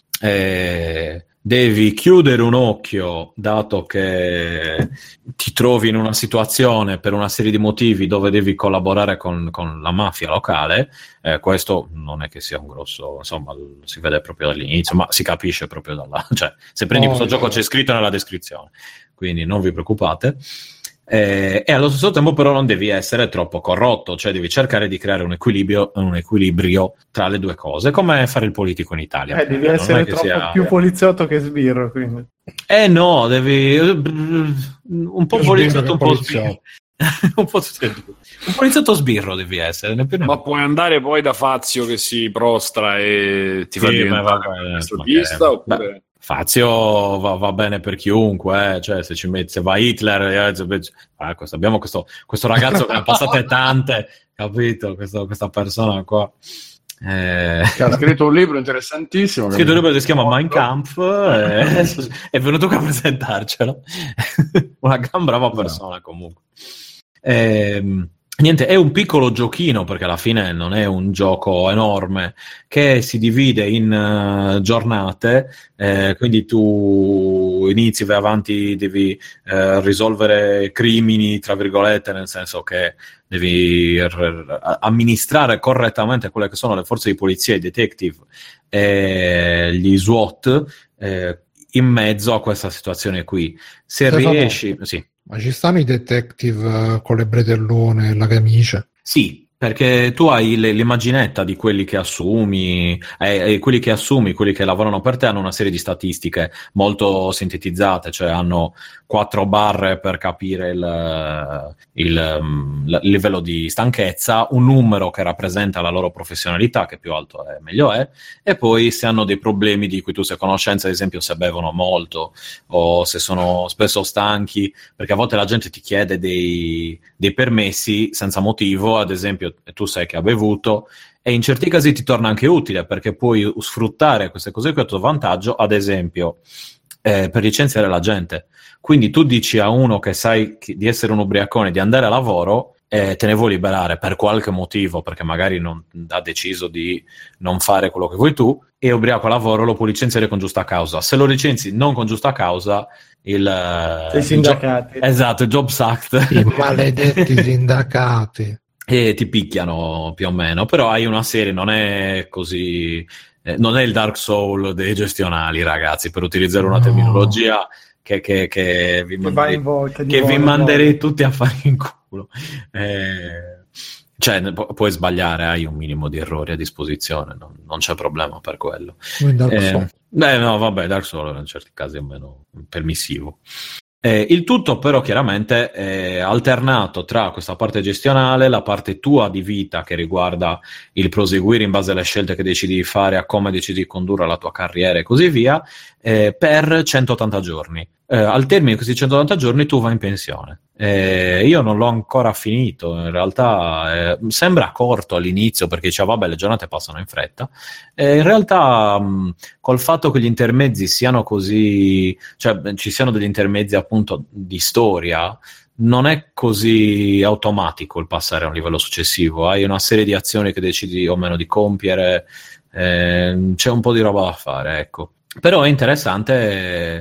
eh, devi chiudere un occhio, dato che ti trovi in una situazione per una serie di motivi dove devi collaborare con, con la mafia locale. Eh, questo non è che sia un grosso, insomma, si vede proprio dall'inizio, ma si capisce proprio dalla, cioè, se prendi oh, questo no. gioco c'è scritto nella descrizione, quindi non vi preoccupate. Eh, e allo stesso tempo però non devi essere troppo corrotto, cioè devi cercare di creare un equilibrio, un equilibrio tra le due cose, come fare il politico in Italia. Eh, devi essere troppo sia... più poliziotto che sbirro, quindi. Eh no, devi un po' poliziotto, un po' sbirro. un, po un poliziotto sbirro devi essere, ne ma puoi andare poi da Fazio che si prostra e ti sì, fa diventare questo oppure... Beh, Fazio va, va bene per chiunque, eh. Cioè se ci metti, se va Hitler, eh, ah, questo, abbiamo questo, questo ragazzo che ne ha passate tante, capito? Questo, questa persona qua. Eh... Che ha scritto un libro interessantissimo. Ha scritto un libro che si chiama Mein Kampf, e è venuto qui a presentarcelo. Una gran brava persona, comunque. Ehm. Niente, è un piccolo giochino, perché alla fine non è un gioco enorme, che si divide in uh, giornate, eh, quindi tu inizi, vai avanti, devi uh, risolvere crimini, tra virgolette, nel senso che devi r- r- amministrare correttamente quelle che sono le forze di polizia, i detective e gli SWAT, eh, in mezzo a questa situazione qui. Se Stefano, riesci... Sì. Ma ci stanno i detective uh, con le bretellone e la camicia? Sì, perché tu hai le, l'immaginetta di quelli che assumi, eh, quelli che assumi, quelli che lavorano per te hanno una serie di statistiche molto sintetizzate, cioè hanno quattro barre per capire il, il, il livello di stanchezza, un numero che rappresenta la loro professionalità, che più alto è meglio è, e poi se hanno dei problemi di cui tu sei a conoscenza, ad esempio se bevono molto o se sono spesso stanchi, perché a volte la gente ti chiede dei, dei permessi senza motivo, ad esempio tu sai che ha bevuto, e in certi casi ti torna anche utile perché puoi sfruttare queste cose qui a tuo vantaggio, ad esempio eh, per licenziare la gente. Quindi tu dici a uno che sai di essere un ubriacone di andare a lavoro e te ne vuoi liberare per qualche motivo, perché magari non, ha deciso di non fare quello che vuoi tu, e ubriaco a lavoro, lo puoi licenziare con giusta causa. Se lo licenzi non con giusta causa, il, i sindacati, il gio- esatto, il Jobs Act, i maledetti sindacati, e ti picchiano più o meno. Però hai una serie, non è così, eh, non è il Dark Soul dei gestionali, ragazzi, per utilizzare una no. terminologia che, che, che vi, manderi, vo- che che vi manderei tutti a fare in culo. Eh, cioè pu- puoi sbagliare, hai un minimo di errori a disposizione, non, non c'è problema per quello. Eh, beh no vabbè, Dark Souls in certi casi è meno permissivo. Eh, il tutto però chiaramente è alternato tra questa parte gestionale, la parte tua di vita che riguarda il proseguire in base alle scelte che decidi di fare, a come decidi di condurre la tua carriera e così via, eh, per centottanta giorni. Eh, al termine di questi centottanta giorni tu vai in pensione. Eh, io non l'ho ancora finito, in realtà eh, sembra corto all'inizio perché diceva vabbè le giornate passano in fretta, eh, in realtà mh, col fatto che gli intermezzi siano così, cioè ci siano degli intermezzi appunto di storia, non è così automatico il passare a un livello successivo, hai una serie di azioni che decidi o meno di compiere, eh, c'è un po' di roba da fare, ecco. Però è interessante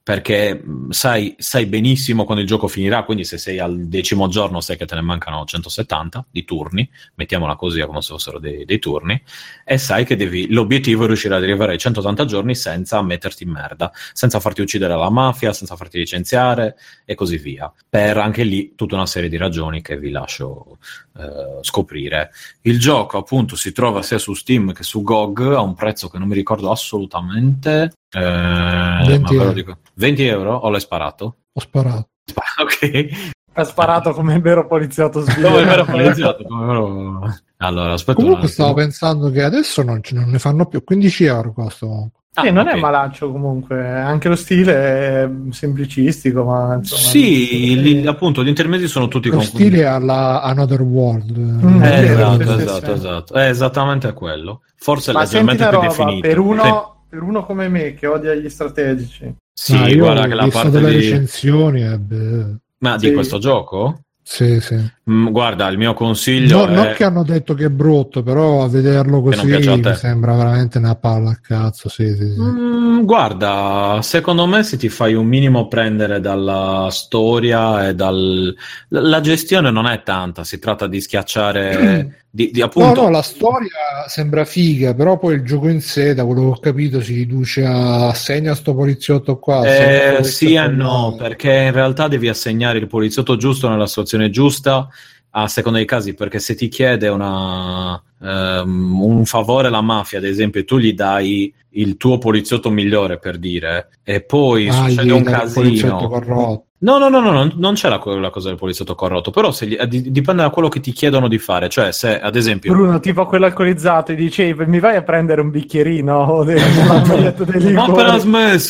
perché sai, sai benissimo quando il gioco finirà, quindi se sei al decimo giorno sai che te ne mancano centosettanta di turni, mettiamola così come se fossero dei, dei turni, e sai che devi, l'obiettivo è riuscire ad arrivare ai centottanta giorni senza metterti in merda, senza farti uccidere la mafia, senza farti licenziare e così via, per anche lì tutta una serie di ragioni che vi lascio eh, scoprire. Il gioco appunto si trova sia su Steam che su G O G a un prezzo che non mi ricordo assolutamente. Eh, venti, ma ve lo euro. dico. venti euro o l'hai sparato? Ho sparato. Ok. Ha sparato come il vero poliziotto svizzero. Come il vero poliziotto, come il vero... Allora, aspetta. Comunque stavo pensando che adesso non, ce- non ne fanno più. quindici euro costa comunque. Sì, Ah, non ok. è malaccio comunque, anche lo stile è semplicistico, ma insomma... Sì, non- gli- appunto gli intermedi sono tutti Lo confusi. stile alla Another World. Mm, Eh, è vero, esatto, sì, sì, esatto, sì. esatto. È esattamente quello. Forse Ma senti leggermente una più roba, definito. per uno, per uno come me che odia gli strategici, Sì, Ah, sì, io guarda ho che la visto parte delle di... recensioni e beh, Ma Sì. di questo gioco? sì, sì. Mm, guarda, il mio consiglio No, è... non che hanno detto che è brutto, però a vederlo Che non così piace a te. mi sembra veramente una palla a cazzo. Sì, sì, sì. Mm, guarda, secondo me se ti fai un minimo prendere dalla storia e dal... La gestione non è tanta, si tratta di schiacciare... Di, di No, appunto... no, la storia sembra figa, però poi il gioco in sé, da quello che ho capito, si riduce a segna sto poliziotto qua. Eh, segna sto sì e poliziotto no, là. perché in realtà devi assegnare il poliziotto giusto nella situazione giusta a seconda dei casi, perché se ti chiede una, ehm, un favore la mafia, ad esempio, e tu gli dai il tuo poliziotto migliore, per dire, e poi Ah, succede gli un dai il poliziotto casino. corrotto. No, no, no, no, non, non c'era quella cosa del poliziotto corrotto, però se gli- eh, di- dipende da quello che ti chiedono di fare, cioè se ad esempio... Bruno, tipo quello alcolizzato, e dicevi mi vai a prendere un bicchierino della maglietta dei Ma liquori? appena smesso!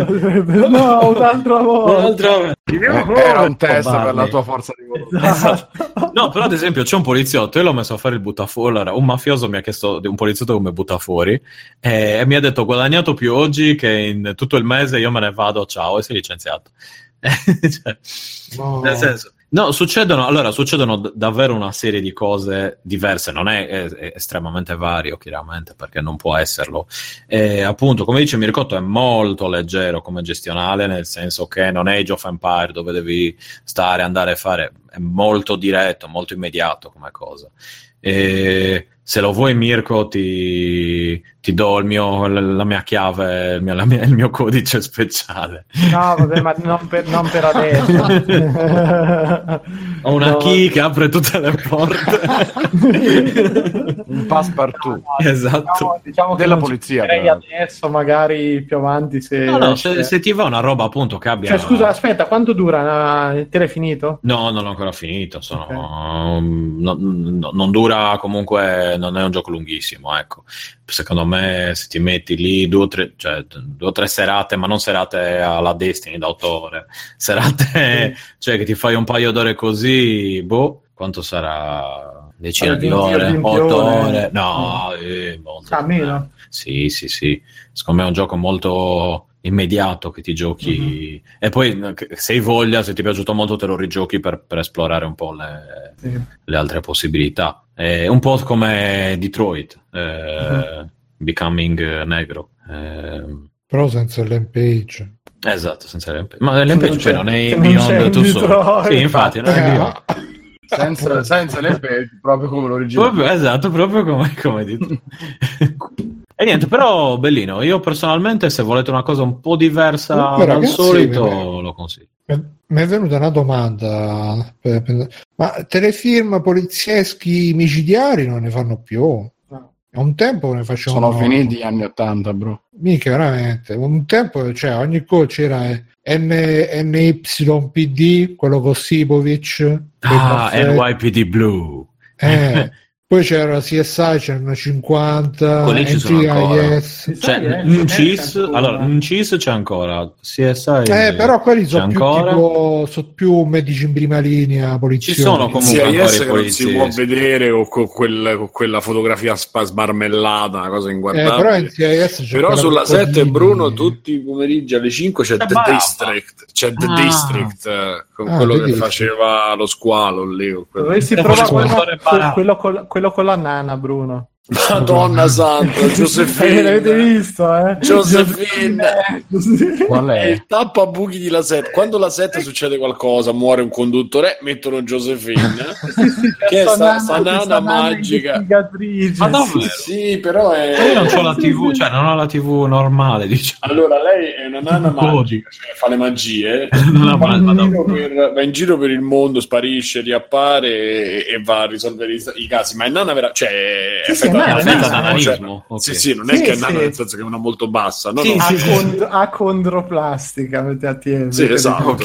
No, un'altra volta. Un'altra- Eh, era un test Barney. per la tua forza di volontà. Esatto. No, però ad esempio c'è un poliziotto, io l'ho messo a fare il buttafuori, allora, un mafioso mi ha chiesto di un poliziotto come buttafuori e, e mi ha detto ho guadagnato più oggi che in tutto il mese, io me ne vado, ciao, e si è licenziato. Cioè, No. nel senso, no, succedono, allora, succedono d- davvero una serie di cose diverse, non è, è- è estremamente vario, chiaramente, perché non può esserlo. E appunto, come dice Mircotto, è molto leggero come gestionale, nel senso che non è Age of Empire dove devi stare, andare a fare, è molto diretto, molto immediato come cosa. E se lo vuoi, Mirko, ti, ti do il mio, la mia chiave, il mio, la mia- il mio codice speciale. No, vabbè, ma non per, non per adesso. Ho una No. key che apre tutte le porte. Un passepartout. Esatto. Diciamo, diciamo che Della non ci polizia, direi tra l'altro. adesso, magari più avanti se... No, no, esce. se, se ti va una roba appunto che abbia... Cioè, scusa, aspetta, quanto dura? Te l'hai finito? No, non ho ancora finito, sono... Ok. no- no- non dura comunque, non è un gioco lunghissimo, ecco. Secondo me se ti metti lì due o tre, cioè, due o tre serate, ma non serate alla Destiny da otto ore, serate, cioè che ti fai un paio d'ore così, boh, quanto sarà? Decina Allora, di di un ore, tiro di otto impione. ore? No, eh, molto. Ah, meno? Sì, sì, sì. Secondo me è un gioco molto immediato che ti giochi e poi se hai voglia, se ti è piaciuto molto te lo rigiochi per, per esplorare un po' le, Sì. le altre possibilità. È un po' come Detroit, eh, Becoming Negro. Eh, Però senza l'M-Page. esatto, senza l'M P. Ma l'M P Non poi c'è- non è che non c'è Beyond in Two Souls. Detroit. Sì, infatti, non è Beyond. senza, senza le page, proprio come l'originale. Proprio, esatto, proprio come, come dito. E niente, però bellino. Io personalmente, se volete una cosa un po' diversa Comunque, dal ragazzi, solito, vabbè. lo consiglio. Mi è venuta una domanda. per- per- Ma telefilm polizieschi micidiari non ne fanno più? No. A un tempo ne facevano. Sono finiti gli anni ottanta, bro. Mica, veramente. Un tempo, cioè, ogni cosa c'era N- N Y P D, quello con Sipovic. Ah, quei N baffetti. Y P D Blue. Eh, poi c'era C S I, c'erano cinquanta, Quelli ci sono ancora. N C I S. Cioè, Sai, eh, in c'è C I S, ancora. allora, in C I S c'è ancora, C S I Eh, però quelli c'è sono più, ancora. tipo, sono più medici in prima linea, poliziotti. Ci sono comunque C I ancora S i che non si può polizieschi. vedere o con, quel- con quella fotografia spa- smarmellata, una cosa Eh, inguardabile. però in C I S c'è Però quella sulla con sette Cosini. Bruno tutti i pomeriggi alle cinque c'è C'è The Barabba. District, c'è The Ah. District eh, con Ah, quello The che District. faceva lo squalo lì. con quello- Dovresti Eh, provare forse quello, quello- quello, quello con, quello con la nana, Bruno. Madonna santa, Josephine. L'avete visto, eh? Josephine. Qual è? Il tappabuchi di La Sette. Quando La Sette succede qualcosa, muore un conduttore, mettono Josephine, che è sta, sta nana magica. Ma davvero? Sì, però è... Io non ho la tivù, cioè non ho la tivù normale, diciamo. Allora, lei è una nana magica, cioè fa le magie, No, va, ma- in ma giro per, va in giro per il mondo, sparisce, riappare e, e va a risolvere i, i casi. Ma è nana vera, cioè è Sì, sì, fetta ma è da affetta nanismo, da cioè- nanismo, ok. Sì, sì, non è Sì, che è sì. nana nel senso che è una molto bassa, no? Sì, no. sì, Acond- acondroplastica, avete a te. Sì, esatto. Ok.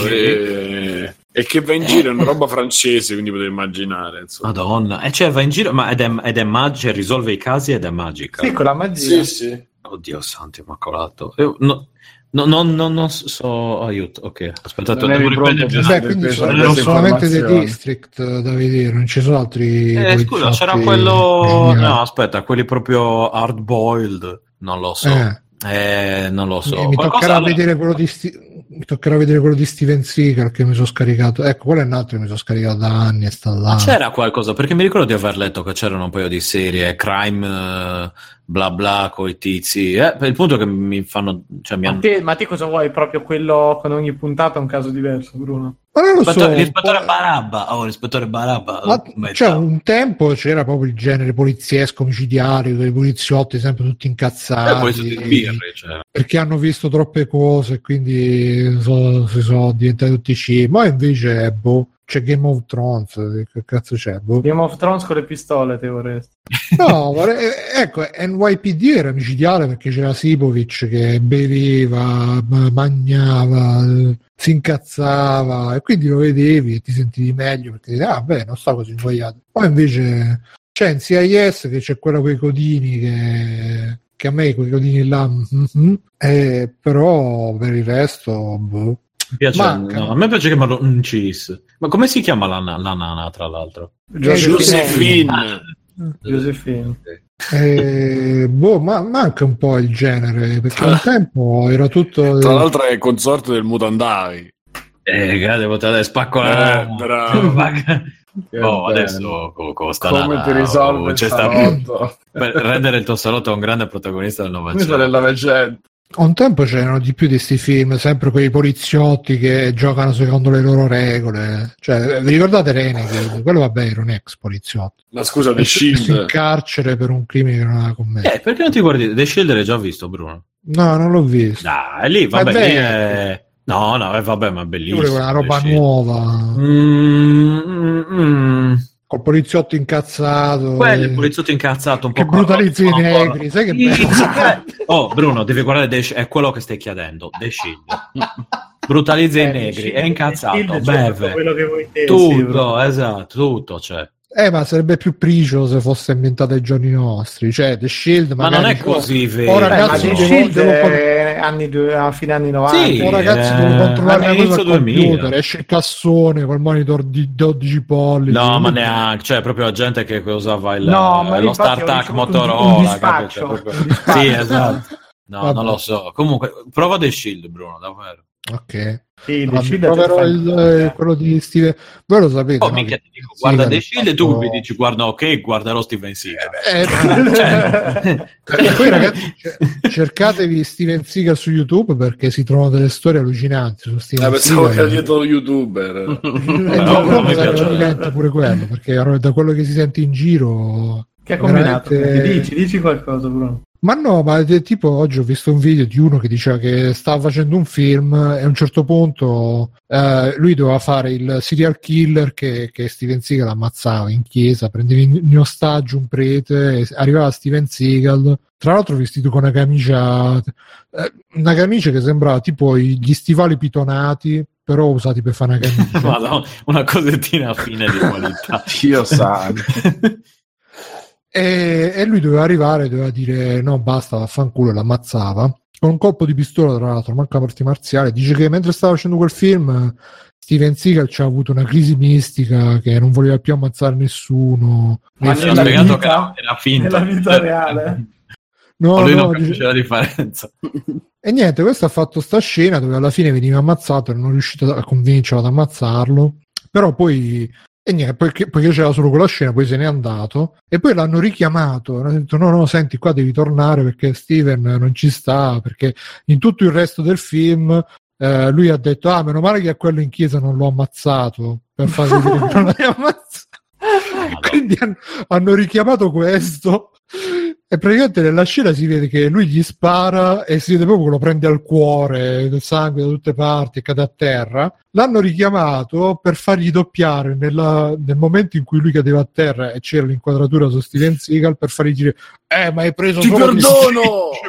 E, e che va in giro è una roba francese, quindi potete immaginare. Insomma. Madonna, e cioè va in giro, ma ed è, ed è magica, risolve i casi ed è magica. Sì, con la magia. Sì, sì. Oddio santo immacolato. Io, no, no, no, no, non so, aiuto, ok, aspettate, Non devo eri pronto riprendere. già. Beh, quindi queste- sono queste solamente The informazioni. District eh, da vedere, non ci sono altri. Eh, scusa, poliziotti c'era quello, geniali. no, aspetta, quelli proprio hard boiled, non lo so. Eh. Eh, non lo so. Eh, mi, Qualcosa toccherà allora- vedere quello di Sti- mi toccherà vedere quello di Steven Seagal che mi sono scaricato. Ecco, quello è un altro che mi sono scaricato da anni e sta là. Ma c'era qualcosa, perché mi ricordo di aver letto che c'erano un paio di serie, crime, eh, bla bla, coi tizi. Eh, il punto è che mi fanno, cioè mi Ma hanno... te, ma te cosa vuoi? Proprio quello con ogni puntata un caso diverso, Bruno? Ma non lo so, L'ispettore, un l'ispettore po'- Barabba, oh, l'ispettore Barabba. ma, metà. cioè, un tempo c'era proprio il genere poliziesco, micidiario, i poliziotti sempre tutti Eh, incazzati poi sono i birri, cioè. perché hanno visto troppe cose e quindi so- si sono diventati tutti sci. Ma invece boh, c'è Game of Thrones, che cazzo c'è? Boh. Game of Thrones con le pistole, te vorresti. No, ma, eh, ecco, N Y P D era micidiale perché c'era Sipovic che beveva, ma- mangiava, eh, si incazzava e quindi lo vedevi e ti sentivi meglio perché dici, ah beh, non sta così invogliato. Poi invece c'è in C I S che c'è quello con i codini che, che a me quei codini là, mm-hmm, eh, però per il resto, boh. Mi piace, Manca. no, a me piace chiamarlo un cheese. Ma come si chiama la, na- la nana, tra l'altro? Josephine. Josephine. Eh, boh, ma manca un po' il genere perché un tempo era tutto Tra l'altro è consorte del Mutandai. Eh, devo adesso spacco Eh, la... bravo. Che Oh, bello. adesso con, con sta Come nana, ti risolve oh, il c'è sta- salotto? per rendere il tuo salotto un grande protagonista del Questo Novecento. del Novecento. un tempo c'erano di più di questi film, sempre quei poliziotti che giocano secondo le loro regole. Cioè, vi ricordate Renegade? Quello vabbè era un ex poliziotto. Ma scusa, The Messo in Shield. carcere per un crimine che non aveva commesso. Eh, perché non ti guardi? The Shield l'hai già visto, Bruno? No, non l'ho visto. Dai, lì, Ma vabbè, è lì vero. è... No, no, eh, vabbè, ma è Io bellissimo. volevo una roba The Shield. nuova, Mm, mm, mm. col poliziotto incazzato. Quello, e- il poliziotto incazzato un che po' brutalizza i corrotto, un po' negri, sai che Sì, bello? sì, eh. Oh, Bruno, devi guardare The Shield, è quello che stai chiedendo. The Shield. Brutalizza i Eh, negri, Shield- è incazzato, Shield c'è tutto beve. quello che vuoi te, sì, Tutto, Bruno. esatto, tutto c'è. Eh, ma sarebbe più prigio se fosse ambientato ai giorni nostri. Cioè, The Shield Ma magari... non è così Oh, vero. oh, Beh, ma ragazzi, The devo- Shield devo- è anni due- a fine anni novanta. Sì. Oh, ragazzi, eh, devo controllare una all'inizio cosa al duemila. computer. Esce il cassone col monitor di dodici pollici. No, ma Quindi- neanche, cioè proprio la gente che usava il, No, ma lo infatti ho StarTAC ricevuto un- Motorola, un capito? dispaccio, Cioè, proprio- un dispaccio. Sì, esatto. No, Vabbè. non lo so. Comunque, prova The Shield, Bruno, davvero. Ok. Sì, The Vabbè, Shield è proverò il, fantastico. eh, quello di Steven. Voi lo sapete. Oh, no? mica Che- ti dico, guarda Seagal The è Shield e tu fatto- mi dici, guarda, ok, guarderò Steven Seagal. Eh, Cioè, e poi ragazzi c- cercatevi Steven Seagal su YouTube perché si trovano delle storie allucinanti su Steven Ah, pensavo che Seagal. era dietro lo youtuber. E No, tra no, l'altro mi da- piace. diventa pure quello perché da quello che si sente in giro Che ha combinato? veramente- Dici, dici qualcosa, Bruno. ma no, ma de- tipo oggi ho visto un video di uno che diceva che stava facendo un film e a un certo punto eh, lui doveva fare il serial killer che, che Steven Seagal ammazzava in chiesa, prendeva in, in ostaggio un prete, e arrivava Steven Seagal, tra l'altro vestito con una camicia eh, una camicia che sembrava tipo i- gli stivali pitonati però usati per fare una camicia. Madonna, una cosettina fine di qualità. Dio santo. E, e lui doveva arrivare, doveva dire no basta vaffanculo, e l'ammazzava con un colpo di pistola, tra l'altro manca arti marziali. Dice che mentre stava facendo quel film Steven Seagal ci ha avuto una crisi mistica che non voleva più ammazzare nessuno. Ma Mi E- ha nella spiegato vita? che era, era finta. Nella vita reale? no, lui no, non dice- capisce la differenza. e niente, questo ha fatto sta scena dove alla fine veniva ammazzato e non è riuscito a convincerlo ad ammazzarlo, però poi E niente, perché, perché c'era solo quella scena, poi se n'è andato e poi l'hanno richiamato, hanno detto no no senti qua devi tornare perché Steven non ci sta, perché in tutto il resto del film eh, lui ha detto ah meno male che a quello in chiesa non l'ho ammazzato per far vedere che non l'hai ammazzato. Quindi hanno, hanno richiamato questo e praticamente nella scena si vede che lui gli spara e si vede proprio che lo prende al cuore, il sangue da tutte parti e cade a terra. L'hanno richiamato per fargli doppiare nella, nel momento in cui lui cadeva a terra e c'era l'inquadratura su Steven Seagal per fargli dire eh ma hai preso ti solo perdono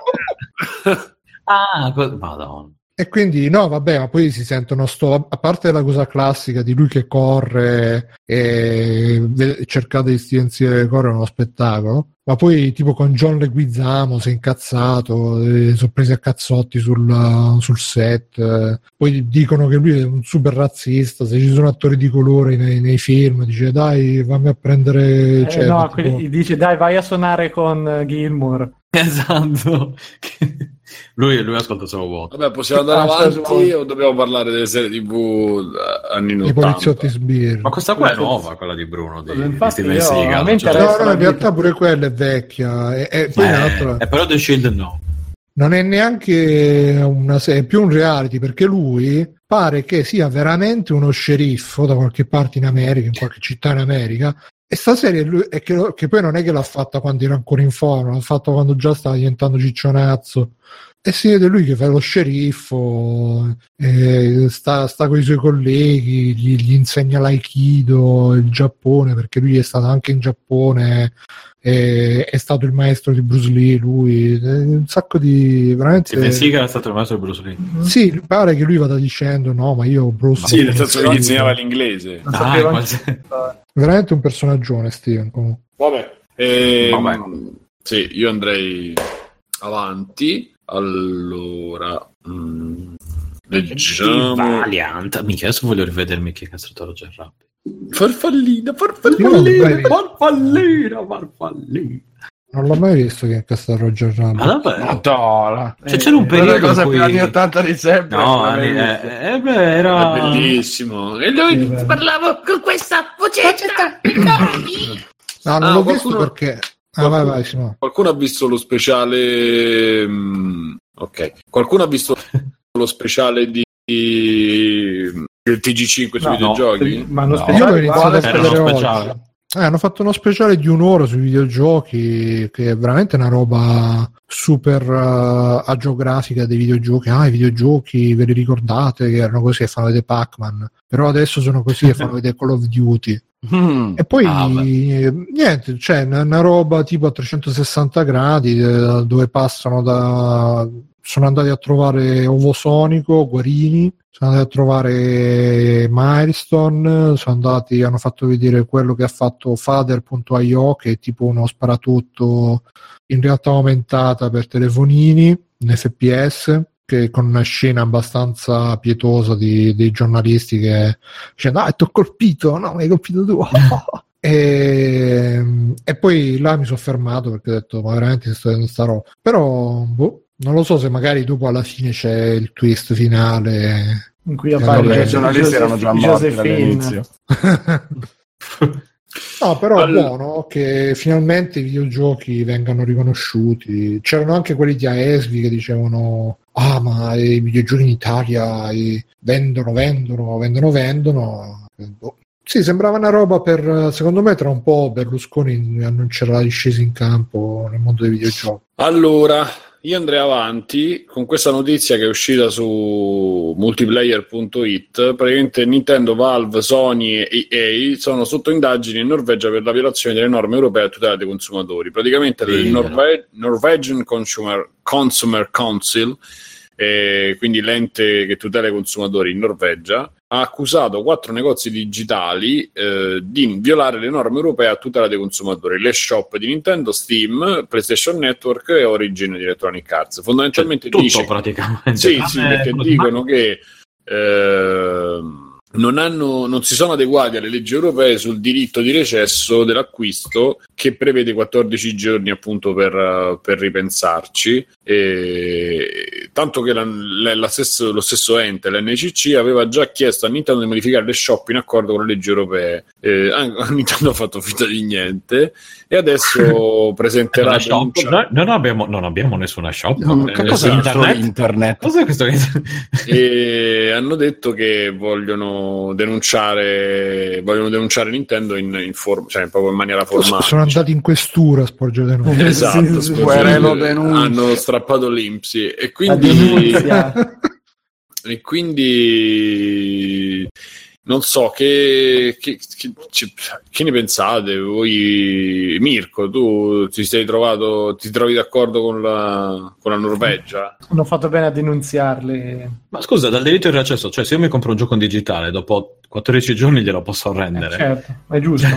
ah co- madonna. E quindi no vabbè, ma poi si sentono sto, a parte la cosa classica di lui che corre e cercate di Steven Seagal corre, è uno spettacolo, ma poi tipo con John Leguizamo si è incazzato, eh, sono presi a cazzotti sul, sul set, eh. Poi dicono che lui è un super razzista, se ci sono attori di colore nei, nei film dice dai fammi a prendere eh, cioè, no, tipo... quelli, dice dai vai a suonare con uh, Gilmour. Esatto. lui, lui ascolta solo vuoto. Vabbè, possiamo andare Ah, avanti o dobbiamo parlare delle serie tv anni i ottanta? poliziotti sbirri. Ma questa qua è nuova, quella di Bruno, di, di Infatti Steven io- Seagal. a me Cioè, interessa- no no in realtà pure quella è vecchia e, e poi eh, un'altra... eh, però The Shield no. non è neanche una serie, è più un reality perché lui pare che sia veramente uno sceriffo da qualche parte in America, in qualche città in America. E sta serie lui, è che, che poi non è che l'ha fatta quando era ancora in forma, l'ha fatta quando già stava diventando ciccionazzo. E si vede lui che fa lo sceriffo, eh, sta, sta con i suoi colleghi, gli, gli insegna l'aikido, il Giappone, perché lui è stato anche in Giappone, eh, è stato il maestro di Bruce Lee, lui, eh, un sacco di... veramente... Steven Seagal è stato il maestro di Bruce Lee. Sì, pare che lui vada dicendo no, ma io Bruce... Sì, nel senso che gli insegnava l'inglese. Non Ah, sapevo quasi- Veramente un personaggione, Steven, comunque. Vabbè. Ehm, Vabbè. Sì, io andrei avanti. Allora, mm, leggiamo. Valiant. Mica adesso voglio rivedermi che cazzo Roger Rabbit. Farfallina, Io non l'ho mai farfallina. visto. Farfallina, farfallina. Non l'ho mai visto che è Castel Roger Rabbit. Ma davvero? Madonna. Cioè, c'era un Per periodo le cose in cui... più anni ottanta di sempre. No, non anni- l'avevo visto. eh, eh, beh, era... È bellissimo. E lui Sì, beh. parlavo con questa vocetta. No, non Ah, l'ho qualcuno- visto perché... Ah, qualcuno- vai, vai, Simone. Qualcuno ha visto lo speciale. mm, Ok. Qualcuno ha visto lo speciale di del T G cinque sui No, videogiochi? ma hanno No. Io l'ho speciale iniziato a quale? Era vedere uno oggi. speciale. Eh, hanno fatto uno speciale di un'ora sui videogiochi che è veramente una roba super uh, agiografica dei videogiochi. Ah, i videogiochi, ve li ricordate che erano così e fanno vedere Pac-Man, però adesso sono così e fanno vedere Call of Duty. Mm. E poi Ah, eh, niente, c'è una, una roba tipo a trecentosessanta gradi eh, dove passano da... sono andati a trovare Ovosonico, Guarini, sono andati a trovare Milestone, sono andati, hanno fatto vedere quello che ha fatto Father punto io, che è tipo uno sparatutto in realtà aumentata per telefonini, in F P S, che con una scena abbastanza pietosa di, dei giornalisti che dicono ah ti ho colpito, no mi hai colpito tu. e, e poi là mi sono fermato perché ho detto ma veramente sto vedendo sta roba, però boh, non lo so se magari dopo alla fine c'è il twist finale In cui Vabbè, appare I giornalisti erano già morti Josephine. dall'inizio. no però è All- buono che finalmente i videogiochi vengano riconosciuti. C'erano anche quelli di Aesvi che dicevano ah ma i videogiochi in Italia eh, vendono vendono vendono vendono boh. Sì, sembrava una roba per, secondo me tra un po' Berlusconi annuncerà la discesa in campo nel mondo dei videogiochi. Allora, io andrei avanti con questa notizia che è uscita su multiplayer punto it. Praticamente Nintendo, Valve, Sony e E A sono sotto indagini in Norvegia per la violazione delle norme europee a tutela dei consumatori. Praticamente Sì, il Norve- Norwegian Consumer, Consumer Council, eh, quindi l'ente che tutela i consumatori in Norvegia, ha accusato quattro negozi digitali eh, di violare le norme europee a tutela dei consumatori, le shop di Nintendo, Steam, PlayStation Network e Origin di Electronic Arts. Fondamentalmente tutto dice praticamente. sì, Ah, sì, eh, perché ma- dicono che eh, non, hanno, non si sono adeguati alle leggi europee sul diritto di recesso dell'acquisto, che prevede quattordici giorni appunto per, per ripensarci. E tanto che la, la, la stesso, lo stesso ente, l'N C C, aveva già chiesto a Nintendo di modificare le shop in accordo con le leggi europee. Eh, Nintendo ha fatto finta di niente e adesso presenterà shop. Noi non abbiamo, non abbiamo nessuna shop. No, eh, cosa internet? internet? Cos'è questo? E hanno detto che vogliono denunciare vogliono denunciare Nintendo in, in forma, cioè proprio in maniera formale. Sono andati in questura a sporgere denuncia. Esatto, sì, sì, hanno strappato l'I N P S I e quindi e quindi non so che, che, che, che ne pensate voi. Mirko, tu ti sei trovato ti trovi d'accordo con la, con la Norvegia? Non ho fatto bene a denunziarli. Ma scusa, dal diritto di accesso, cioè se io mi compro un gioco in digitale dopo quattordici giorni glielo posso rendere, eh, certo, è giusto.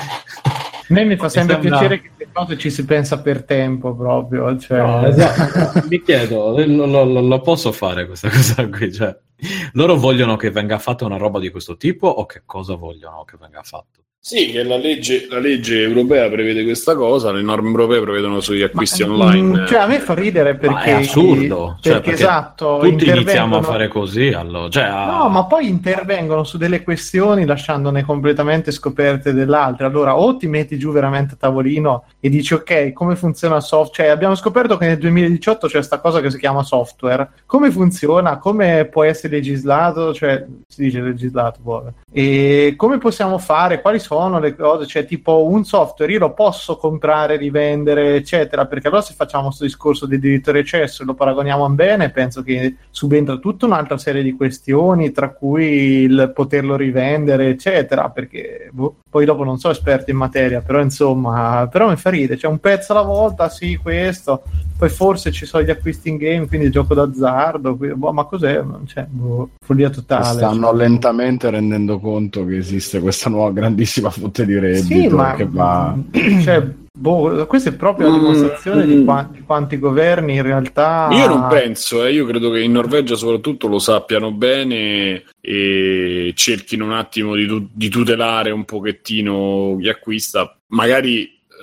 A me mi fa sempre mi sembra... piacere che le cose ci si pensa per tempo proprio, cioè... no, esatto. Mi chiedo, lo, lo, lo posso fare questa cosa qui? Cioè, loro vogliono che venga fatta una roba di questo tipo o che cosa vogliono che venga fatto? Sì, che la legge, la legge europea prevede questa cosa, le norme europee prevedono sugli acquisti ma, online. Cioè, a me fa ridere perché... Ma è assurdo. Perché, cioè, perché esatto, tutti iniziamo a fare così. Allora, cioè, a... No, ma poi intervengono su delle questioni lasciandone completamente scoperte dell'altra. Allora, o ti metti giù veramente a tavolino e dici, ok, come funziona il software? Cioè, abbiamo scoperto che nel duemiladiciotto c'è questa cosa che si chiama software. Come funziona? Come può essere legislato? Cioè, si dice legislato, poi. E come possiamo fare? Quali sono le cose, cioè tipo un software io lo posso comprare, rivendere eccetera, perché allora se facciamo questo discorso di diritto di accesso e lo paragoniamo a bene, penso che subentra tutta un'altra serie di questioni, tra cui il poterlo rivendere eccetera, perché boh, poi dopo non so esperto in materia, però insomma, però mi fa ridere, c'è un pezzo alla volta, sì questo, poi forse ci sono gli acquisti in game, quindi gioco d'azzardo, boh, ma cos'è? Cioè, boh, follia totale. Stanno cioè. lentamente rendendo conto che esiste questa nuova grandissima fonte di reddito, sì, ma, che va... cioè, boh, questa è proprio la dimostrazione mm, di, qua- di quanti governi in realtà... Io non penso, eh, io credo che in Norvegia soprattutto lo sappiano bene e cerchino un attimo di, tu- di tutelare un pochettino chi acquista, magari...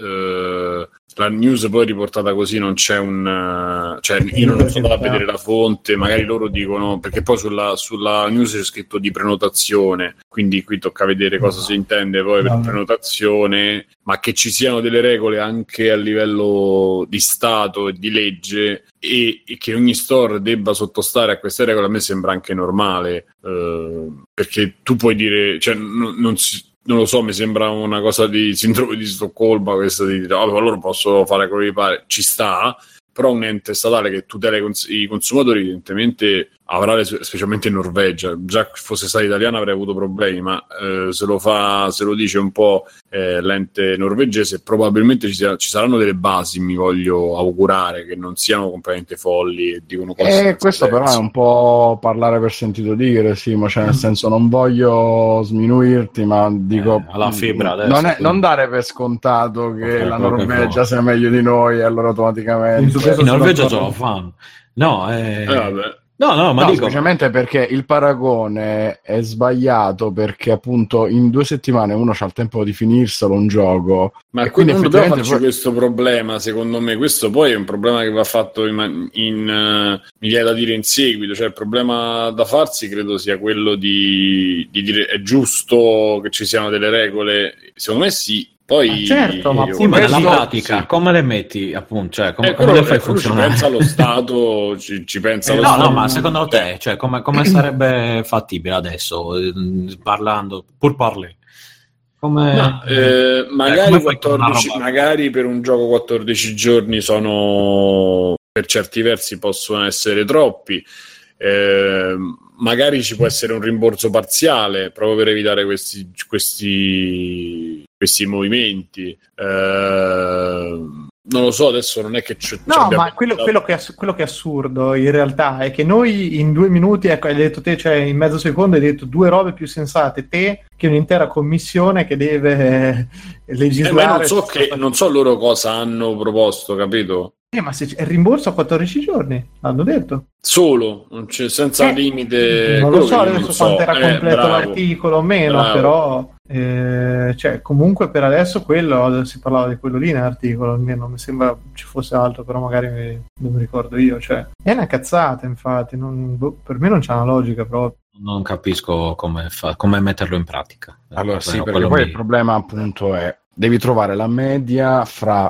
Eh, la news poi riportata così non c'è un cioè io non sono andato a vedere la fonte, magari loro dicono, perché poi sulla, sulla news c'è scritto di prenotazione, quindi qui tocca vedere cosa si intende poi per prenotazione, ma che ci siano delle regole anche a livello di stato e di legge e, e che ogni store debba sottostare a queste regole a me sembra anche normale, eh, perché tu puoi dire, cioè n- non si non lo so, mi sembra una cosa di sindrome di Stoccolma questa di dire, oh, allora posso fare quello che pare, ci sta, però un ente statale che tutela i, cons- i consumatori evidentemente avrà le sue, specialmente in Norvegia, già fosse stata italiana avrei avuto problemi, ma eh, se lo fa, se lo dice un po' eh, l'ente norvegese, probabilmente ci, sia, ci saranno delle basi, mi voglio augurare, che non siano completamente folli e dicono cose. Eh, questo però è un po' parlare per sentito dire, sì, ma cioè nel senso non voglio sminuirti, ma dico eh, alla fibra adesso, non, è, non dare per scontato che okay, la Norvegia sia meglio di noi, allora automaticamente in Norvegia ce lo fanno. No, eh... eh vabbè. No, no, ma no, dico... semplicemente perché il paragone è sbagliato, perché appunto in due settimane uno c'ha il tempo di finirselo un gioco. Ma quindi non dobbiamo farci poi... questo problema, secondo me. Questo poi è un problema che va fatto in, in uh, mi viene da dire in seguito, cioè il problema da farsi credo sia quello di, di dire è giusto che ci siano delle regole, secondo me sì. Poi ah, certo, ma, sì, ma nella pratica sì. Come le metti appunto, cioè come, eh, come le fai funzionare? Ci pensa lo Stato, ci, ci pensa eh, lo no, Stato. No, ma secondo te, cioè come, come sarebbe fattibile adesso parlando, pur parli? Come, ma, eh, magari, eh, quattordici, magari per un gioco quattordici giorni sono per certi versi possono essere troppi. Eh, magari ci può essere un rimborso parziale proprio per evitare questi questi questi movimenti, eh, non lo so, adesso non è che c'è, no, ma quello, quello, che è, quello che è assurdo in realtà è che noi in due minuti, ecco, hai detto te, cioè in mezzo secondo hai detto due robe più sensate, te che un'intera commissione che deve eh, legislare. Eh, ma non so, che, non so loro cosa hanno proposto, capito? Eh, ma se c'è il rimborso a quattordici giorni, l'hanno detto. Solo, non c'è, senza eh, limite. Non lo so adesso non so. quanto era eh, completo bravo, l'articolo o meno, bravo. però eh, cioè, comunque per adesso quello, si parlava di quello lì nell'articolo, almeno mi sembra ci fosse altro, però magari mi, non mi ricordo io. Cioè, è una cazzata, infatti, non, boh, per me non c'è una logica proprio. Non capisco come, fa, come metterlo in pratica. Allora sì, Però perché poi mi... il problema appunto è devi trovare la media fra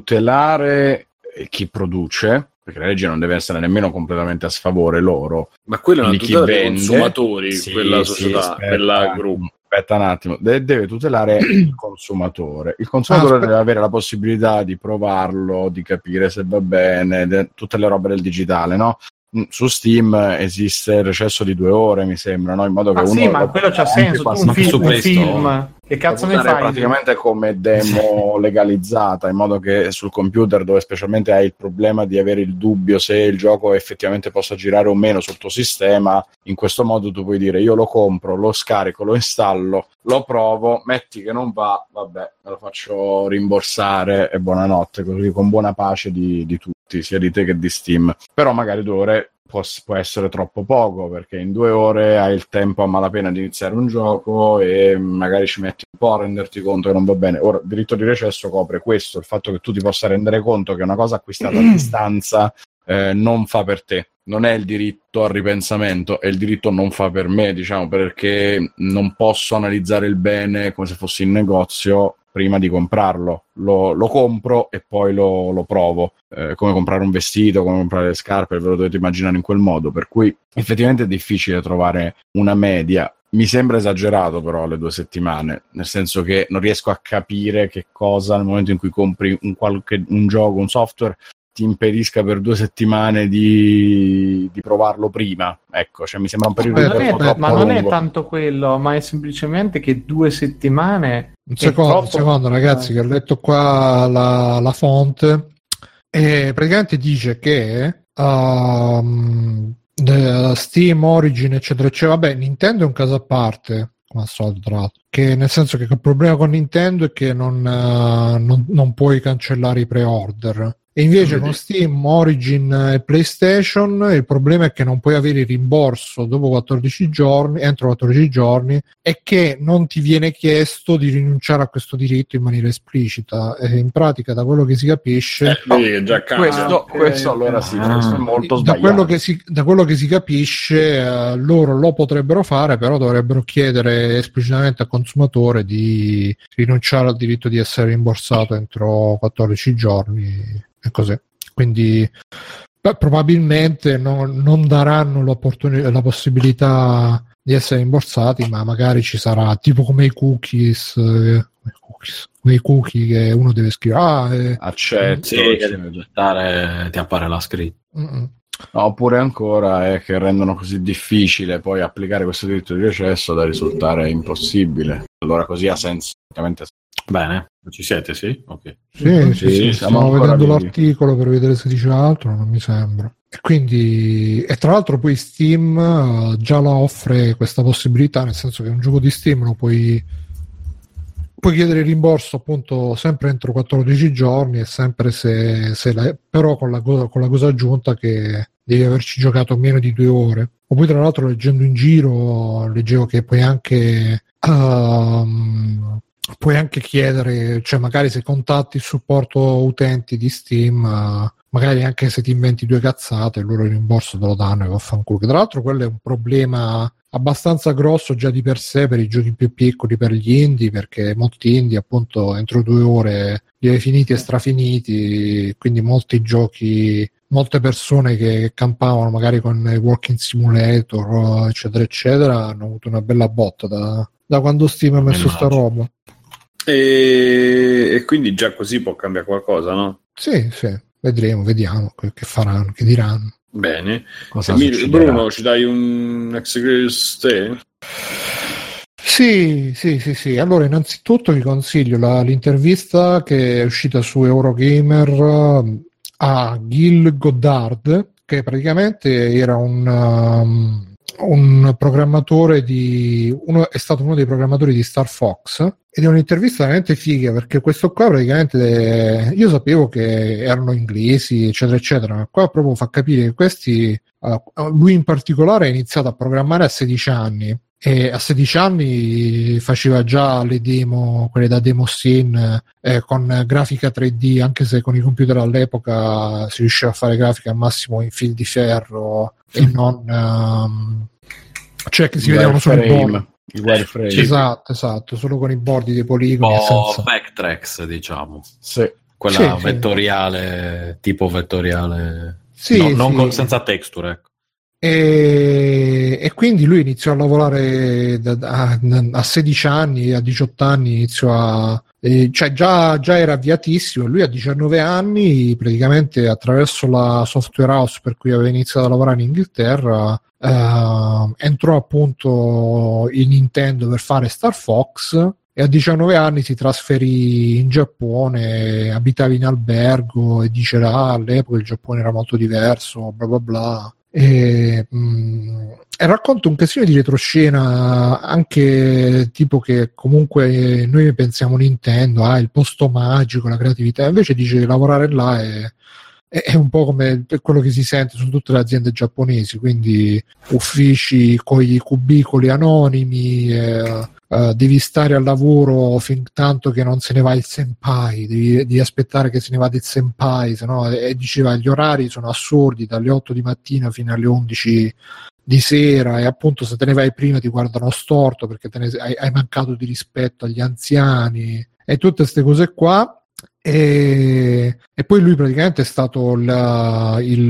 tutelare chi produce, perché la legge non deve essere nemmeno completamente a sfavore loro, Ma quella è una chi tutela dei vende, consumatori, sì, quella sì, società, aspetta, quella gruppo. Aspetta un attimo, deve, deve tutelare il consumatore. Il consumatore Ah, deve avere la possibilità di provarlo, di capire se va bene, de- tutte le robe del digitale, no? Su Steam esiste il recesso di due ore, mi sembra, no? In modo che Ah uno sì, ma quello c'ha senso, tu un, Ma film, su un Play film, Store. che cazzo lo ne può usare fai? praticamente come demo legalizzata, in modo che sul computer, dove specialmente hai il problema di avere il dubbio se il gioco effettivamente possa girare o meno sul tuo sistema, in questo modo tu puoi dire io lo compro, lo scarico, lo installo, lo provo, metti che non va, vabbè, me lo faccio rimborsare e buonanotte, così con buona pace di, di tutti, sia di te che di Steam. Però magari due ore può, può essere troppo poco, perché in due ore hai il tempo a malapena di iniziare un gioco e magari ci metti un po' a renderti conto che non va bene. Ora, il diritto di recesso copre questo, il fatto che tu ti possa rendere conto che una cosa acquistata a distanza eh, non fa per te. Non è il diritto al ripensamento, è il diritto non fa per me, diciamo, perché non posso analizzare il bene come se fossi in negozio prima di comprarlo. Lo, lo compro e poi lo, lo provo, eh, come comprare un vestito, come comprare le scarpe, ve lo dovete immaginare in quel modo, per cui effettivamente è difficile trovare una media. Mi sembra esagerato però le due settimane, nel senso che non riesco a capire che cosa nel momento in cui compri un, qualche, un gioco, un software, ti impedisca per due settimane di, di provarlo prima. Ecco, cioè mi sembra un periodo Ma di non, tempo è, troppo ma non è lungo. tanto quello, ma è semplicemente che due settimane. Un secondo, troppo... un secondo ragazzi, che ho letto qua la, la fonte e praticamente dice che um, Steam, Origin, eccetera, eccetera. Vabbè, Nintendo è un caso a parte, come al solito, tra l'altro, che nel senso che il problema con Nintendo è che non, uh, non, non puoi cancellare i pre-order. E invece con Steam, Origin e PlayStation il problema è che non puoi avere il rimborso dopo quattordici giorni, entro quattordici giorni, e che non ti viene chiesto di rinunciare a questo diritto in maniera esplicita. E in pratica, da quello che si capisce, Eh, vedi che già cambia. Questo, okay, questo okay. allora sì, Ah. questo è molto da sbagliato. quello che si, da quello che si capisce, eh, loro lo potrebbero fare, però dovrebbero chiedere esplicitamente al consumatore di rinunciare al diritto di essere rimborsato entro quattordici giorni. E così. Quindi beh, probabilmente no, non daranno la possibilità di essere rimborsati, ma magari ci sarà tipo come i cookies, eh, cookies quei cookie che uno deve scrivere ah, eh, accetto, Sì, che eccetera. devi accettare, ti appare la scritta. mm-mm. No, oppure ancora è che rendono così difficile poi applicare questo diritto di recesso da risultare impossibile. Allora così ha senso. Ovviamente. Bene, ci siete, sì? Ok. Sì, sì, Sì, sì, siamo stiamo ancora vedendo vivi. l'articolo per vedere se dice altro, non mi sembra. E quindi, e tra l'altro poi Steam uh, già la offre questa possibilità, nel senso che un gioco di Steam lo puoi, puoi chiedere il rimborso appunto sempre entro quattordici giorni e sempre se, se la, però con la, con la cosa aggiunta che devi averci giocato meno di due ore. O poi tra l'altro leggendo in giro leggevo che puoi anche um, puoi anche chiedere, cioè magari se contatti il supporto utenti di Steam, uh, magari anche se ti inventi due cazzate, loro il rimborso te lo danno e vaffanculo. Tra l'altro quello è un problema abbastanza grosso già di per sé per i giochi più piccoli, per gli indie, perché molti indie appunto entro due ore li hai finiti e strafiniti, quindi molti giochi, molte persone che campavano magari con i Walking Simulator eccetera eccetera hanno avuto una bella botta da, da quando Steam ha messo sta roba. E, e quindi già così può cambiare qualcosa, no? Sì, sì, vedremo, vediamo che, che faranno, che diranno. Bene. Cosa Mi, succederà? Bruno, ci dai un ex grace te? Sì, sì, sì, sì. Allora, innanzitutto vi consiglio la, l'intervista che è uscita su Eurogamer uh, a Gil Goddard, che praticamente era un, um, un programmatore di uno è stato uno dei programmatori di Star Fox, ed è un'intervista veramente figa, perché questo qua praticamente io sapevo che erano inglesi eccetera eccetera, ma qua proprio fa capire che questi uh, lui in particolare ha iniziato a programmare a sedici anni, e a sedici anni faceva già le demo, quelle da demo scene, eh, con grafica tre D, anche se con i computer all'epoca si riusciva a fare grafica al massimo in fil di ferro e non um, cioè che si vedevano solo i bordi. Il wireframe. Esatto, esatto, solo con i bordi dei poligoni. Un po' senza... Backtracks, diciamo. Sì. Quella sì, vettoriale, sì. Tipo vettoriale. Sì, no, non sì. con, senza texture, ecco. E, e quindi lui iniziò a lavorare da, da, a sedici anni, a diciotto anni iniziò a... Eh, cioè già, già era avviatissimo. Lui a diciannove anni, praticamente attraverso la software house per cui aveva iniziato a lavorare in Inghilterra, Uh, entrò appunto in Nintendo per fare Star Fox, e a diciannove anni si trasferì in Giappone, abitava in albergo e diceva ah, all'epoca il Giappone era molto diverso, bla bla bla. E, mh, e racconta un casino di retroscena, anche tipo che comunque noi pensiamo Nintendo, ah, il posto magico, la creatività, invece dice che lavorare là è è un po' come quello che si sente su tutte le aziende giapponesi, quindi uffici con i cubicoli anonimi, eh, eh, devi stare al lavoro fin tanto che non se ne va il senpai, devi, devi aspettare che se ne vada il senpai, sennò, e diceva gli orari sono assurdi, dalle otto di mattina fino alle undici di sera, e appunto se te ne vai prima ti guardano storto perché te ne, hai, hai mancato di rispetto agli anziani e tutte queste cose qua. E, e poi lui praticamente è stato il, il,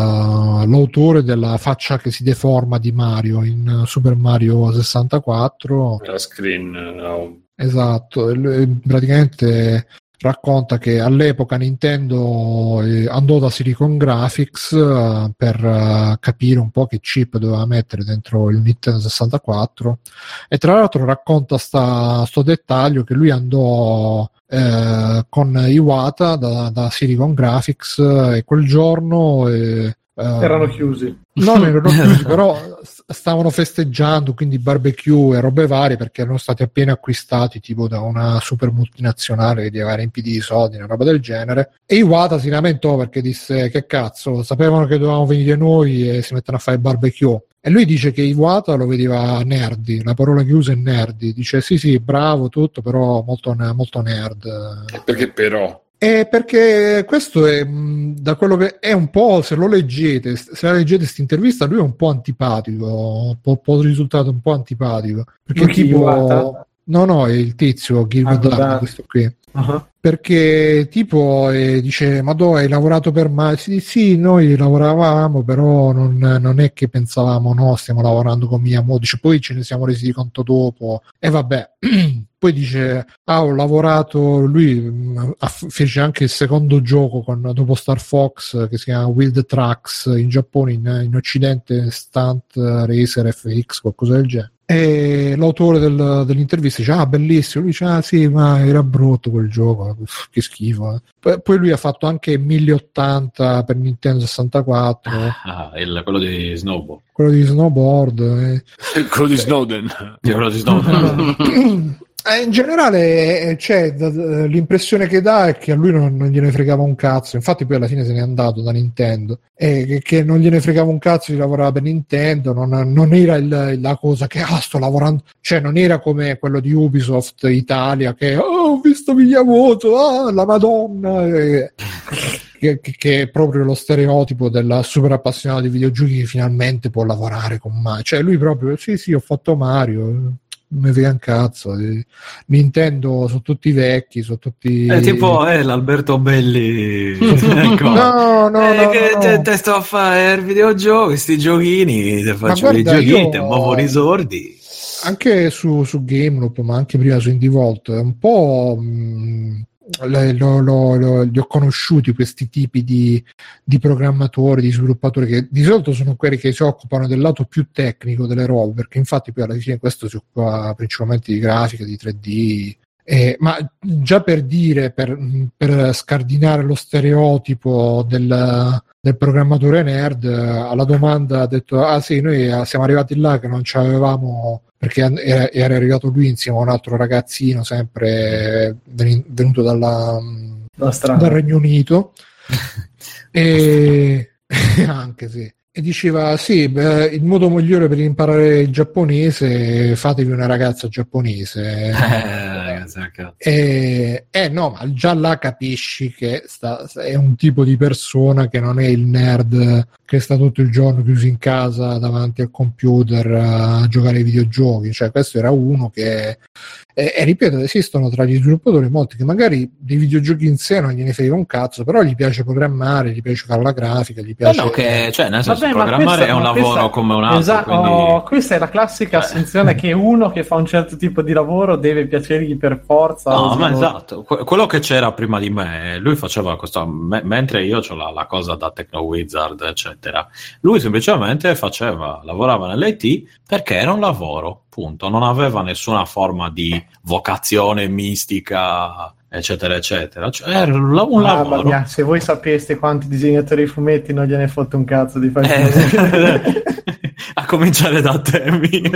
l'autore della faccia che si deforma di Mario in Super Mario sessantaquattro. La screen no. Esatto, e lui praticamente racconta che all'epoca Nintendo eh, andò da Silicon Graphics uh, per uh, capire un po' che chip doveva mettere dentro il Nintendo sessantaquattro, e tra l'altro racconta sta, sto dettaglio che lui andò eh, con Iwata da, da Silicon Graphics eh, e quel giorno eh, erano chiusi. No, non erano chiusi, però stavano festeggiando, quindi barbecue e robe varie, perché erano stati appena acquistati tipo da una super multinazionale che gli aveva riempiti di soldi, una roba del genere. E Iwata si lamentò perché disse che cazzo, sapevano che dovevamo venire noi e si mettono a fare barbecue. E lui dice che Iwata lo vedeva nerdy, la parola che usa è nerdy, dice sì sì bravo tutto, però molto, molto nerd. Perché però? Eh, perché questo è da quello che è un po', se lo leggete, se la leggete questa intervista, lui è un po' antipatico, può, può risultare un po' antipatico, perché tipo Iwata? no no è il tizio Gilbert ah, questo qui uh-huh. Perché tipo eh, dice ma dove hai lavorato per me? Sì, sì, noi lavoravamo, però non, non è che pensavamo no stiamo lavorando con Miyamoto, dice, poi ce ne siamo resi conto dopo e vabbè. Poi dice ah ho lavorato, lui mh, fece anche il secondo gioco con, dopo Star Fox, che si chiama Wild Tracks in Giappone, in, in Occidente Stunt Racer F X, qualcosa del genere. E l'autore del, dell'intervista dice ah bellissimo, lui dice ah sì ma era brutto quel gioco, che schifo. Poi, poi lui ha fatto anche mille ottanta per Nintendo sessantaquattro, ah, il, quello di snowboard, quello di snowboard eh. quello di Snowden quello di Snowden. Eh, in generale c'è d- l'impressione che dà è che a lui non, non gliene fregava un cazzo, infatti poi alla fine se n'è andato da Nintendo, e che, che non gliene fregava un cazzo di lavorare per Nintendo, non, non era il, la cosa che ah sto lavorando, cioè non era come quello di Ubisoft Italia che oh, ho visto Miyamoto, ah la madonna, eh, che, che è proprio lo stereotipo del super appassionato di videogiochi che finalmente può lavorare con Mario, cioè lui proprio sì sì ho fatto Mario, mi frega un cazzo, Nintendo sono tutti vecchi, sono tutti è tipo eh, l'Alberto Belli ecco. no no eh, no, che no, te, no. te sto a fare il videogiochi, questi giochini te faccio dei giochini, te muovo i sordi anche su, su GameLoop, ma anche prima su IndieVault un po' mh, Lo, lo, lo, li ho conosciuti questi tipi di, di programmatori, di sviluppatori che di solito sono quelli che si occupano del lato più tecnico delle robe, perché infatti poi alla fine questo si occupa principalmente di grafica, di tre D, eh, ma già per dire, per, per scardinare lo stereotipo del, del programmatore nerd, alla domanda ha detto ah sì, noi siamo arrivati là che non ci avevamo, perché era, era arrivato lui insieme a un altro ragazzino sempre venuto dalla, dal Regno Unito e anche sì. E diceva sì, beh, il modo migliore per imparare il giapponese, fatevi una ragazza giapponese. Eh, e, eh no, ma già là capisci che sta, è un tipo di persona che non è il nerd che sta tutto il giorno chiuso in casa davanti al computer a giocare ai videogiochi. Cioè questo era uno che e, e ripeto, esistono tra gli sviluppatori molti che magari dei videogiochi in sé non gliene frega un cazzo, però gli piace programmare, gli piace fare la grafica, gli piace... No, no, che, cioè, nel senso, Vabbè, programmare questa, è un lavoro questa, come un altro. Esatto, quindi... oh, questa è la classica assunzione eh. che uno che fa un certo tipo di lavoro deve piacergli per forza. No, ma esatto, que- quello che c'era prima di me, lui faceva questo, me- mentre io ho la, la cosa da Techno Wizard, eccetera, lui semplicemente faceva, lavorava nell'I T perché era un lavoro. Punto. Non aveva nessuna forma di vocazione mistica, eccetera, eccetera. Cioè, era un lavoro. Mia, se voi sapeste quanti disegnatori di fumetti non gliene fotte un cazzo di fare eh. A cominciare da te.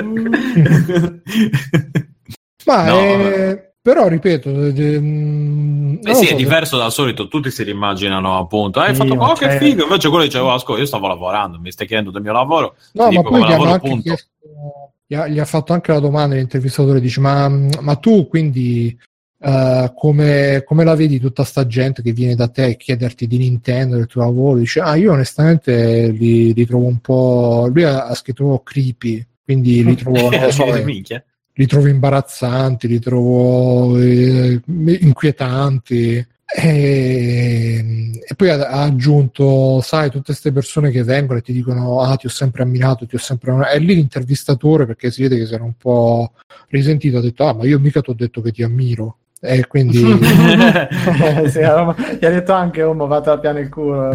Ma no, è... però ripeto, de... Beh, sì, so, è diverso dal solito. Tutti si immaginano appunto hai fatto oh, che figo, invece quello diceva ascolta, io stavo lavorando, mi stai chiedendo del mio lavoro, no, ma dico poi come lavoro, anche punto. Chiesto... Gli ha fatto anche la domanda l'intervistatore, dice ma, ma tu quindi uh, come, come la vedi tutta sta gente che viene da te a chiederti di Nintendo, del tuo lavoro? Dice ah io onestamente li, li trovo un po', lui ha, ha scritto creepy, quindi li trovo non lo so, eh, li trovo imbarazzanti, li trovo eh, inquietanti. E, e poi ha, ha aggiunto sai tutte queste persone che vengono e ti dicono ah ti ho sempre ammirato, ti ho sempre ammirato. E lì l'intervistatore, perché si vede che si era un po' risentito, ha detto ah ma io mica ti ho detto che ti ammiro, e quindi eh, sì, gli ha detto anche oh ma vate a piano il culo.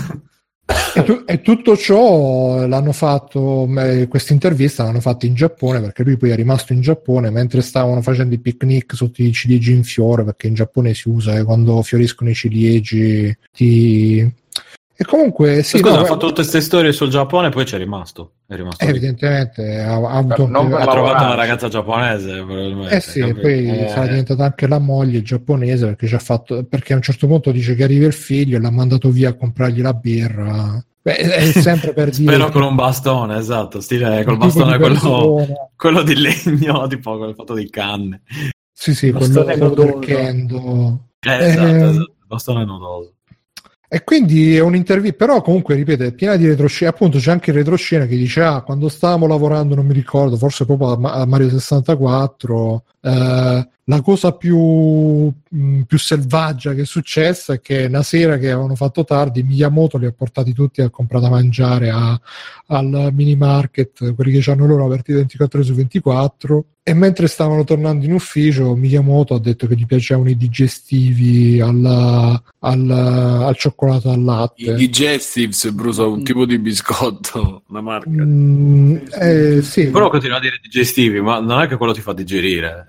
E, tu, e tutto ciò l'hanno fatto, questa intervista l'hanno fatta in Giappone, perché lui poi è rimasto in Giappone mentre stavano facendo i picnic sotto i ciliegi in fiore, perché in Giappone si usa che quando fioriscono i ciliegi ti... E comunque sì, scusa, no, ha fatto tutte queste storie sul Giappone e poi c'è rimasto, è rimasto evidentemente ha, ha, avuto un... ha trovato una ragazza giapponese eh sì, e poi eh... sarà diventata anche la moglie giapponese, perché ci ha fatto, perché a un certo punto dice che arriva il figlio e l'ha mandato via a comprargli la birra. Beh, è sempre per dire spero con un bastone, esatto, stile col bastone quello, quello di legno, tipo quello fatto di canne, sì sì, quello del Kendo, eh, esatto, eh, esatto, il bastone nodoso. E quindi è un'intervista, però comunque ripeto è piena di retroscena, appunto c'è anche il retroscena che dice ah quando stavamo lavorando non mi ricordo, forse proprio a Mario sessantaquattro, eh, la cosa più, mh, più selvaggia che è successa è che una sera che avevano fatto tardi Miyamoto li ha portati tutti a comprare da mangiare a, al mini market, quelli che hanno loro aperti ventiquattro ore su ventiquattro, e mentre stavano tornando in ufficio Miyamoto ha detto che gli piacevano i digestivi alla, al, al cioccolato al latte. I digestives, Bruce, un tipo di biscotto, una marca. Mm, eh, sì. Però continua a dire digestivi, ma non è che quello ti fa digerire.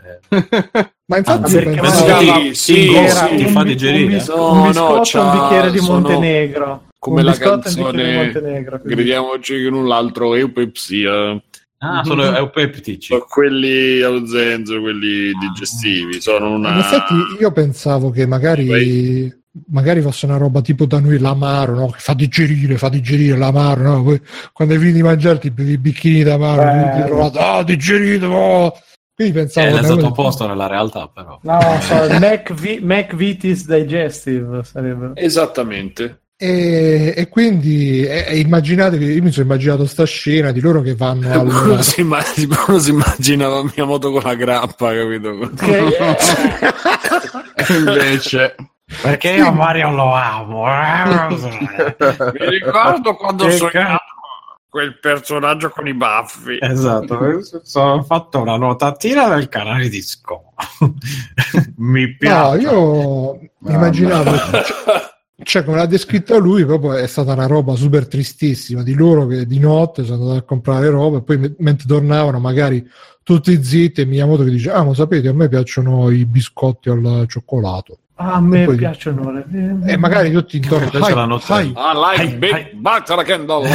Ma infatti ah, io pensavo sì, sì, era sì, ti un, fa un digerire. bis- No, un biscotto no, e un bicchiere di Montenegro. Come un la canzone gridiamoci con un altro eupepsia. Ah, sono eupeptici. Sono quelli allo zenzero, quelli digestivi. Sono una... In effetti io pensavo che magari Vai. magari fosse una roba tipo da noi l'amaro, no? Che fa digerire, fa digerire l'amaro, no? Poi, quando hai finito di mangiarti i bicchini d'amaro, eh, ti trovate, ah, digerito, oh! Quindi pensavo è l'esatto opposto nella realtà, però. No, so, McV- McVitie's Digestive sarebbe. Esattamente. E, e quindi e, e immaginate che io mi sono immaginato sta scena di loro che vanno al... uno, si immagina, uno si immaginava mia moto con la grappa, capito? Che... invece perché io Mario lo amo. Mi ricordo quando ho sognato quel personaggio con i baffi. Esatto, ho fatto una notatina del canale di Sco. Mi piace. No, io mi immaginavo cioè come l'ha descritta lui proprio è stata una roba super tristissima di loro che di notte sono andati a comprare roba e poi me- mentre tornavano magari tutti zitti e Miyamoto che dice ah ma sapete a me piacciono i biscotti al cioccolato Ah, a me poi... piacciono le... e magari tutti intorno Invece la notte- hai, I like Hai- big hai- back la candle.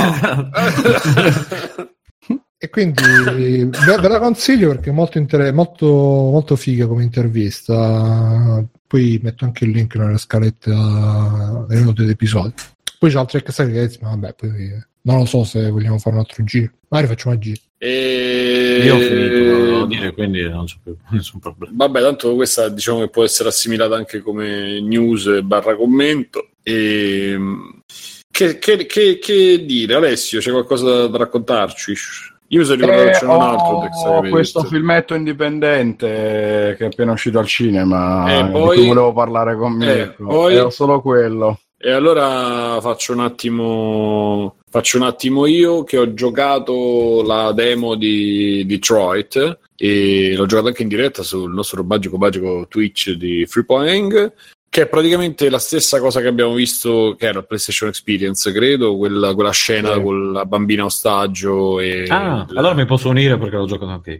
e quindi ve, ve la consiglio perché è molto, inter- molto, molto figa come intervista. Poi metto anche il link nella scaletta delle note d'episodio. Poi c'è altre cose, ma vabbè, poi non lo so se vogliamo fare un altro giro. Magari facciamo un giro. E... Io ho finito, lo devo dire, quindi non c'è più nessun problema. Vabbè, tanto questa diciamo che può essere assimilata anche come news barra commento. E... Che, che, che, che dire, Alessio, c'è qualcosa da raccontarci? Io mi sono ricordato Eh, che c'era un altro text che ho avevi questo detto. filmetto indipendente che è appena uscito al cinema, E di poi- cui volevo parlare con Eh, Mirko. poi- E ho solo quello. E allora faccio un attimo faccio un attimo io che ho giocato la demo di Detroit e l'ho giocato anche in diretta sul nostro bagico bagico Twitch di Free Playing, che è praticamente la stessa cosa che abbiamo visto che era il PlayStation Experience, credo, quella, quella scena Sì. con la bambina ostaggio e Ah, la- allora mi posso unire perché l'ho giocato anche io.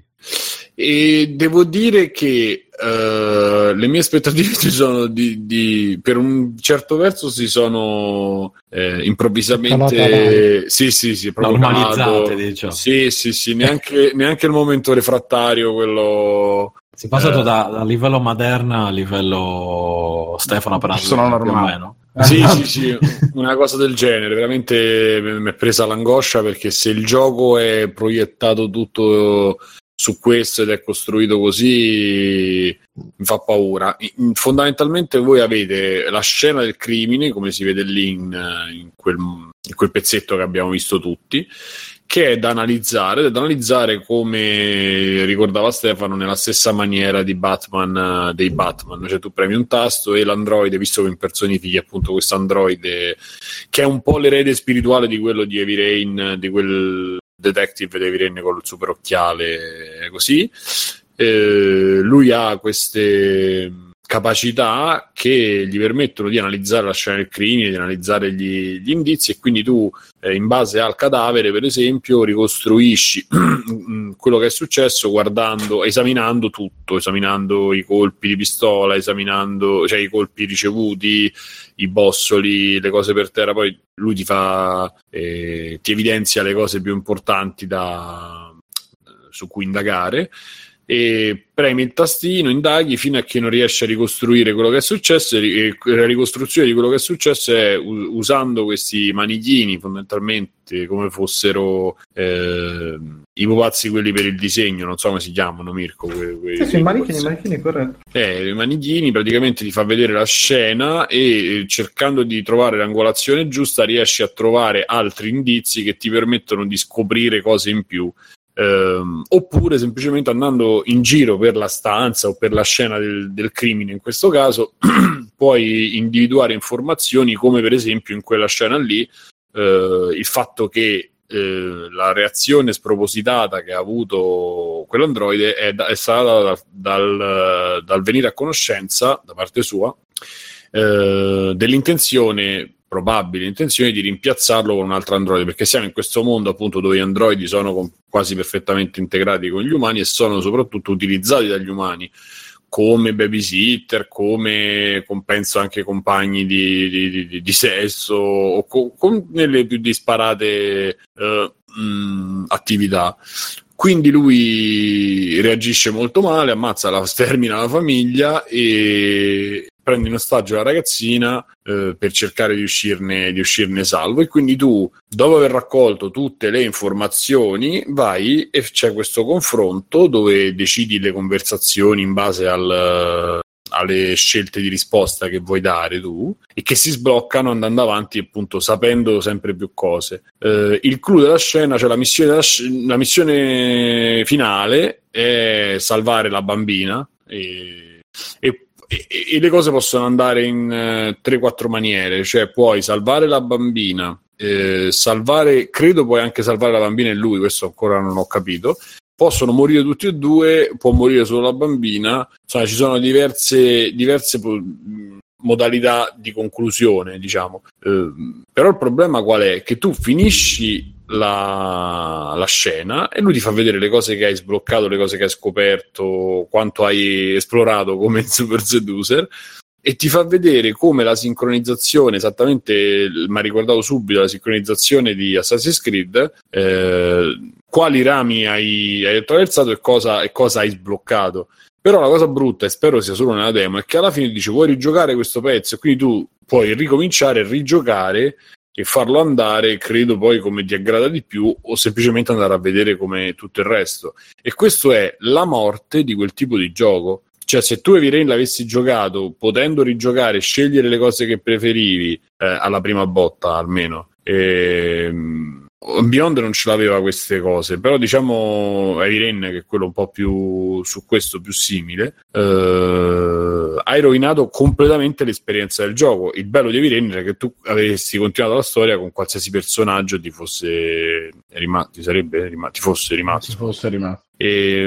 E devo dire che uh, le mie aspettative ci sono di, di per un certo verso si sono eh, improvvisamente Calata sì sì sì proprio Normalizzate, calato. diciamo. Sì sì sì neanche, neanche il momento refrattario quello Si è passato Eh. da, da livello Maderna a livello Stefano Pranzini, Sono più o normale. meno. sì sì sì una cosa del genere, veramente mi è presa l'angoscia perché se il gioco è proiettato tutto su questo ed è costruito così mi fa paura. Fondamentalmente voi avete la scena del crimine, come si vede lì in, in, quel, in quel pezzetto che abbiamo visto tutti, che è da analizzare, da analizzare come ricordava Stefano nella stessa maniera di Batman, dei Batman, cioè tu premi un tasto e l'androide, visto che impersonifichi appunto questo androide che è un po' l'erede spirituale di quello di Heavy Rain, di quel detective di Heavy Rain con il super occhiale così, eh, lui ha queste capacità che gli permettono di analizzare la scena del crimine, di analizzare gli, gli indizi, e quindi tu eh, in base al cadavere per esempio ricostruisci quello che è successo guardando, esaminando tutto, esaminando i colpi di pistola, esaminando cioè i colpi ricevuti, i bossoli, le cose per terra. Poi lui ti fa eh, ti evidenzia le cose più importanti da, su cui indagare, e premi il tastino, indaghi fino a che non riesci a ricostruire quello che è successo, e la ricostruzione di quello che è successo è usando questi manichini fondamentalmente come fossero eh, i pupazzi quelli per il disegno, non so come si chiamano, Mirko, que- que- Sì, sì, quei manichini, pupazzi. manichini, corretto. Eh, i manichini praticamente ti fa vedere la scena e cercando di trovare l'angolazione giusta riesci a trovare altri indizi che ti permettono di scoprire cose in più. Um, oppure semplicemente andando in giro per la stanza o per la scena del, del crimine in questo caso puoi individuare informazioni come per esempio in quella scena lì uh, il fatto che uh, la reazione spropositata che ha avuto quell'androide è, da, è stata da, dal, dal venire a conoscenza da parte sua uh, dell'intenzione probabile intenzione di rimpiazzarlo con un altro androide, perché siamo in questo mondo appunto dove gli androidi sono con, quasi perfettamente integrati con gli umani e sono soprattutto utilizzati dagli umani come babysitter, come compenso anche compagni di, di, di, di sesso o co, con nelle più disparate uh, mh, attività. Quindi lui reagisce molto male, ammazza, la, stermina la famiglia e prende in ostaggio la ragazzina eh, per cercare di uscirne, di uscirne salvo. E quindi tu, dopo aver raccolto tutte le informazioni, vai e c'è questo confronto dove decidi le conversazioni in base al, alle scelte di risposta che vuoi dare tu e che si sbloccano andando avanti appunto sapendo sempre più cose. Eh, il clou della scena, cioè la missione, della sc- la missione finale è salvare la bambina e, e E, e le cose possono andare in eh, tre quattro maniere, cioè puoi salvare la bambina, eh, salvare, credo puoi anche salvare la bambina e lui, questo ancora non ho capito, possono morire tutti e due, può morire solo la bambina, insomma ci sono diverse, diverse modalità di conclusione, diciamo, eh, però il problema qual è? Che tu finisci La, la scena e lui ti fa vedere le cose che hai sbloccato, le cose che hai scoperto, quanto hai esplorato come in Super Seducer, e ti fa vedere come la sincronizzazione, esattamente mi ha ricordato subito la sincronizzazione di Assassin's Creed, eh, quali rami hai, hai attraversato e cosa, e cosa hai sbloccato. Però la cosa brutta, e spero sia solo nella demo, è che alla fine dice vuoi rigiocare questo pezzo, e quindi tu puoi ricominciare a rigiocare e farlo andare, credo poi come ti aggrada di più, o semplicemente andare a vedere come tutto il resto. E questo è la morte di quel tipo di gioco. Cioè, se tu Heavy Rain l'avessi giocato potendo rigiocare, scegliere le cose che preferivi, eh, alla prima botta almeno, ehm Beyond non ce l'aveva queste cose, però diciamo Heavy Rain, che è quello un po' più su questo più simile, eh, hai rovinato completamente l'esperienza del gioco. Il bello di Heavy Rain è che tu avessi continuato la storia con qualsiasi personaggio ti fosse rimasto, ti sarebbe rimasto, ti fosse rimasto, ti fosse rimasto. E,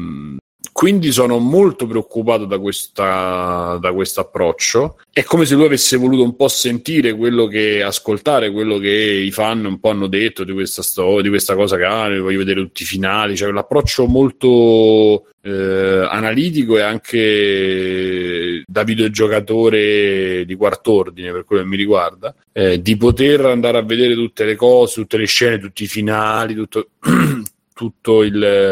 quindi sono molto preoccupato da questa da questo approccio. È come se lui avesse voluto un po' sentire quello che ascoltare quello che i fan un po' hanno detto di questa storia, di questa cosa che ha, voglio vedere tutti i finali, cioè l'approccio molto eh, analitico e anche da videogiocatore di quart'ordine, per quello che mi riguarda, eh, di poter andare a vedere tutte le cose, tutte le scene, tutti i finali, tutto tutto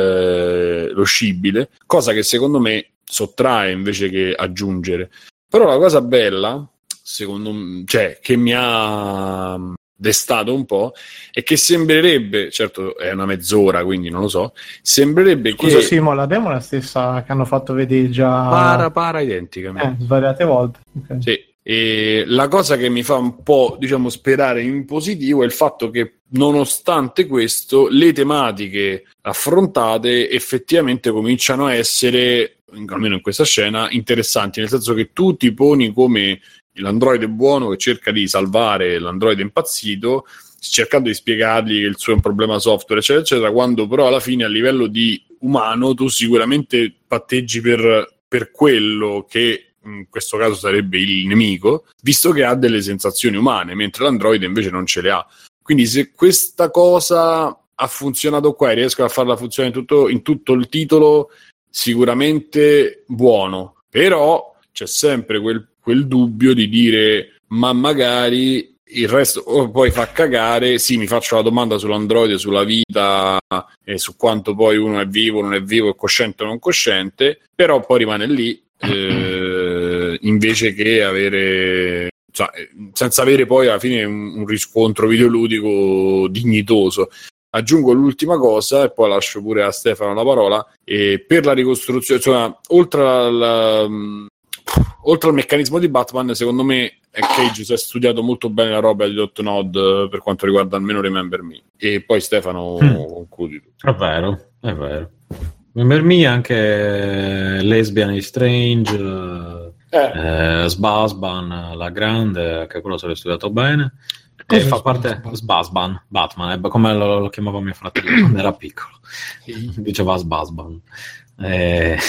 il, lo scibile, cosa che secondo me sottrae invece che aggiungere. Però la cosa bella, secondo me, cioè che mi ha destato un po', è che sembrerebbe, certo è una mezz'ora quindi non lo so, sembrerebbe Scusa, che Simo, la demo è la stessa che hanno fatto vedere già para para identica, eh, svariate volte. Okay. Sì. E la cosa che mi fa un po', diciamo, sperare in positivo è il fatto che, nonostante questo, le tematiche affrontate effettivamente cominciano a essere, almeno in questa scena, interessanti, nel senso che tu ti poni come l'androide buono che cerca di salvare l'androide impazzito, cercando di spiegargli che il suo è un problema software, eccetera, eccetera, quando però alla fine a livello di umano tu sicuramente patteggi per, per quello che in questo caso sarebbe il nemico, visto che ha delle sensazioni umane, mentre l'androide invece non ce le ha. Quindi se questa cosa ha funzionato qua e riesco a farla funzionare in tutto, in tutto il titolo, sicuramente buono. Però c'è sempre quel, quel dubbio di dire ma magari il resto oh, poi fa cagare. Sì, mi faccio la domanda sull'androide, sulla vita e su quanto poi uno è vivo, non è vivo, è cosciente o non cosciente, però poi rimane lì. Eh, invece che avere, cioè, senza avere poi alla fine un, un riscontro videoludico dignitoso. Aggiungo l'ultima cosa e poi lascio pure a Stefano la parola. E per la ricostruzione, insomma, oltre al, um, oltre al meccanismo di Batman, secondo me Cage si è studiato molto bene la roba di Dot Nod per quanto riguarda almeno Remember Me. E poi Stefano mm. concludi tutto. È vero, è vero. Remember Me, anche Lesbian is Strange, eh. Eh, Sbasban, La Grande, che quello se l'ho studiato bene. E fa parte Sbasban, Batman, è come lo, lo chiamava mio fratello quando era piccolo, diceva Sbasban. Eh,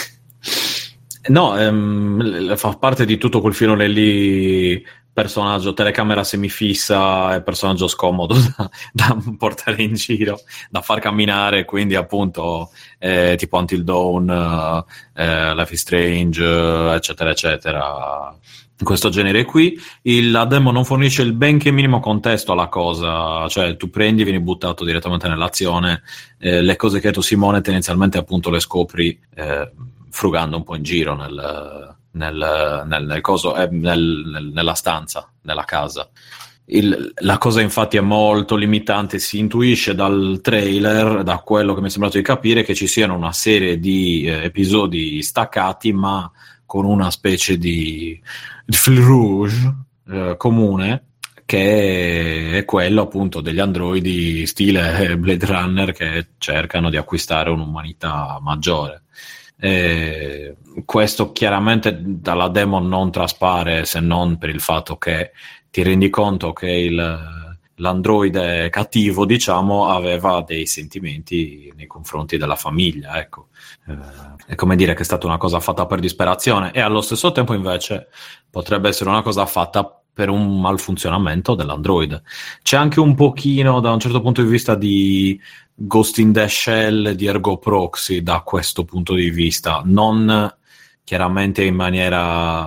no, ehm, fa parte di tutto quel filone lì, personaggio telecamera semifissa e personaggio scomodo da, da portare in giro, da far camminare, quindi appunto eh, tipo Until Dawn, eh, Life is Strange, eccetera eccetera, questo genere qui. Il, la demo non fornisce il benché minimo contesto alla cosa, cioè tu prendi, vieni buttato direttamente nell'azione, eh, le cose che tu Simone tendenzialmente appunto le scopri eh, frugando un po' in giro nel Nel, nel, nel coso, eh, nel, nel, nella stanza, nella casa. Il, la cosa infatti è molto limitante, si intuisce dal trailer, da quello che mi è sembrato di capire, che ci siano una serie di eh, episodi staccati ma con una specie di, di fil rouge eh, comune, che è quello appunto degli androidi stile Blade Runner che cercano di acquistare un'umanità maggiore. Eh, questo chiaramente dalla demo non traspare, se non per il fatto che ti rendi conto che il, l'androide cattivo, diciamo, aveva dei sentimenti nei confronti della famiglia, ecco. Eh, è come dire che è stata una cosa fatta per disperazione, e allo stesso tempo invece potrebbe essere una cosa fatta per un malfunzionamento dell'android. C'è anche un pochino, da un certo punto di vista, di Ghost in the Shell, di Ergo Proxy da questo punto di vista, non chiaramente in maniera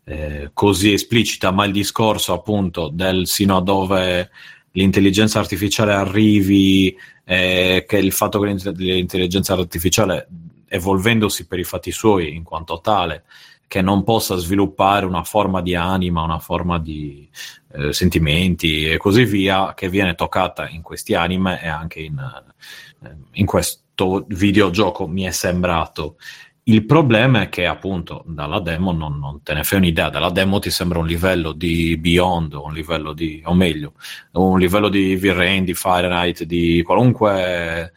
eh, così esplicita, ma il discorso appunto del sino a dove l'intelligenza artificiale arrivi, eh, che il fatto che l'intelligenza artificiale, evolvendosi per i fatti suoi in quanto tale, che non possa sviluppare una forma di anima, una forma di eh, sentimenti e così via, che viene toccata in questi anime e anche in, eh, in questo videogioco mi è sembrato. Il problema è che appunto dalla demo non, non te ne fai un'idea, dalla demo ti sembra un livello di Beyond, un livello di, o meglio, un livello di V-Rain, di Fahrenheit, di qualunque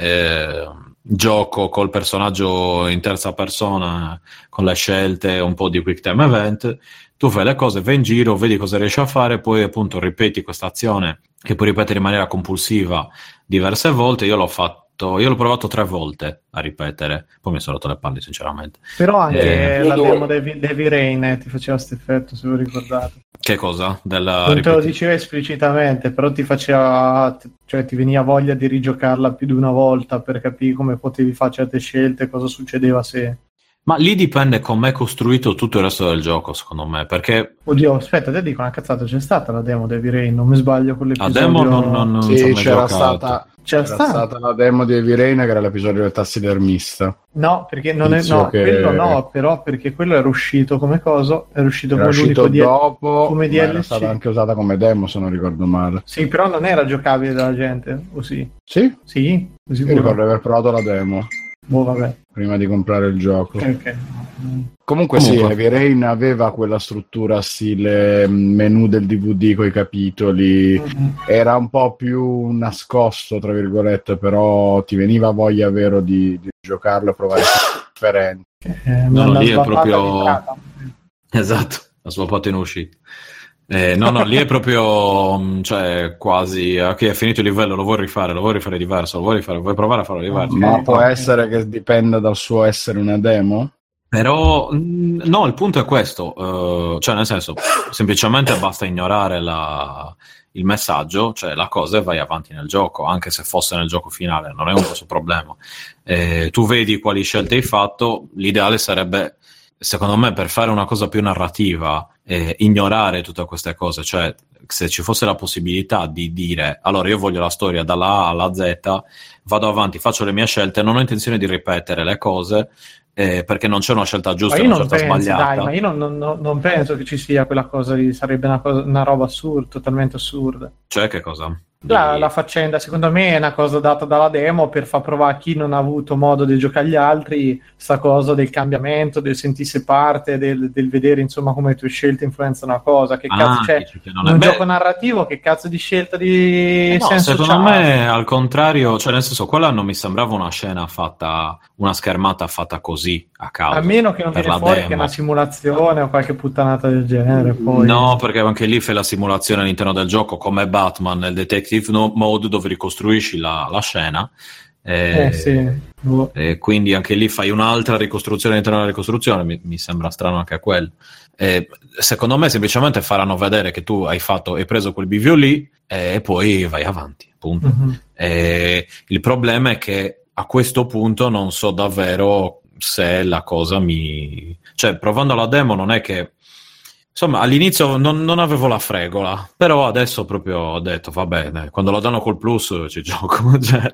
eh, gioco col personaggio in terza persona, con le scelte, un po' di quick time event. Tu fai le cose, vai in giro, vedi cosa riesci a fare, poi appunto ripeti questa azione che puoi ripetere in maniera compulsiva diverse volte. Io l'ho fatto Io l'ho provato tre volte a ripetere, poi mi sono rotto le palle sinceramente. Però anche eh, la demo Heavy Rain eh, ti faceva questo effetto, se vi ricordate. Che cosa? Della non te lo ripeti- diceva esplicitamente, però ti faceva, cioè ti veniva voglia di rigiocarla più di una volta per capire come potevi fare certe scelte, cosa succedeva se... Ma lì dipende com'è costruito tutto il resto del gioco, secondo me, perché... Oddio, aspetta, te dico una cazzata, c'è stata la demo di Heavy Rain, non mi sbaglio con l'episodio... La demo non, non, non sì, ci ho mai c'era giocato. stata... C'era Era stata? stata la demo di Heavy Rain, che era l'episodio del tassidermista. No, perché non è, no, che... quello no, però perché quello era uscito come cosa? Era uscito era come uscito l'unico dopo, come ma era D L C. stata anche usata come demo, se non ricordo male. Sì, però non era giocabile dalla gente, o sì? Sì? Sì? Io Sicuro? ricordo di aver provato la demo Boh, vabbè. prima di comprare il gioco. Ok, ok. Comunque, Comunque. sì, Heavy Rain aveva quella struttura stile menu del D V D con i capitoli, Mm-hmm. era un po' più nascosto, tra virgolette, però ti veniva voglia vero di, di giocarlo e provare differenti. Eh, No, no, una lì è sbattata proprio- di entrata. Esatto, la sua parte in uscita. Eh, no, no, lì è proprio, mh, cioè, quasi, ok, è finito il livello, lo vuoi rifare, lo vuoi rifare diverso, lo vuoi rifare, vuoi provare a farlo diverso. Ok. Ma può essere che dipenda dal suo essere una demo? Però, mh, no, il punto è questo, eh, cioè nel senso, semplicemente basta ignorare la, il messaggio, cioè la cosa e vai avanti nel gioco, anche se fosse nel gioco finale, non è un grosso problema. Eh, tu vedi quali scelte hai fatto, l'ideale sarebbe, secondo me, per fare una cosa più narrativa, eh, ignorare tutte queste cose, cioè se ci fosse la possibilità di dire allora io voglio la storia dalla A alla Z, vado avanti, faccio le mie scelte, non ho intenzione di ripetere le cose, eh, perché non c'è una scelta giusta Ma e io una non scelta penso, sbagliata. dai, ma io non, non- non- non penso che ci sia quella cosa lì, sarebbe una, cosa, una roba assurda, totalmente assurda. Cioè che cosa? La, Di- la faccenda, secondo me, è una cosa data dalla demo per far provare a chi non ha avuto modo di giocare agli altri sta cosa del cambiamento, del sentirsi parte, del, del vedere insomma come le tue scelte influenzano la cosa. Che Ah, cazzo c'è? dici che non è- Un beh, gioco narrativo, che cazzo di scelta di no, senso secondo c'ha? me al contrario, cioè nel senso quella non mi sembrava una scena fatta, una schermata fatta così a caso. A meno che non per viene la fuori che è demo. una simulazione o qualche puttanata del genere. Poi. No, perché anche lì fai la simulazione all'interno del gioco come Batman nel Detective no- Mode, dove ricostruisci la, la scena. Eh, Eh sì. Boh. E quindi anche lì fai un'altra ricostruzione all'interno della ricostruzione, mi, mi sembra strano anche quello. Eh, secondo me semplicemente faranno vedere che tu hai fatto, hai preso quel bivio lì e poi vai avanti, punto. Mhm. Eh, il problema è che a questo punto non so davvero se la cosa mi... Cioè, provando la demo non è che... Insomma, all'inizio non, non avevo la fregola, però adesso proprio ho detto, va bene, quando lo danno col plus ci gioco, cioè,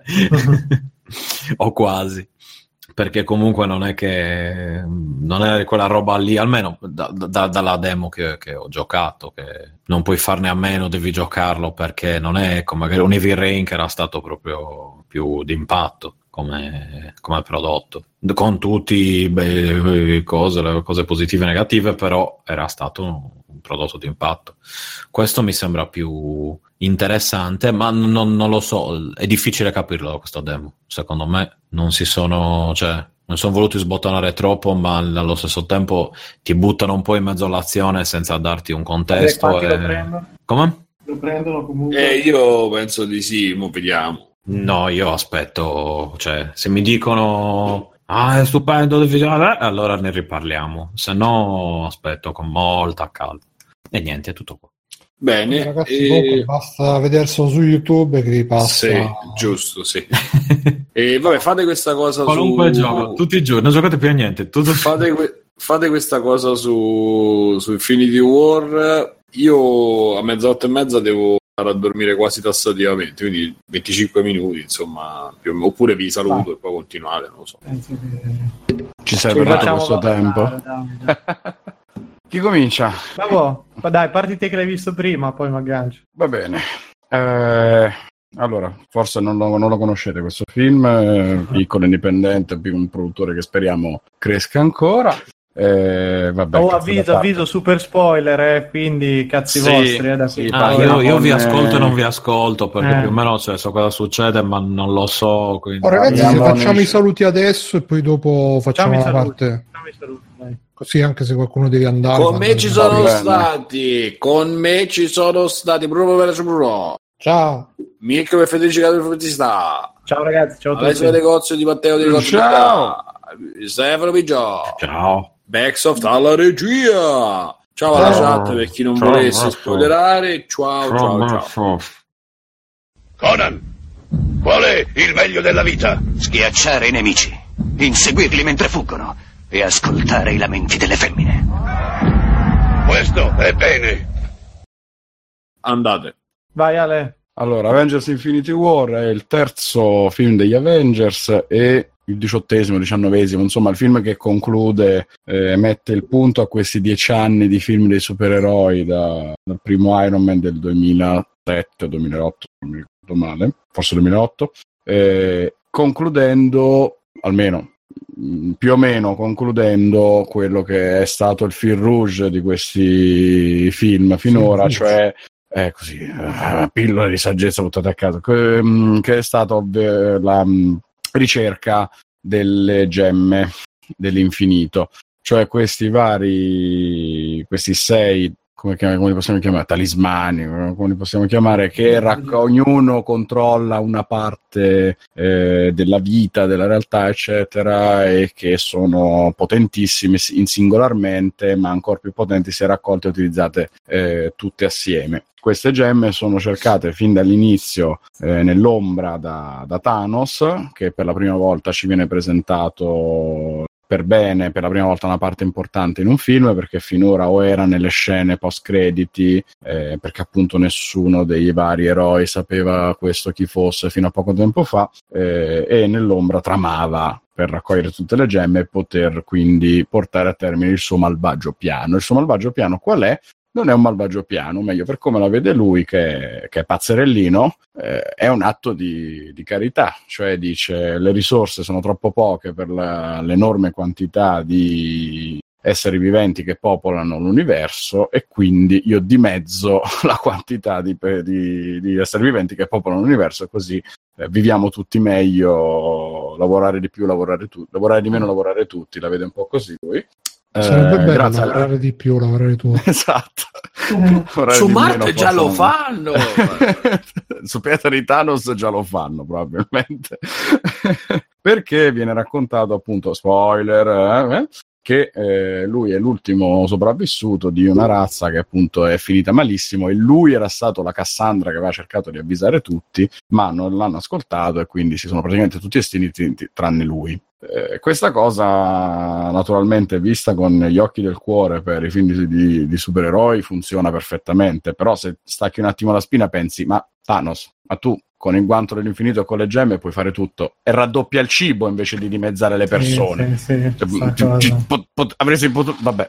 o quasi, perché comunque non è che, non è quella roba lì, almeno da, da, dalla demo che, che ho giocato, che non puoi farne a meno, devi giocarlo, perché non è come un Heavy Rain che era stato proprio più d'impatto come, come prodotto, con tutti beh, cose, le cose positive e negative, però era stato un prodotto di impatto. Questo mi sembra più interessante, ma non, non lo so, è difficile capirlo da questa demo. Secondo me non si sono, cioè non sono voluti sbottonare troppo, ma allo stesso tempo ti buttano un po' in mezzo all'azione senza darti un contesto. Quanti e... lo prendono? Come? Lo prendono comunque. Eh, io penso di sì, mo vediamo. No, io aspetto, cioè, se mi dicono ah, è stupendo, devi... allora ne riparliamo, se no aspetto con molta calma. E niente, è tutto qua. Bene, Ragazzi, e- comunque basta vederselo su YouTube che vi passa. sì, giusto, sì. E vabbè, fate questa cosa Qualunque su... gioco, tutti i giorni, non giocate più a niente. Tutto... Fate, que- fate questa cosa su, su Infinity War. Io a mezzanotte e mezza devo andare a dormire quasi tassativamente, quindi venticinque minuti, insomma, più o meno. Oppure vi saluto ah. e poi continuare, non lo so. Ci serve tutto questo tempo. Chi comincia? Ma dai, parti te che l'hai visto prima, poi mi aggancio. Va bene. Eh, allora, forse non lo, non lo conoscete questo film, eh, piccolo indipendente, un produttore che speriamo cresca ancora. Eh, vabbè, oh, avviso, avviso, super spoiler, eh, quindi cazzi sì, vostri. Eh, da sì, ah, io, io vi ascolto e non vi ascolto perché eh. più o meno cioè, so cosa succede, ma non lo so. Quindi... Oh, ragazzi, se facciamo i saluti adesso e poi dopo facciamo la parte. Facciamo i saluti, dai. Così anche se qualcuno deve andare. Con me ci sono bene. stati, con me ci sono stati Bruno per Bruno. Ciao. Mirko e Federico Caterfrottista. Ciao ragazzi, ciao a tutti. Alessio Negozio di Matteo di Ciao. Stefano Piggio. Ciao. Backsoft alla regia. Ciao alla chat per chi non ciao, volesse ciao. spoilerare. Ciao, ciao, ciao, ciao. Conan, qual è il meglio della vita? Schiacciare i nemici, inseguirli mentre fuggono e ascoltare i lamenti delle femmine. Questo è bene. Andate. Vai Ale. Allora, Avengers Infinity War è il terzo film degli Avengers e il diciottesimo, diciannovesimo, insomma il film che conclude, eh, mette il punto a questi dieci anni di film dei supereroi da, dal primo Iron Man del duemilasette o duemilaotto, non mi ricordo male, forse duemilaotto, eh, concludendo, almeno più o meno concludendo quello che è stato il fil rouge di questi film finora, sì, cioè è così, uh, pillole di saggezza buttate a caso, che, um, che è stata ovvio, la um, ricerca delle gemme dell'infinito, cioè questi vari, questi sei, come, come li possiamo chiamare, talismani, come li possiamo chiamare, che racc- ognuno controlla una parte eh, della vita, della realtà, eccetera, e che sono potentissimi in singolarmente, ma ancora più potenti se raccolte e utilizzate eh, tutte assieme. Queste gemme sono cercate fin dall'inizio eh, nell'ombra da, da Thanos, che per la prima volta ci viene presentato per bene, per la prima volta una parte importante in un film, perché finora o era nelle scene post-crediti, eh, perché appunto nessuno dei vari eroi sapeva questo chi fosse fino a poco tempo fa, eh, e nell'ombra tramava per raccogliere tutte le gemme e poter quindi portare a termine il suo malvagio piano. Il suo malvagio piano qual è? Non è un malvagio piano, meglio per come la vede lui, che, che è pazzerellino, eh, è un atto di, di carità, cioè dice le risorse sono troppo poche per la, l'enorme quantità di esseri viventi che popolano l'universo e quindi io dimezzo la quantità di, di, di esseri viventi che popolano l'universo e così eh, viviamo tutti meglio, lavorare di più, lavorare tu, lavorare di meno, lavorare tutti, la vede un po' così lui. Sarebbe bello eh, lavorare alla... di più, lavorare tu. Esatto. Su Marte già lo fanno. Su Pietro di Thanos già lo fanno probabilmente. Perché viene raccontato appunto, spoiler, eh, che eh, lui è l'ultimo sopravvissuto di una razza che appunto è finita malissimo e lui era stato la Cassandra che aveva cercato di avvisare tutti, ma non l'hanno ascoltato e quindi si sono praticamente tutti estinti tranne lui. Eh, questa cosa naturalmente vista con gli occhi del cuore per i film di, di, di supereroi funziona perfettamente, però se stacchi un attimo la spina pensi ma Thanos, ma tu con il guanto dell'infinito e con le gemme puoi fare tutto e raddoppia il cibo invece di dimezzare le persone. Sì, sì, sì, cioè, ci, pot, pot, avresti potuto vabbè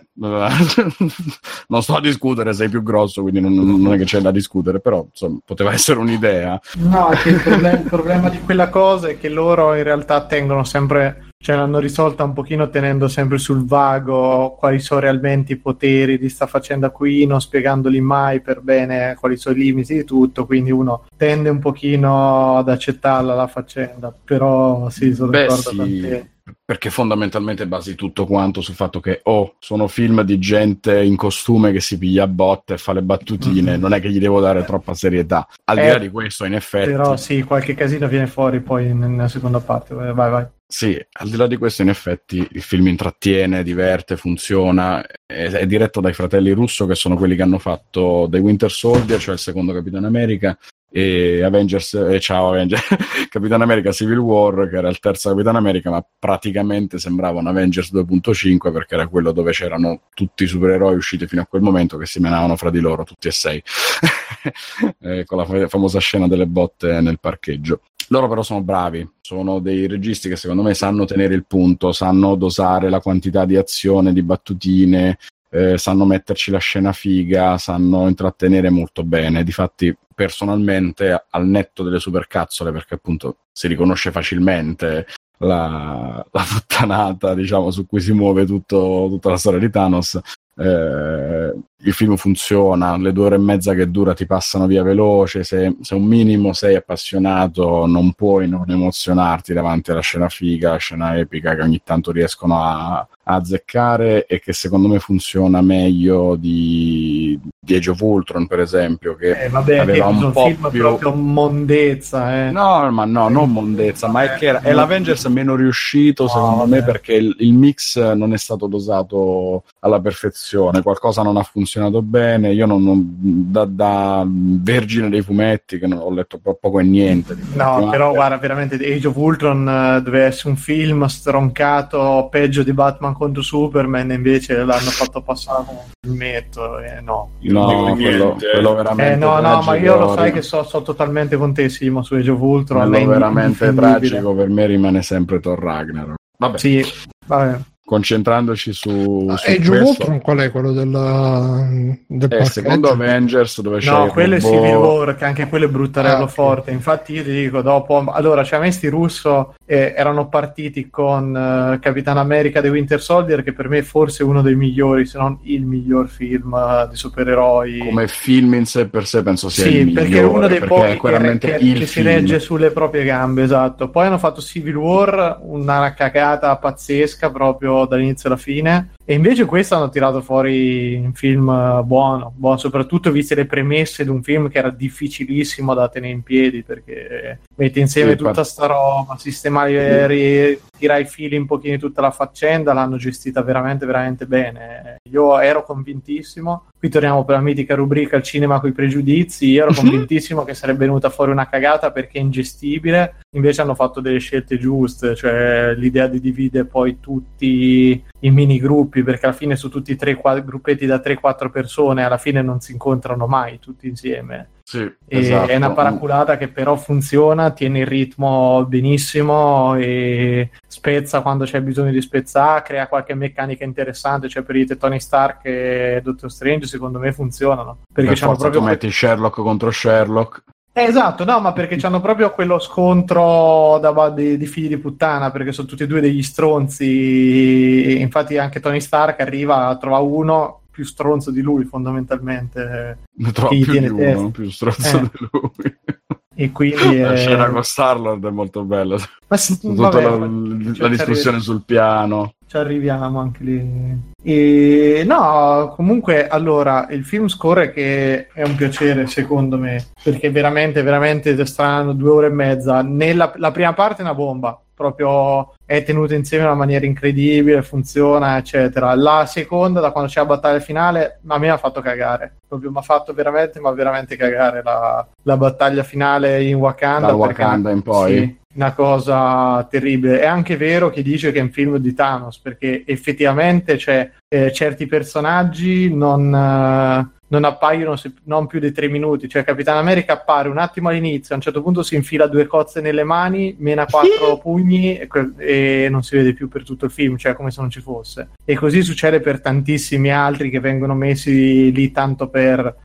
non sto a discutere, sei più grosso quindi non, non è che c'è da discutere, però insomma poteva essere un'idea. No, è che il problema, il problema di quella cosa è che loro in realtà tengono sempre, cioè l'hanno risolta un pochino tenendo sempre sul vago quali sono realmente i poteri di sta faccenda qui, non spiegandoli mai per bene quali sono i limiti di tutto, quindi uno tende un pochino ad accettarla la faccenda, però sì, sono Beh, d'accordo sì, con te. Perché fondamentalmente basi tutto quanto sul fatto che oh, sono film di gente in costume che si piglia a botte e fa le battutine, mm-hmm. non è che gli devo dare troppa serietà, al eh, di là di questo in effetti però sì, qualche casino viene fuori poi nella seconda parte, vai vai. Sì, al di là di questo in effetti il film intrattiene, diverte, funziona, è, è diretto dai fratelli Russo che sono quelli che hanno fatto The Winter Soldier, cioè il secondo Capitano America, e Avengers, eh, ciao Avengers, Capitan America Civil War, che era il terzo Capitan America, ma praticamente sembrava un Avengers due punto cinque perché era quello dove c'erano tutti i supereroi usciti fino a quel momento che si menavano fra di loro, tutti e sei, eh, con la fa- famosa scena delle botte nel parcheggio. Loro però sono bravi, sono dei registi che secondo me sanno tenere il punto, sanno dosare la quantità di azione, di battutine, eh, sanno metterci la scena figa, sanno intrattenere molto bene. Difatti personalmente, al netto delle supercazzole, perché appunto si riconosce facilmente la, la puttanata, diciamo, su cui si muove tutto, tutta la storia di Thanos, eh, il film funziona, le due ore e mezza che dura ti passano via veloce, se, se un minimo sei appassionato non puoi non emozionarti davanti alla scena figa, la scena epica che ogni tanto riescono a, a azzeccare, e che secondo me funziona meglio di, di Age of Ultron, per esempio, che eh, vabbè, aveva che un, un po' film più proprio mondezza, eh. no ma no, non mondezza, ma è che era, è l'Avengers meno riuscito, no, secondo vabbè. me, perché il, il mix non è stato dosato alla perfezione, qualcosa non ha funzionato bene. Io non, non da, da vergine dei fumetti, che non ho letto poco e niente di no, fumetti, però ma... guarda, veramente Age of Ultron uh, doveva essere un film stroncato peggio di Batman contro Superman, invece l'hanno fatto passare come un filmetto, eh, no no, quello, quello veramente eh, no, no, ma io lo sai rim- che so, so totalmente con te, Simo, su Age of Ultron. quello veramente tragico per me rimane sempre Thor Ragnarok. Vabbè. Sì, vabbè. Concentrandoci su, su Age of Ultron, qual è quello della, del eh, secondo Avengers, dove c'è no, quello è robot... Civil War, che anche quello è bruttarello ah, forte. Infatti io ti dico, dopo allora, cioè a me sti russo eh, erano partiti con uh, Capitan America The Winter Soldier, che per me è forse uno dei migliori, se non il miglior film uh, di supereroi come film in sé per sé, penso sia sì, il migliore, perché è uno dei pochi che, che, il che si film. regge sulle proprie gambe, esatto. Poi hanno fatto Civil War, una cagata pazzesca proprio dall'inizio alla fine, e invece questo hanno tirato fuori un film buono, buono, soprattutto viste le premesse di un film che era difficilissimo da tenere in piedi, perché metti insieme sì, tutta part- sta roba, sistemare, tirai i fili un pochino di tutta la faccenda, l'hanno gestita veramente veramente bene. Io ero convintissimo, qui torniamo per la mitica rubrica al cinema coi pregiudizi, io ero convintissimo che sarebbe venuta fuori una cagata perché è ingestibile, invece hanno fatto delle scelte giuste, cioè l'idea di dividere poi tutti in mini gruppi, perché alla fine su tutti i tre quattro gruppetti da tre quattro persone alla fine non si incontrano mai tutti insieme. Sì, e esatto. È una paraculata che però funziona, tiene il ritmo benissimo e spezza quando c'è bisogno di spezzare, crea qualche meccanica interessante, cioè per i Tony Stark e Doctor Strange secondo me funzionano, perché per c'hanno forza proprio tu metti Sherlock contro Sherlock. Eh, esatto, no, ma perché c'hanno proprio quello scontro da, di, di figli di puttana, perché sono tutti e due degli stronzi. Infatti anche Tony Stark arriva, trova uno più stronzo di lui fondamentalmente, ne trova più di uno più stronzo eh. di lui, e quindi la eh... scena con Star-Lord è molto bella, ma sì, tutta vabbè, la, ma... la discussione sul piano, ci arriviamo anche lì. E no, comunque allora il film scorre che è un piacere secondo me, perché veramente veramente strano, due ore e mezza. Nella la prima parte è una bomba, proprio è tenuto insieme in una maniera incredibile, funziona eccetera. La seconda, da quando c'è la battaglia finale, a me ha fatto cagare, proprio mi ha fatto veramente ma veramente cagare la, la battaglia finale in Wakanda, da Wakanda in poi sì, una cosa terribile. È anche vero che dice che è un film di Thanos, perché effettivamente c'è eh, certi personaggi non, uh, non appaiono se, non più di tre minuti, cioè Capitan America appare un attimo all'inizio, a un certo punto si infila due cozze nelle mani, mena quattro pugni e, e non si vede più per tutto il film, cioè come se non ci fosse. E così succede per tantissimi altri che vengono messi lì tanto per,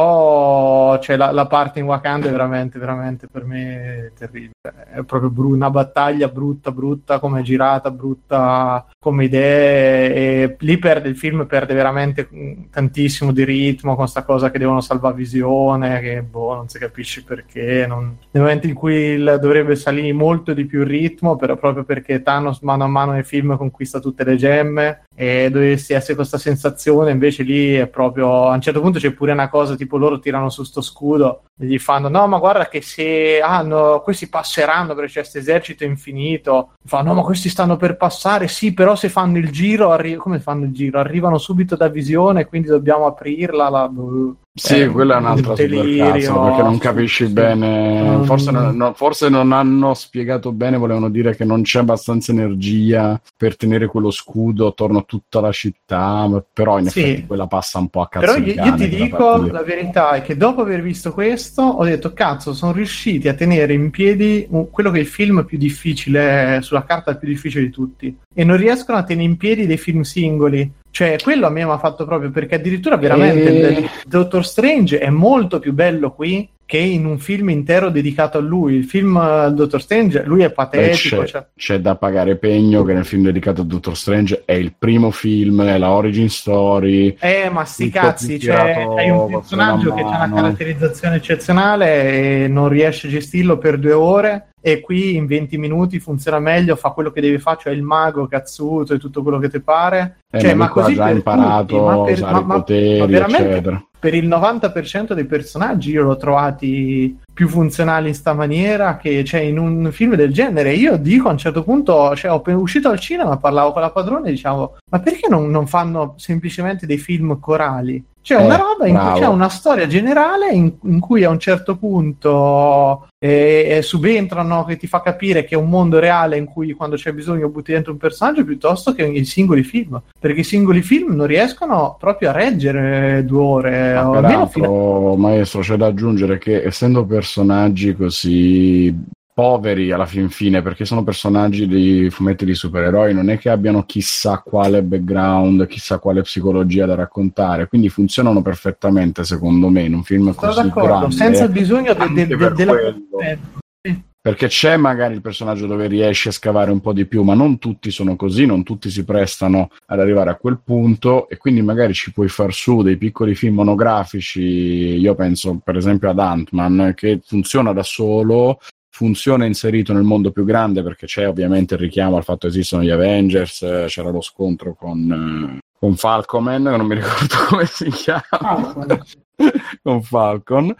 però cioè, la, la parte in Wakanda è veramente veramente per me terribile, è proprio bru- una battaglia brutta brutta come è girata, brutta come idee, e lì perde il film, perde veramente tantissimo di ritmo con sta cosa che devono salvare Visione, che boh, non si capisce perché, non... nel momento in cui il, dovrebbe salire molto di più il ritmo, però proprio perché Thanos mano a mano nel film conquista tutte le gemme e dovresti essere questa sensazione, invece lì è proprio, a un certo punto c'è pure una cosa tipo loro tirano su sto scudo e gli fanno no ma guarda che se hanno ah, questi passeranno perché c'è questo esercito infinito, fanno no ma questi stanno per passare, sì però se fanno il giro arri- come fanno il giro? Arrivano subito da Visione, quindi dobbiamo aprirla la là. Boh. Sì, eh, quella è un'altra supercazzo, perché non capisci sì. bene. Um, forse, non, no, forse non hanno spiegato bene, volevano dire che non c'è abbastanza energia per tenere quello scudo attorno a tutta la città, però in sì. effetti quella passa un po' a cazzo però di io, cane. io ti dico la verità è che dopo aver visto questo ho detto cazzo, sono riusciti a tenere in piedi un, quello che è il film più difficile sulla carta, il più difficile di tutti, e non riescono a tenere in piedi dei film singoli. Cioè, quello a me mi ha fatto proprio, perché addirittura veramente e... il, il Doctor Strange è molto più bello qui che in un film intero dedicato a lui. Il film uh, Doctor Strange, lui è patetico. Beh, c'è, cioè... c'è da pagare pegno che nel film dedicato a Doctor Strange è il primo film, è la origin story. Eh, ma sti cazzi, cioè, hai un personaggio che ha una caratterizzazione eccezionale e non riesce a gestirlo per due ore. E qui in venti minuti funziona meglio, fa quello che deve fare, cioè il mago cazzuto e tutto quello che ti pare. Eh, cioè, ma, ma così ha già per imparato tutti, ma per, a usare ma, i poteri, ma veramente eccetera. Per il novanta per cento dei personaggi io l'ho trovati più funzionali in sta maniera che cioè, in un film del genere. Io dico a un certo punto, cioè, ho uscito al cinema, parlavo con la padrona e diciamo ma perché non, non fanno semplicemente dei film corali? Cioè una eh, roba in bravo. cui c'è una storia generale in, in cui a un certo punto eh, subentrano, che ti fa capire che è un mondo reale in cui quando c'è bisogno butti dentro un personaggio, piuttosto che i singoli film, perché i singoli film non riescono proprio a reggere due ore. Ma o peraltro, fino... maestro, c'è da aggiungere che essendo personaggi così poveri alla fin fine, perché sono personaggi di fumetti di supereroi, non è che abbiano chissà quale background, chissà quale psicologia da raccontare, quindi funzionano perfettamente secondo me in un film Sono così d'accordo, grande, senza bisogno de- de- de- della perché c'è magari il personaggio dove riesci a scavare un po' di più, ma non tutti sono così, non tutti si prestano ad arrivare a quel punto, e quindi magari ci puoi far su dei piccoli film monografici. Io penso per esempio ad Ant-Man, che funziona da solo, funziona inserito nel mondo più grande, perché c'è ovviamente il richiamo al fatto che esistono gli Avengers, c'era lo scontro con, con Falcon, non mi ricordo come si chiama, con Falcon.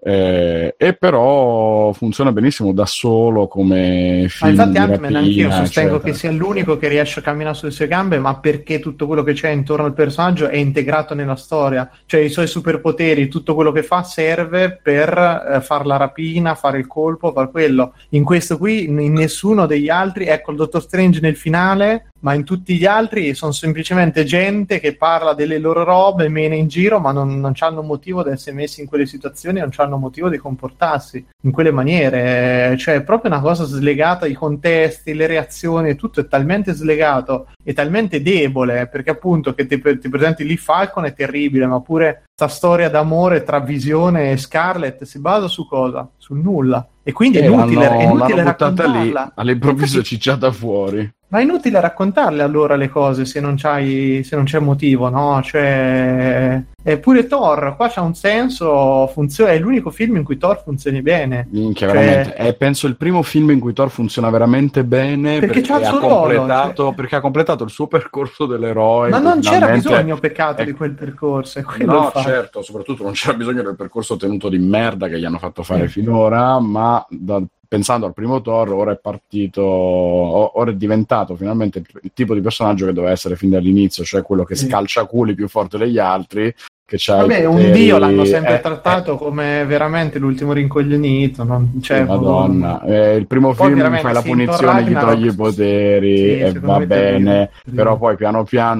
Eh, e però funziona benissimo da solo come film. Ma infatti Ant-Man anch'io sostengo eccetera. che sia l'unico che riesce a camminare sulle sue gambe, ma perché tutto quello che c'è intorno al personaggio è integrato nella storia, cioè i suoi superpoteri, tutto quello che fa serve per eh, far la rapina, fare il colpo, far quello. In questo qui in nessuno degli altri, ecco il Dottor Strange nel finale, ma in tutti gli altri sono semplicemente gente che parla delle loro robe, mena in giro, ma non, non hanno motivo di essere messi in quelle situazioni, non hanno motivo di comportarsi in quelle maniere. Cioè è proprio una cosa slegata, i contesti, le reazioni, tutto è talmente slegato e talmente debole, perché appunto che ti, ti presenti lì Falcon è terribile, ma pure sta storia d'amore tra Visione e Scarlet si basa su cosa? Sul nulla. E quindi è eh, inutile, l'hanno, è inutile l'hanno buttata raccontarla. Lì, all'improvviso cicciata fuori. Ma è inutile raccontarle allora le cose se non c'hai, se non c'è motivo, no? Cioè, eppure Thor qua c'ha un senso, funziona, è l'unico film in cui Thor funzioni bene. Minchia, cioè... veramente. È penso il primo film in cui Thor funziona veramente bene, perché, perché, c'ha il ha, suo completato, ruolo, cioè... perché ha completato il suo percorso dell'eroe. Ma non c'era finalmente... bisogno, peccato, è... di quel percorso. È quello no, il fatto. certo, soprattutto non c'era bisogno del percorso tenuto di merda che gli hanno fatto fare sì. finora, ma da... pensando al primo Thor, ora è partito, ora è diventato finalmente il tipo di personaggio che doveva essere fin dall'inizio, cioè quello che sì. scalcia culi più forte degli altri, che c'ha vabbè, poteri, un dio l'hanno sempre eh, trattato eh. come veramente l'ultimo rincoglionito, non... cioè, sì, Madonna, un... eh, il primo poi film fai la sì, punizione, gli togli i poteri sì, e va bene, però poi piano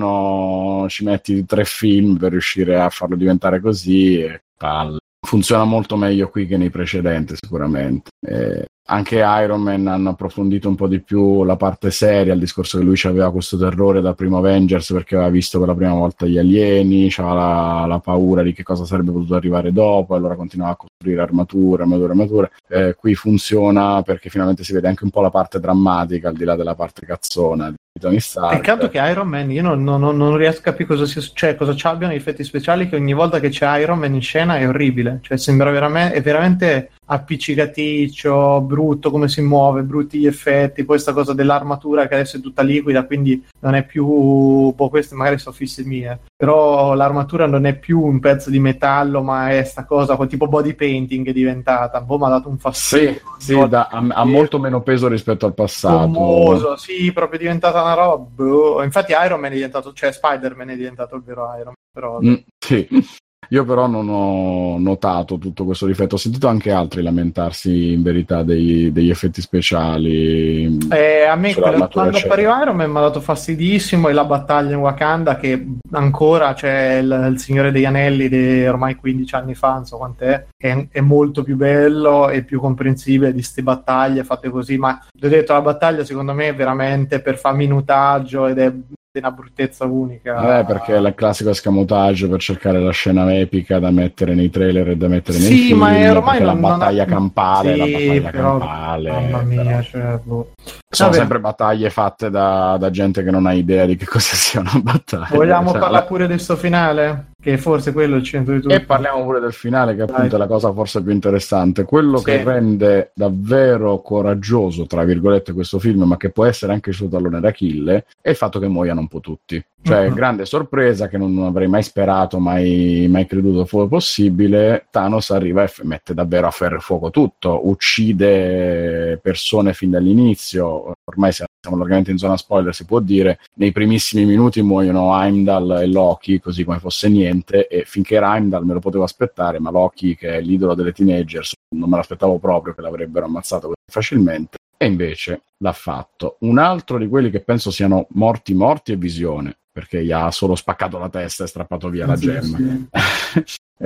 piano ci metti tre film per riuscire a farlo diventare così e palle. Funziona molto meglio qui che nei precedenti sicuramente. Eh, anche Iron Man hanno approfondito un po' di più la parte seria, il discorso che lui aveva questo terrore dal primo Avengers perché aveva visto per la prima volta gli alieni, c'aveva la, la paura di che cosa sarebbe potuto arrivare dopo, allora continuava a costruire armature, armature, armature. Eh, qui funziona perché finalmente si vede anche un po' la parte drammatica al di là della parte cazzona di Tony Stark. Peccato che Iron Man, io non, non, non riesco a capire cosa sia, cioè cosa ci abbiano gli effetti speciali, che ogni volta che c'è Iron Man in scena è orribile, cioè sembra veramente, è veramente appiccicaticcio, brutto come si muove, brutti gli effetti, poi sta cosa dell'armatura che adesso è tutta liquida, quindi non è più, boh, queste magari sono fisse mie, però l'armatura non è più un pezzo di metallo, ma è sta cosa, tipo body painting è diventata, boh, mi ha dato un fastidio. Sì, sì, da, ha, ha molto meno peso rispetto al passato. Gommoso, sì, proprio è diventata una roba, boh. Infatti Iron Man è diventato, cioè Spider-Man è diventato il vero Iron Man, però... Mm, sì. Io però non ho notato tutto questo difetto. Ho sentito anche altri lamentarsi in verità dei, degli effetti speciali. Eh, a me quello, quando eccetera. appariva Iron Man mi ha dato fastidissimo, e la battaglia in Wakanda che ancora c'è il, il Signore degli Anelli di ormai quindici anni fa, non so quant'è, è, è molto più bello e più comprensibile di ste battaglie fatte così, ma ho detto, la battaglia secondo me è veramente per far minutaggio ed è una bruttezza unica. Eh, perché è il classico escamotage per cercare la scena epica da mettere nei trailer e da mettere nei sì, film. ma è ormai la non, battaglia non... campale, sì, la battaglia però, campale. mamma mia, però... cioè, boh. Sono Vabbè. sempre battaglie fatte da, da gente che non ha idea di che cosa sia una battaglia. Vogliamo cioè, parlare la... pure del suo finale? Che forse quello è il centro di tutto. E parliamo pure del finale, che appunto Dai. è la cosa forse più interessante. Quello Sì. che rende davvero coraggioso, tra virgolette, questo film, ma che può essere anche il suo tallone d'Achille, è il fatto che muoiano un po' tutti. Cioè, Mhm. grande sorpresa che non avrei mai sperato, mai, mai creduto fosse possibile. Thanos arriva e f- mette davvero a ferro e fuoco tutto, uccide persone fin dall'inizio. Ormai siamo, siamo largamente in zona spoiler, si può dire. Nei primissimi minuti muoiono Heimdall e Loki, così come fosse niente, e finché era Heimdall me lo potevo aspettare, ma Loki, che è l'idolo delle teenagers, non me l'aspettavo proprio che l'avrebbero ammazzato così facilmente. E invece l'ha fatto. Un altro di quelli che penso siano morti morti è Visione, perché gli ha solo spaccato la testa e strappato via la Sì, gemma. sì.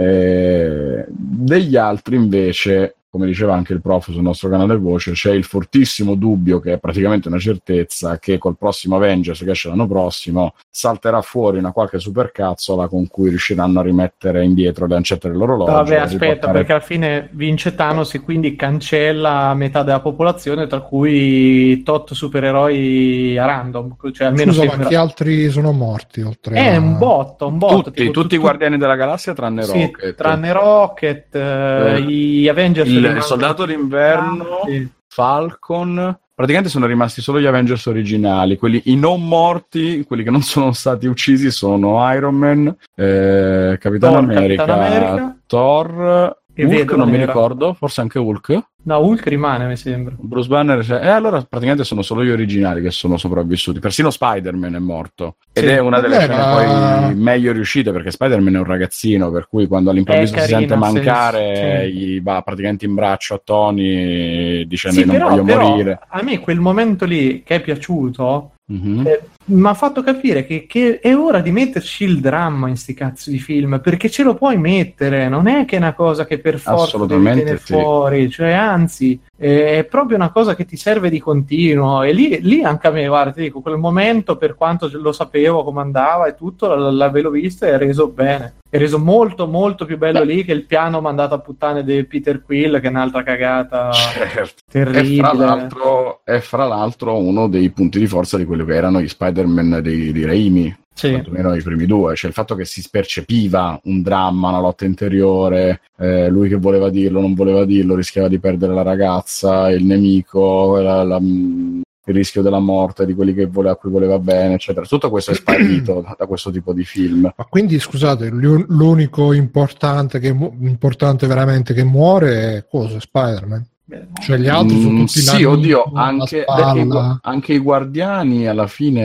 Eh, degli altri invece, come diceva anche il prof sul nostro canale Voce, c'è il fortissimo dubbio, che è praticamente una certezza, che col prossimo Avengers che esce l'anno prossimo salterà fuori una qualche supercazzola con cui riusciranno a rimettere indietro le lancette dell'orologio. Vabbè, e aspetta, riportare- perché alla fine vince Thanos e quindi cancella metà della popolazione, tra cui tot supereroi a random. Cioè, almeno Scusa, sembra... ma chi altri sono morti oltre È a... un botto, un botto. tutti, tipo, tutti tu- i Guardiani della Galassia tranne sì, Rocket. tranne Rocket, eh, Eh, gli Avengers il rimangono- Soldato d'Inverno, Sì. Falcon, praticamente sono rimasti solo gli Avengers originali, quelli i non morti, quelli che non sono stati uccisi sono Iron Man, eh, Capitan Thor, America, Capitan America. Thor, E Hulk Vedova non mi Nera. ricordo, forse anche Hulk. No, Hulk rimane, mi sembra. Bruce Banner, cioè, e allora praticamente sono solo gli originali che sono sopravvissuti. Persino Spider-Man è morto. Ed Sì. è una delle Vabbè, scene ma- poi meglio riuscite, perché Spider-Man è un ragazzino, per cui quando all'improvviso È si sente carina, sì, mancare, sì. gli va praticamente in braccio a Tony dicendo Sì, non però, voglio però morire. a me quel momento lì che è piaciuto Mhm. eh, mi ha fatto capire che, che è ora di metterci il dramma in sti cazzo di film, perché ce lo puoi mettere, non è che è una cosa che per forza devi Assolutamente tenere sì. fuori, cioè anzi eh, è proprio una cosa che ti serve di continuo, e lì, lì anche a me, guarda, ti dico, quel momento, per quanto lo sapevo come andava e tutto, l- l'avevo visto e è reso bene, è reso molto molto più bello lì che il piano mandato a puttane di Peter Quill, che è un'altra cagata Certo. E terribile. fra, l'altro, è fra l'altro uno dei punti di forza di quello che erano gli Spider-Man di, di Raimi, Sì. quantomeno i primi due, cioè il fatto che si percepiva un dramma, una lotta interiore, eh, lui che voleva dirlo, non voleva dirlo, rischiava di perdere la ragazza, il nemico, la- la- il rischio della morte di quelli che voleva, a cui voleva bene, eccetera. Tutto questo è sparito da, da questo tipo di film. Ma quindi scusate, l'u- l'unico importante, che mu- importante veramente che muore è cosa? Spider-Man? Cioè gli altri sono Mm, tutti sì, là, oddio, alla anche, spalla. anche i gu- anche i guardiani alla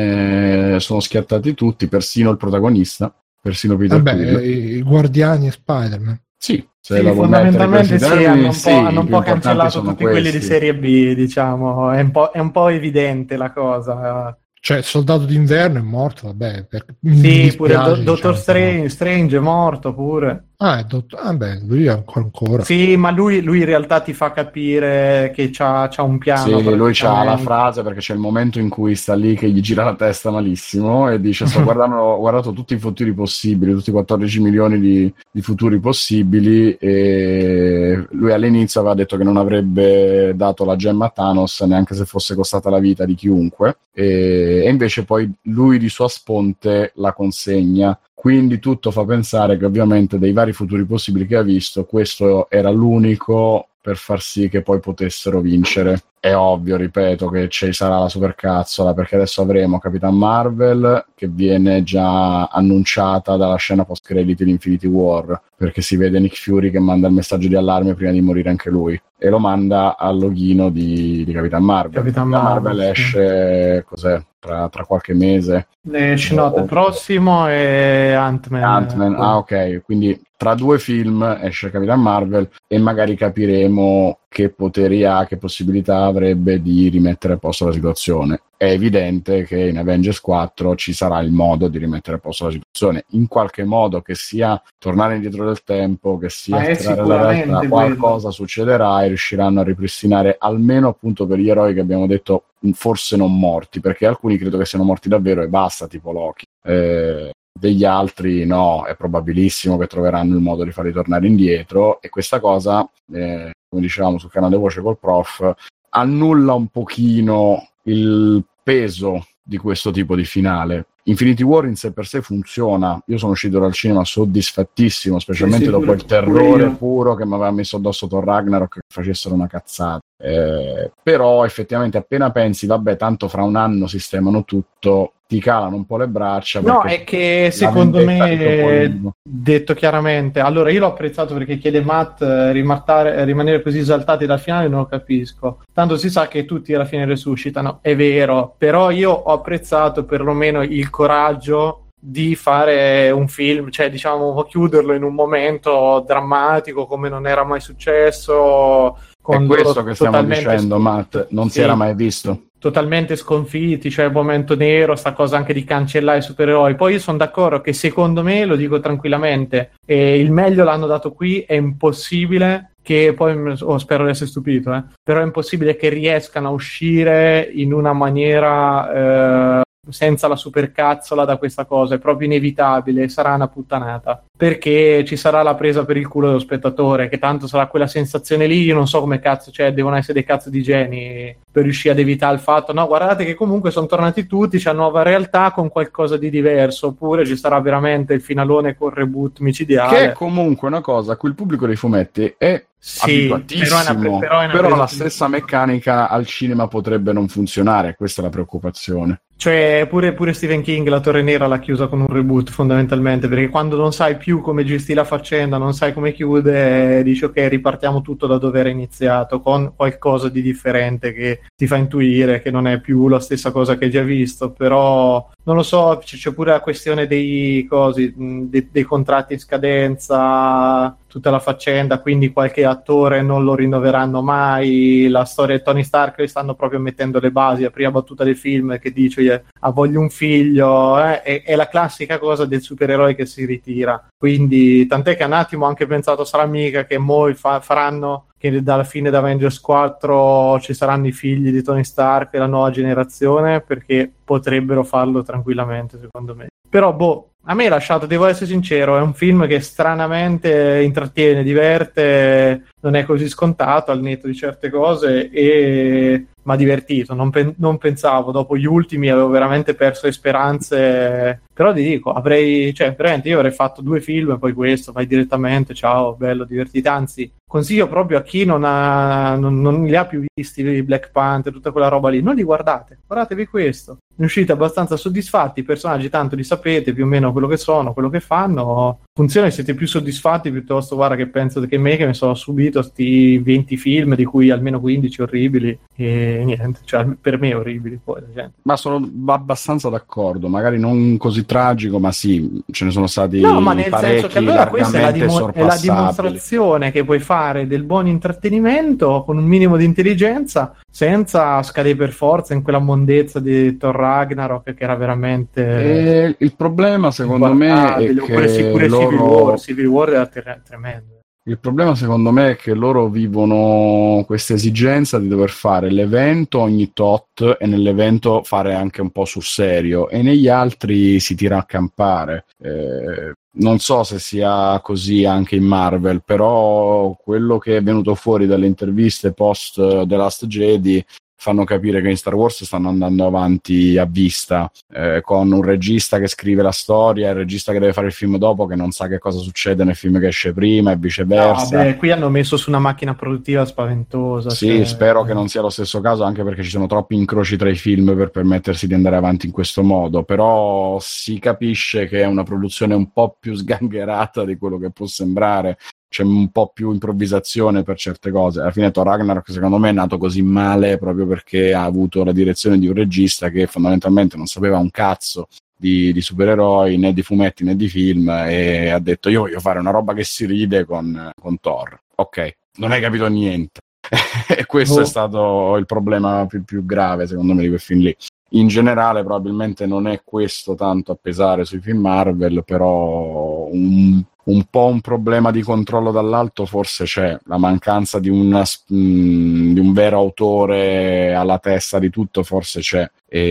fine sono schiattati tutti, persino il protagonista, persino Peter Vabbè, Quill. i, i Guardiani e Spider-Man. Sì, se Sì, la vuoi fondamentalmente mettere sì, in questi hanno un termini, po', sì, hanno un i più po' importanti cancellato sono tutti quelli di questi. serie B, diciamo, è un po', è un po' evidente la cosa. Cioè, il Soldato d'Inverno è morto, vabbè. Per... mi Sì, dispiace, pure Do- Dottor diciamo, Strange, Strange è morto pure. Ah, è dott- ah, beh, lui è ancora. ancora. Sì, ma lui, lui in realtà ti fa capire che c'ha, c'ha un piano. Sì, lui c'ha la praticamente. frase, perché c'è il momento in cui sta lì che gli gira la testa malissimo e dice sto guardando, ho guardato tutti i futuri possibili, tutti i quattordici milioni di, di futuri possibili, e lui all'inizio aveva detto che non avrebbe dato la gemma a Thanos neanche se fosse costata la vita di chiunque, e, e invece poi lui di sua sponte la consegna. Quindi tutto fa pensare che ovviamente dei vari futuri possibili che ha visto, questo era l'unico per far sì che poi potessero vincere. È ovvio, ripeto, che ci sarà la supercazzola, perché adesso avremo Capitan Marvel, che viene già annunciata dalla scena post-crediti di Infinity War. perché si vede Nick Fury che manda il messaggio di allarme prima di morire anche lui, e lo manda al login di, di Capitan Marvel. Capitan La Marvel, Marvel sì. esce cos'è? Tra, tra qualche mese. Esce no, il prossimo è Ant-Man. Ant-Man, ah ok, quindi tra due film esce Capitan Marvel e magari capiremo che poteri ha, che possibilità avrebbe di rimettere a posto la situazione. È evidente che in Avengers quattro ci sarà il modo di rimettere a posto la situazione, in qualche modo, che sia tornare indietro del tempo, che sia Ma è alterare la realtà, sicuramente qualcosa quello. succederà e riusciranno a ripristinare, almeno appunto per gli eroi che abbiamo detto forse non morti, perché alcuni credo che siano morti davvero e basta, tipo Loki. Eh, degli altri no, è probabilissimo che troveranno il modo di farli tornare indietro, e questa cosa, eh, come dicevamo sul canale Voce col Prof, annulla un pochino il peso di questo tipo di finale. Infinity War in sé per sé funziona, io sono uscito dal cinema soddisfattissimo, specialmente Sì, sì, dopo pure- il terrore pure io. puro che mi aveva messo addosso Thor Ragnarok, che facessero una cazzata. Eh, però effettivamente appena pensi vabbè tanto fra un anno sistemano tutto, ti calano un po' le braccia. No, perché è che la secondo vendetta di me, Topolino. detto chiaramente, allora io l'ho apprezzato perché chiede Matt eh, rimartare- rimanere così esaltati dal finale, non lo capisco. Tanto si sa che tutti alla fine resuscitano, è vero, però io ho apprezzato perlomeno il coraggio di fare un film, cioè diciamo chiuderlo in un momento drammatico come non era mai successo. Con È questo loro che stiamo totalmente dicendo, scon- Matt, non si sì, era mai visto. totalmente sconfitti, cioè il momento nero, sta cosa anche di cancellare i supereroi. Poi io sono d'accordo che secondo me, lo dico tranquillamente, eh, il meglio l'hanno dato qui, è impossibile che poi, oh, spero di essere stupito, eh, però è impossibile che riescano a uscire in una maniera eh, senza la supercazzola da questa cosa, è proprio inevitabile, sarà una puttanata, perché ci sarà la presa per il culo dello spettatore, che tanto sarà quella sensazione lì, io non so come cazzo, cioè devono essere dei cazzo di geni per riuscire ad evitare il fatto, no guardate che comunque sono tornati tutti, c'è una nuova realtà con qualcosa di diverso, oppure ci sarà veramente il finalone con reboot micidiale. Che è comunque una cosa a cui il pubblico dei fumetti è Sì, abituatissimo, però è una- però è una però presa la per- stessa meccanica al cinema potrebbe non funzionare, questa è la preoccupazione. Cioè, pure, pure Stephen King la Torre Nera l'ha chiusa con un reboot, fondamentalmente, perché quando non sai più come gestire la faccenda, non sai come chiude, dici ok, ripartiamo tutto da dove era iniziato, con qualcosa di differente che ti fa intuire che non è più la stessa cosa che hai già visto, però non lo so, c- c'è pure la questione dei cosi, mh, dei, dei contratti in scadenza, tutta la faccenda, quindi qualche attore non lo rinnoveranno mai, la storia di Tony Stark le stanno proprio mettendo le basi, la prima battuta del film che dice ah, voglio un figlio, eh? è, è la classica cosa del supereroe che si ritira, quindi tant'è che un attimo ho anche pensato sarà mica che mo fa- faranno che dalla fine di Avengers quattro ci saranno i figli di Tony Stark e la nuova generazione, perché potrebbero farlo tranquillamente secondo me, però boh, a me è lasciato, devo essere sincero, è un film che stranamente intrattiene, diverte, non è così scontato al netto di certe cose e mi ha divertito, non, pen- non pensavo, dopo gli ultimi avevo veramente perso le speranze, però ti dico, avrei, cioè veramente io avrei fatto due film e poi questo, vai direttamente, ciao, bello, divertito, anzi consiglio proprio a chi non, ha, non, non li ha più visti Black Panther, tutta quella roba lì, non li guardate, guardatevi questo, ne uscite abbastanza soddisfatti, i personaggi tanto li sapete più o meno quello che sono, quello che fanno, funziona, siete più soddisfatti piuttosto, guarda che penso che me che mi sono subito sti venti film di cui almeno quindici orribili e niente, cioè per me orribili poi la gente. Ma sono abbastanza d'accordo, magari non così tragico, ma sì, ce ne sono stati No, ma nel parecchi senso che allora questa è la, largamente dimo- è la sorpassabili. dimostrazione che puoi fare del buon intrattenimento con un minimo di intelligenza senza scadere per forza in quella mondezza di Thor Ragnarok che era veramente E il problema secondo me è inguardabile, oppure sì, che pure Civil loro... War, Civil War era tre- tremendo. Il problema secondo me è che loro vivono questa esigenza di dover fare l'evento ogni tot e nell'evento fare anche un po' sul serio e negli altri si tira a campare. Eh, non so se sia così anche in Marvel, però quello che è venuto fuori dalle interviste post The Last Jedi fanno capire che in Star Wars stanno andando avanti a vista, eh, con un regista che scrive la storia e il regista che deve fare il film dopo che non sa che cosa succede nel film che esce prima e viceversa. No, beh, qui hanno messo su una macchina produttiva spaventosa. Sì, cioè... spero che non sia lo stesso caso, anche perché ci sono troppi incroci tra i film per permettersi di andare avanti in questo modo, però si capisce che è una produzione un po' più sgangherata di quello che può sembrare. C'è un po' più improvvisazione per certe cose. Alla fine Thor Ragnarok secondo me è nato così male proprio perché ha avuto la direzione di un regista che fondamentalmente non sapeva un cazzo di, di supereroi, né di fumetti né di film, e ha detto io voglio fare una roba che si ride con, con Thor. Ok, non hai capito niente. E questo oh. è stato il problema più, più grave secondo me di quel film lì. In generale probabilmente non è questo tanto a pesare sui film Marvel, però un, un po' un problema di controllo dall'alto forse c'è, la mancanza di, una, mh, di un vero autore alla testa di tutto forse c'è,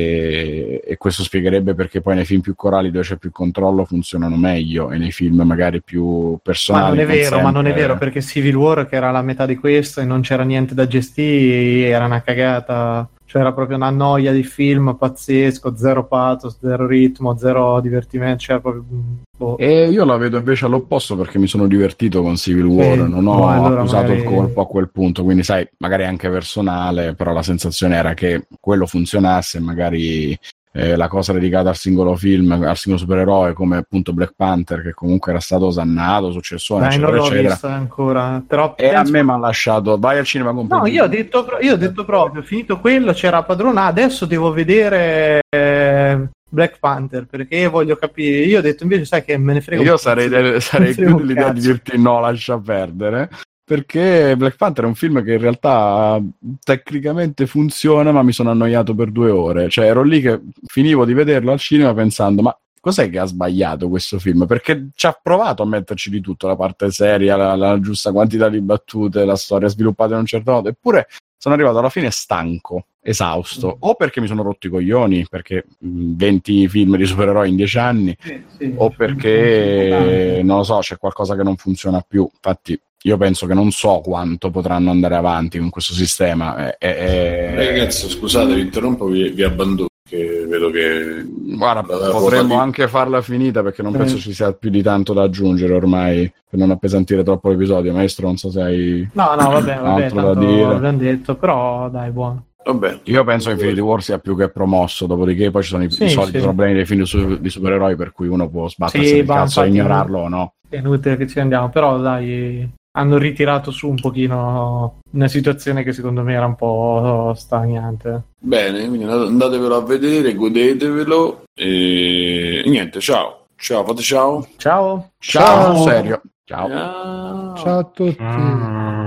e, e questo spiegherebbe perché poi nei film più corali dove c'è più controllo funzionano meglio e nei film magari più personali ma non è vero, sempre... ma non è vero, perché Civil War, che era la metà di questo e non c'era niente da gestire, era una cagata. Cioè era proprio una noia di film pazzesco, zero pathos, zero ritmo, zero divertimento, cioè proprio... Boh. E io la vedo invece all'opposto perché mi sono divertito con Civil War, sì, non ho no, allora accusato magari... il colpo a quel punto, quindi sai, magari anche personale, però la sensazione era che quello funzionasse, magari eh, la cosa dedicata al singolo film, al singolo supereroe come appunto Black Panther, che comunque era stato osannato, successore, Dai, eccetera, non l'ho eccetera. vista ancora, però E penso... a me mi ha lasciato, vai al cinema con No, io ho detto, io ho detto proprio, finito quello c'era Padrona, adesso devo vedere eh, Black Panther, perché voglio capire. Io ho detto invece, sai che me ne frega. Io sarei, de- sarei più dell'idea cazzo. di dirti no, lascia perdere, perché Black Panther è un film che in realtà tecnicamente funziona, ma mi sono annoiato per due ore. Cioè ero lì che finivo di vederlo al cinema pensando, ma cos'è che ha sbagliato questo film? Perché ci ha provato a metterci di tutto, la parte seria, la, la giusta quantità di battute, la storia sviluppata in un certo modo, eppure sono arrivato alla fine stanco, esausto, mm. o perché mi sono rotto i coglioni, perché mh, venti film di supereroi in dieci anni, sì, sì, o perché, non lo so, c'è qualcosa che non funziona più. Infatti io penso che non so quanto potranno andare avanti con questo sistema. E, e... Ragazzi, scusate, vi interrompo, vi, vi abbandono, che vedo che... Guarda, potremmo anche farla finita, perché non penso ci sia più di tanto da aggiungere ormai, per non appesantire troppo l'episodio. Maestro, non so se hai no, no, vabbè, vabbè, altro tanto da dire. l'abbiamo detto, però dai, buono. Vabbè, io penso che Infinity War sia più che promosso, dopodiché poi ci sono i, sì, i soliti sì. problemi dei film di, su- di supereroi, per cui uno può sbattersi sì, il cazzo e ignorarlo o no. È inutile che ci andiamo, però dai, hanno ritirato su un pochino una situazione che secondo me era un po' stagnante. Bene, quindi andatevelo a vedere, godetevelo e niente, ciao. Ciao, fate ciao. Ciao. Ciao, ciao. Serio. Ciao. Ciao. Ciao a tutti. Mm.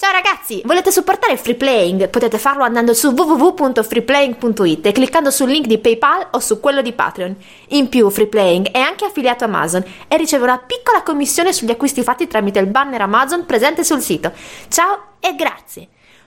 Ciao ragazzi, volete supportare Free Playing? Potete farlo andando su w w w punto free playing punto i t e cliccando sul link di PayPal o su quello di Patreon. In più, Free Playing è anche affiliato a Amazon e riceve una piccola commissione sugli acquisti fatti tramite il banner Amazon presente sul sito. Ciao e grazie!